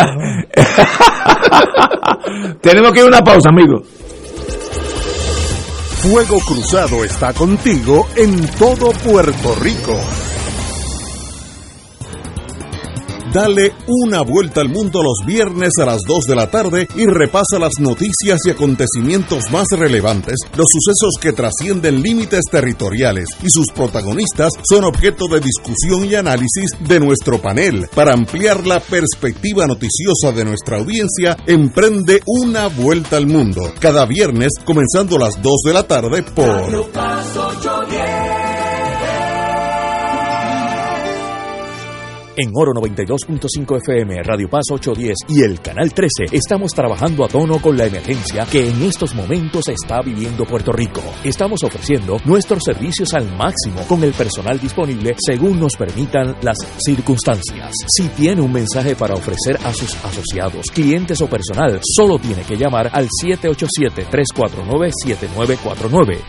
Tenemos que ir a una pausa, amigos. Fuego Cruzado está contigo en todo Puerto Rico. Dale una vuelta al mundo los viernes a las 2 de la tarde y repasa las noticias y acontecimientos más relevantes, los sucesos que trascienden límites territoriales y sus protagonistas son objeto de discusión y análisis de nuestro panel. Para ampliar la perspectiva noticiosa de nuestra audiencia, emprende una vuelta al mundo. Cada viernes, comenzando a las 2 de la tarde por... En Oro 92.5 FM, Radio Paz 810 y el Canal 13 estamos trabajando a tono con la emergencia que en estos momentos está viviendo Puerto Rico. Estamos ofreciendo nuestros servicios al máximo con el personal disponible según nos permitan las circunstancias. Si tiene un mensaje para ofrecer a sus asociados, clientes o personal, solo tiene que llamar al 787-349-7949,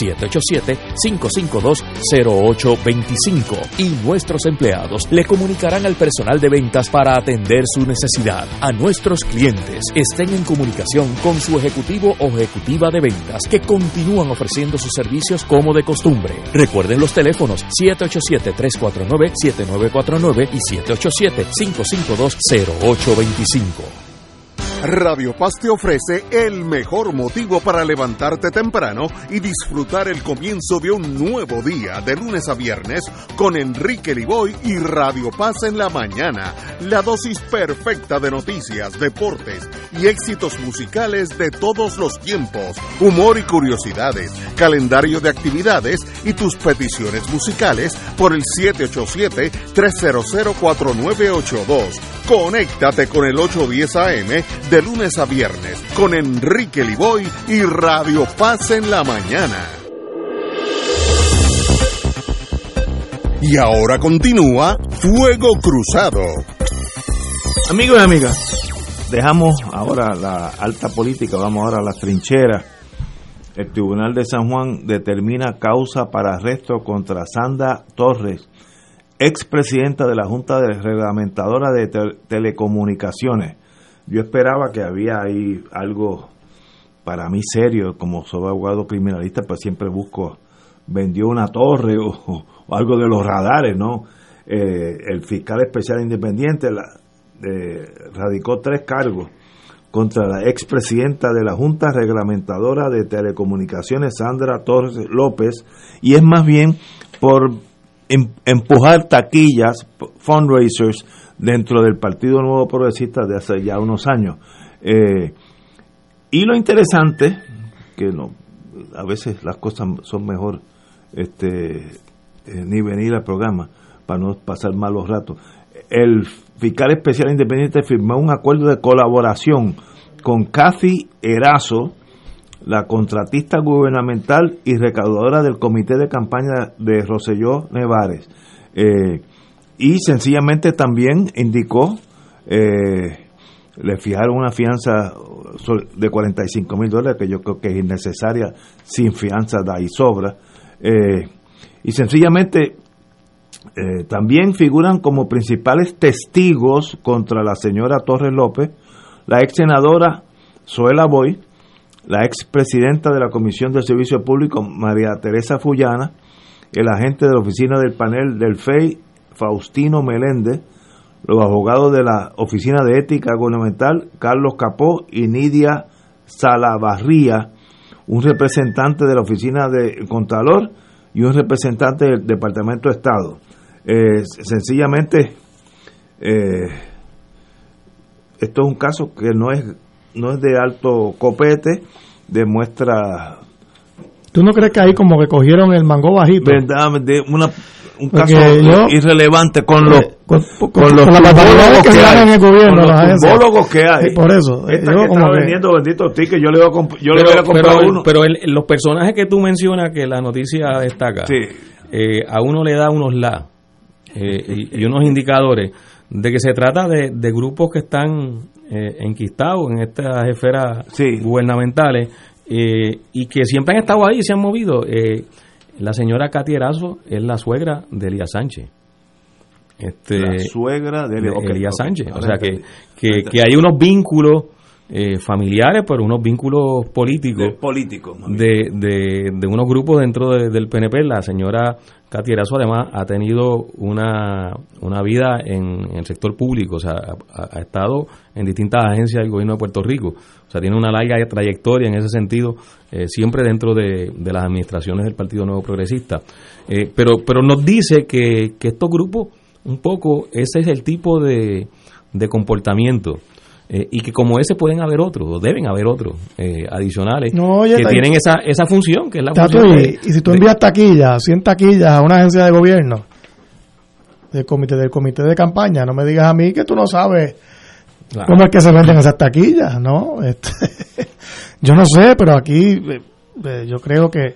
787-552-0825 y nuestros empleados le comunicarán al personal de ventas para atender su necesidad. A nuestros clientes, estén en comunicación con su ejecutivo o ejecutiva de ventas que continúan ofreciendo sus servicios como de costumbre. Recuerden los teléfonos 787-349-7949 y 787-552-0825. Radio Paz te ofrece el mejor motivo para levantarte temprano y disfrutar el comienzo de un nuevo día de lunes a viernes con Enrique Liboy y Radio Paz en la mañana. La dosis perfecta de noticias, deportes y éxitos musicales de todos los tiempos, humor y curiosidades, calendario de actividades y tus peticiones musicales por el 787-300-4982. Conéctate con el 810 AM de lunes a viernes con Enrique Liboy y Radio Paz en la mañana. Y ahora continúa Fuego Cruzado. Amigos y amigas, dejamos ahora la alta política, vamos ahora a las trincheras. El Tribunal de San Juan determina causa para arresto contra Sandra Torres, expresidenta de la Junta Reglamentadora de Telecomunicaciones. Yo esperaba que había ahí algo para mí serio, como soy abogado criminalista, pues siempre busco, vendió una torre o algo de los radares, ¿no? El fiscal especial independiente radicó 3 cargos contra la expresidenta de la Junta Reglamentadora de Telecomunicaciones, Sandra Torres López, y es más bien por empujar taquillas, fundraisers, dentro del Partido Nuevo Progresista de hace ya unos años. Y lo interesante, que no, a veces las cosas son mejor ni venir al programa para no pasar malos ratos. El fiscal especial independiente firmó un acuerdo de colaboración con Kathy Erazo, la contratista gubernamental y recaudadora del comité de campaña de Rosselló Nevares. Y sencillamente también indicó, le fijaron una fianza de $45,000, que yo creo que es innecesaria, sin fianza da y sobra. Y sencillamente también figuran como principales testigos contra la señora Torres López, la ex senadora Zoela Boy, la expresidenta de la Comisión de Servicio Público, María Teresa Fullana, el agente de la oficina del panel del FEI, Faustino Meléndez, los abogados de la Oficina de Ética Gubernamental, Carlos Capó y Nidia Salavarría, un representante de la Oficina de Contralor y un representante del Departamento de Estado. Sencillamente, esto es un caso que no es de alto copete, demuestra... ¿Tú no crees que ahí como que cogieron el mango bajito? ¿Verdad? Un caso irrelevante con los tumbólogos que hay en el gobierno, los tumbólogos que hay. Sí, por eso. Esta que estaba vendiendo benditos tickets, yo le voy a comprar uno. Pero los personajes que tú mencionas, que la noticia destaca, sí. A uno le da unos y unos indicadores de que se trata de grupos que están enquistados en estas esferas gubernamentales y que siempre han estado ahí y se han movido. La señora Katy Erazo es la suegra de Elías Sánchez. La suegra de Elías Sánchez. O sea que hay unos vínculos familiares, pero unos vínculos políticos de unos grupos dentro del PNP. La señora Katy Erazo además ha tenido una vida en el sector público, o sea, ha estado en distintas agencias del gobierno de Puerto Rico, o sea, tiene una larga trayectoria en ese sentido, siempre dentro de las administraciones del Partido Nuevo Progresista, pero nos dice que estos grupos, un poco, ese es el tipo de comportamiento, y que como ese pueden haber otros, o deben haber otros adicionales que tienen esa función, que es la función y si tú envías taquillas, 100 taquillas a una agencia de gobierno, del comité de campaña. No me digas a mí que tú no sabes cómo es que se venden esas taquillas, ¿no? Yo no sé, pero aquí yo creo que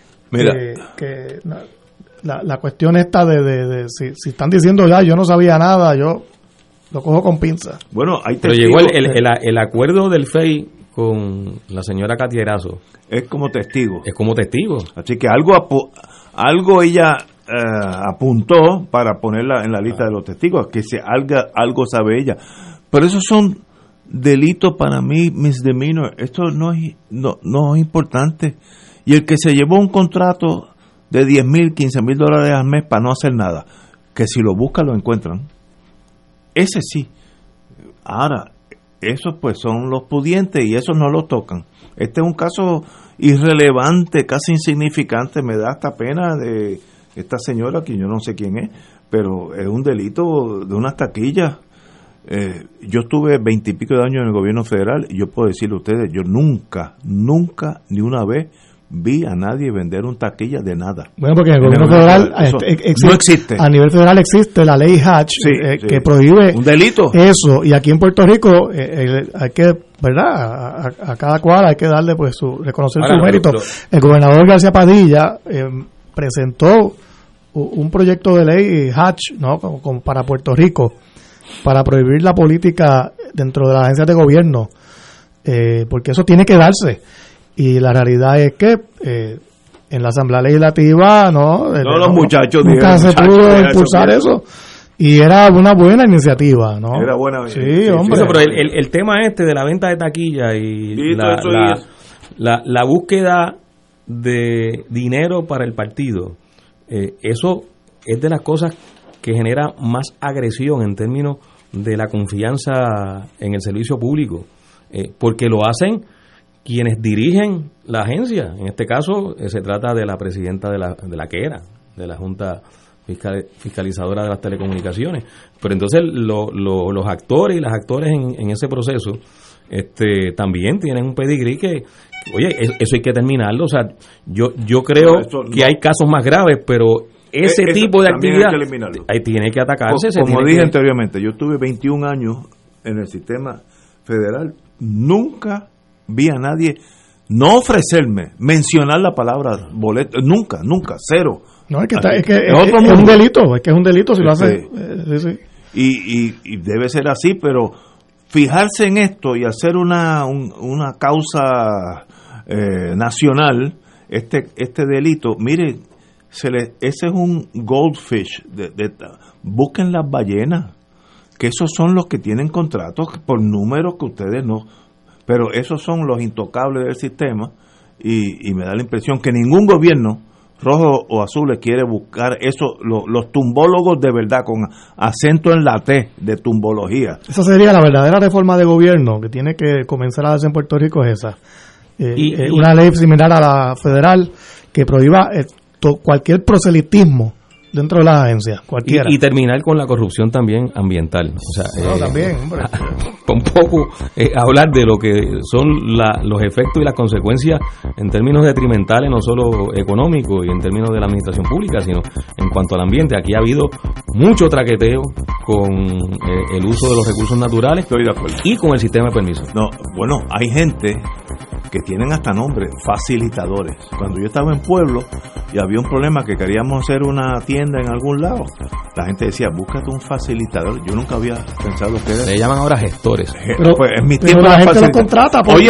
la cuestión esta de si están diciendo ya yo no sabía nada, yo lo cojo con pinza. Bueno, hay pero llegó el acuerdo del FEI con la señora Katia Erazo. Es como testigo. Así que algo ella apuntó para ponerla en la lista de los testigos, que algo sabe ella. Pero esos son delitos para mí, misdemeanor. Esto no es importante. Y el que se llevó un contrato de $10,000, $15,000 al mes para no hacer nada, que si lo buscan lo encuentran. Ese sí. Ahora, esos pues son los pudientes y esos no los tocan. Este es un caso irrelevante, casi insignificante. Me da hasta pena de esta señora, que yo no sé quién es, pero es un delito de unas taquillas. Yo estuve 20 y pico de años en el gobierno federal y yo puedo decirle a ustedes, yo nunca, ni una vez vi a nadie vender un taquilla de nada. Bueno, porque en el gobierno federal no existe. A nivel federal existe la ley Hatch que prohíbe un delito. Eso, y aquí en Puerto Rico hay que, ¿verdad? A cada cual hay que darle pues reconocer su mérito. El gobernador García Padilla presentó un proyecto de ley Hatch, ¿no? Para Puerto Rico, para prohibir la política dentro de las agencias de gobierno, porque eso tiene que darse. Y la realidad es que en la Asamblea Legislativa los muchachos nunca se pudo impulsar eso, y era una buena iniciativa, ¿no? Era buena. Sí, hombre. Pero el tema de la venta de taquilla y la búsqueda de dinero para el partido, eso es de las cosas que genera más agresión en términos de la confianza en el servicio público, porque lo hacen quienes dirigen la agencia. En este caso se trata de la presidenta de la Junta Fiscalizadora de las Telecomunicaciones. Pero entonces los actores y las actores en ese proceso también tienen un pedigrí que, oye, eso hay que terminarlo. O sea, yo creo que hay casos más graves, pero ese tipo de actividad ahí tiene que atacarse. Como dije anteriormente, yo tuve 21 años en el sistema federal, nunca vi a nadie no ofrecerme, mencionar la palabra boleto, nunca, cero. No, es que es un delito, si lo hace. Sí. Y debe ser así, pero fijarse en esto y hacer una causa nacional, este delito, mire, ese es un goldfish, busquen las ballenas, que esos son los que tienen contratos por números que ustedes no. Pero esos son los intocables del sistema y me da la impresión que ningún gobierno, rojo o azul, quiere buscar eso, los tumbólogos de verdad, con acento en la T de tumbología. Esa sería la verdadera reforma de gobierno que tiene que comenzar a darse en Puerto Rico, es esa. Una ley similar a la federal que prohíba cualquier proselitismo dentro de las agencias, cualquiera. Y terminar con la corrupción también ambiental. O sea, también, hombre. Un poco hablar de lo que son los efectos y las consecuencias en términos detrimentales, no solo económicos y en términos de la administración pública, sino en cuanto al ambiente. Aquí ha habido mucho traqueteo con el uso de los recursos naturales. Estoy de acuerdo. Y con el sistema de permisos. No, bueno, hay gente que tienen hasta nombre, facilitadores. Cuando yo estaba en Pueblo y había un problema que queríamos hacer una tienda en algún lado, la gente decía, búscate un facilitador. Yo nunca había pensado que era. Le llaman ahora gestores. Pero, pues, en mi tiempo la gente lo contrata. Oye,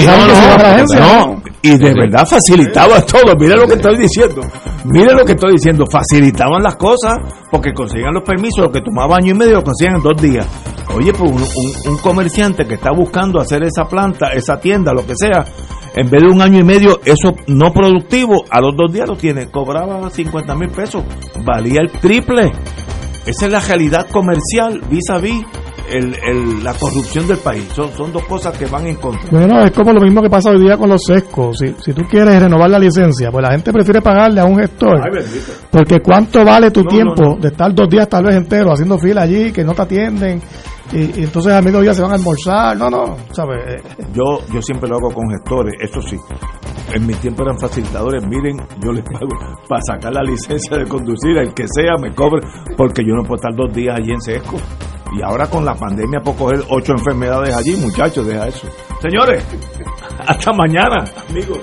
y de verdad facilitaba todo. Mira lo que estoy diciendo. Facilitaban las cosas porque conseguían los permisos, lo que tomaba año y medio lo conseguían en 2 días. Oye, pues un comerciante que está buscando hacer esa planta, esa tienda, lo que sea, en vez de 1 año y medio, eso no productivo, a los 2 días lo tiene, cobraba 50,000 pesos, valía el triple. Esa es la realidad comercial vis a vis la corrupción del país. Son 2 cosas que van en contra. Bueno, es como lo mismo que pasa hoy día con los sescos. Si tú quieres renovar la licencia, pues la gente prefiere pagarle a un gestor. Ay, bendito. Porque ¿cuánto vale tu tiempo de estar 2 días tal vez enteros haciendo fila allí, que no te atienden? Y entonces a mediodía se van a almorzar. No, ¿sabes? Yo siempre lo hago con gestores, eso sí. en mi tiempo eran facilitadores. Miren, yo les pago para sacar la licencia de conducir, el que sea me cobre, porque yo no puedo estar 2 días allí en seco. Y ahora con la pandemia puedo coger 8 enfermedades allí, muchachos, deja eso. Señores, hasta mañana, amigos.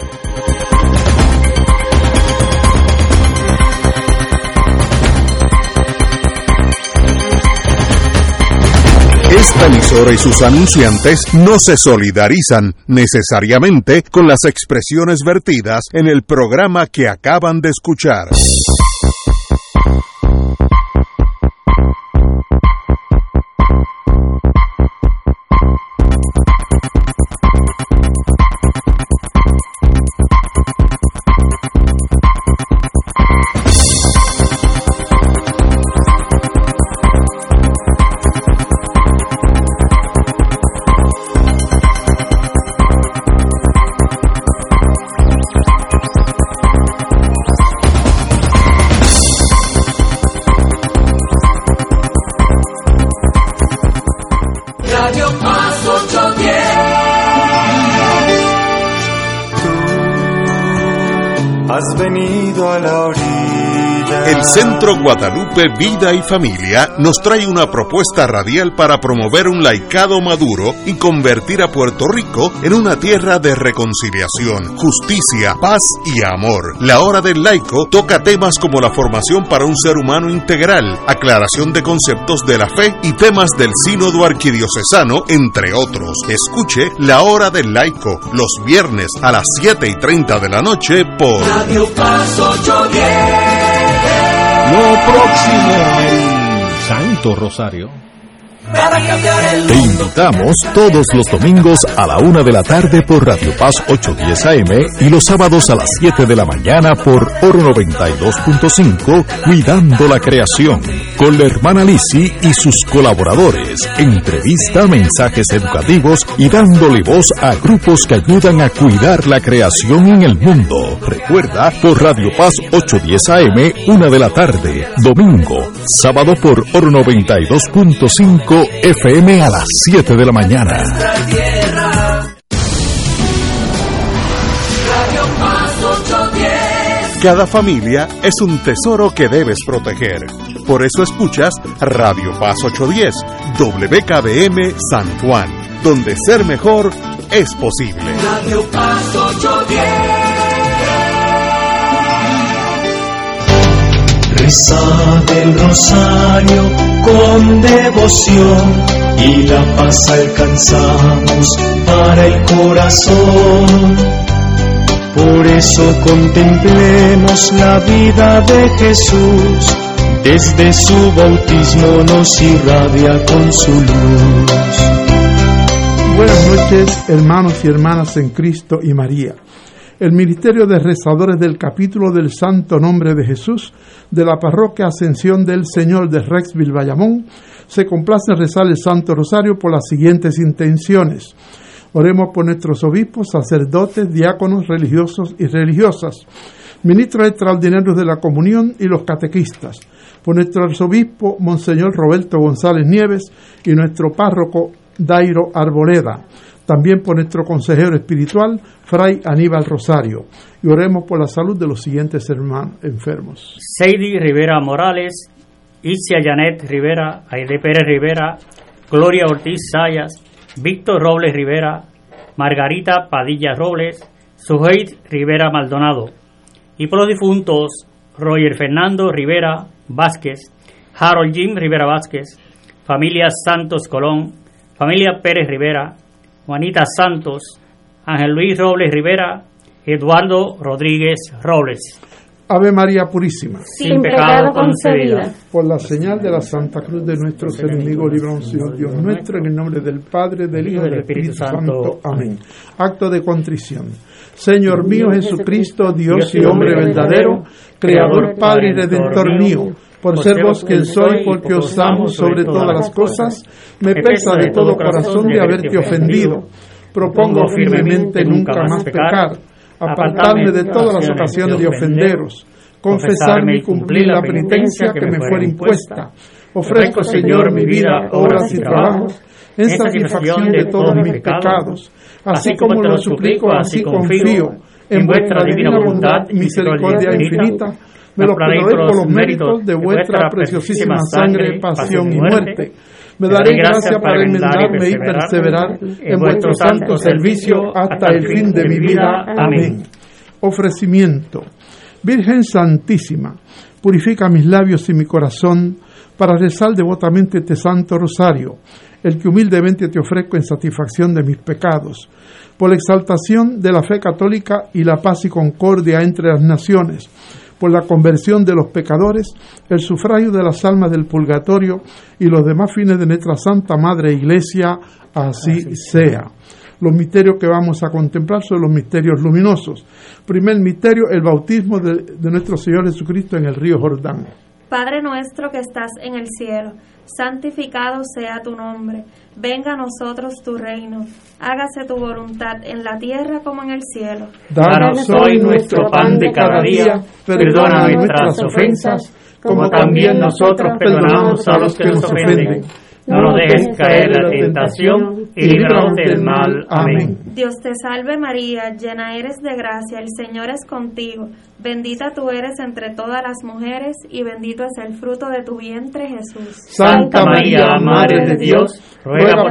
Esta emisora y sus anunciantes no se solidarizan necesariamente con las expresiones vertidas en el programa que acaban de escuchar. Has venido a la orilla. El Centro Guadalupe Vida y Familia nos trae una propuesta radial para promover un laicado maduro y convertir a Puerto Rico en una tierra de reconciliación, justicia, paz y amor. La Hora del Laico toca temas como la formación para un ser humano integral, aclaración de conceptos de la fe y temas del sínodo arquidiocesano, entre otros. Escuche La Hora del Laico los viernes a las 7:30 de la noche por Radio Paz 810. Lo próximo, el Santo Rosario. Te invitamos todos los domingos a la 1 de la tarde por Radio Paz 810 AM y los sábados a las 7 de la mañana por Oro 92.5, Cuidando la Creación, con la hermana Lisi y sus colaboradores. Entrevista, mensajes educativos y dándole voz a grupos que ayudan a cuidar la creación en el mundo. Recuerda, por Radio Paz 810 AM, 1 de la tarde, domingo, sábado por Oro 92.5 FM a las 7 de la mañana. Cada familia es un tesoro que debes proteger. Por eso escuchas Radio Paz 810, WKBM San Juan, donde ser mejor es posible. Radio Paz 810. Rezad el rosario con devoción y la paz alcanzamos para el corazón. Por eso contemplemos la vida de Jesús, desde su bautismo nos irradia con su luz. Buenas noches, hermanos y hermanas en Cristo y María. El Ministerio de Rezadores del Capítulo del Santo Nombre de Jesús de la Parroquia Ascensión del Señor de Rexville, Bayamón, se complace en rezar el Santo Rosario por las siguientes intenciones. Oremos por nuestros obispos, sacerdotes, diáconos, religiosos y religiosas, ministros extraordinarios de la comunión y los catequistas, por nuestro arzobispo, Monseñor Roberto González Nieves, y nuestro párroco, Dairo Arboleda, también por nuestro consejero espiritual, Fray Aníbal Rosario. Y oremos por la salud de los siguientes hermanos enfermos: Seidy Rivera Morales, Isia Janet Rivera, Aide Pérez Rivera, Gloria Ortiz Sayas, Víctor Robles Rivera, Margarita Padilla Robles, Suheid Rivera Maldonado. Y por los difuntos, Roger Fernando Rivera Vázquez, Harold Jim Rivera Vázquez, familia Santos Colón, familia Pérez Rivera, Juanita Santos, Ángel Luis Robles Rivera, Eduardo Rodríguez Robles. Ave María Purísima, sin pecado concebida. Por la señal de la Santa Cruz de nuestros enemigos, líbranos, Señor Dios nuestro, en el nombre del Padre, del Hijo y del Espíritu Santo. Amén. Acto de contrición. Señor mío Jesucristo, Dios y hombre verdadero, Creador, Padre y Redentor mío, por ser vos quien soy, porque os amo sobre todas las cosas, me pesa de todo corazón de haberte ofendido. Propongo firmemente nunca más pecar, apartarme de todas las ocasiones de ofenderos, confesarme y cumplir la penitencia que me fuera impuesta. Ofrezco, Señor, mi vida, obras y trabajos, en satisfacción de todos mis pecados. Así como lo suplico, así confío, en vuestra divina bondad y misericordia infinita, me lo perdonéis por los méritos de vuestra preciosísima sangre, pasión y muerte. Me daréis gracia para enmendarme y perseverar en vuestro santo servicio hasta el fin de mi vida. Amén. Ofrecimiento. Virgen Santísima, purifica mis labios y mi corazón para rezar devotamente este santo rosario, el que humildemente te ofrezco en satisfacción de mis pecados, por la exaltación de la fe católica y la paz y concordia entre las naciones, por la conversión de los pecadores, el sufragio de las almas del purgatorio y los demás fines de nuestra Santa Madre Iglesia, así sea. Los misterios que vamos a contemplar son los misterios luminosos. Primer misterio, el bautismo de nuestro Señor Jesucristo en el río Jordán. Padre nuestro que estás en el cielo, santificado sea tu nombre. Venga a nosotros tu reino. Hágase tu voluntad en la tierra como en el cielo. Danos hoy nuestro pan de cada día. Perdona nuestras ofensas, como también nosotros perdonamos a los que nos ofenden. No nos dejes caer en la tentación y líbranos del mal. Amén. Dios te salve María, llena eres de gracia, el Señor es contigo. Bendita tú eres entre todas las mujeres y bendito es el fruto de tu vientre, Jesús. Santa María, Madre de Dios, ruega por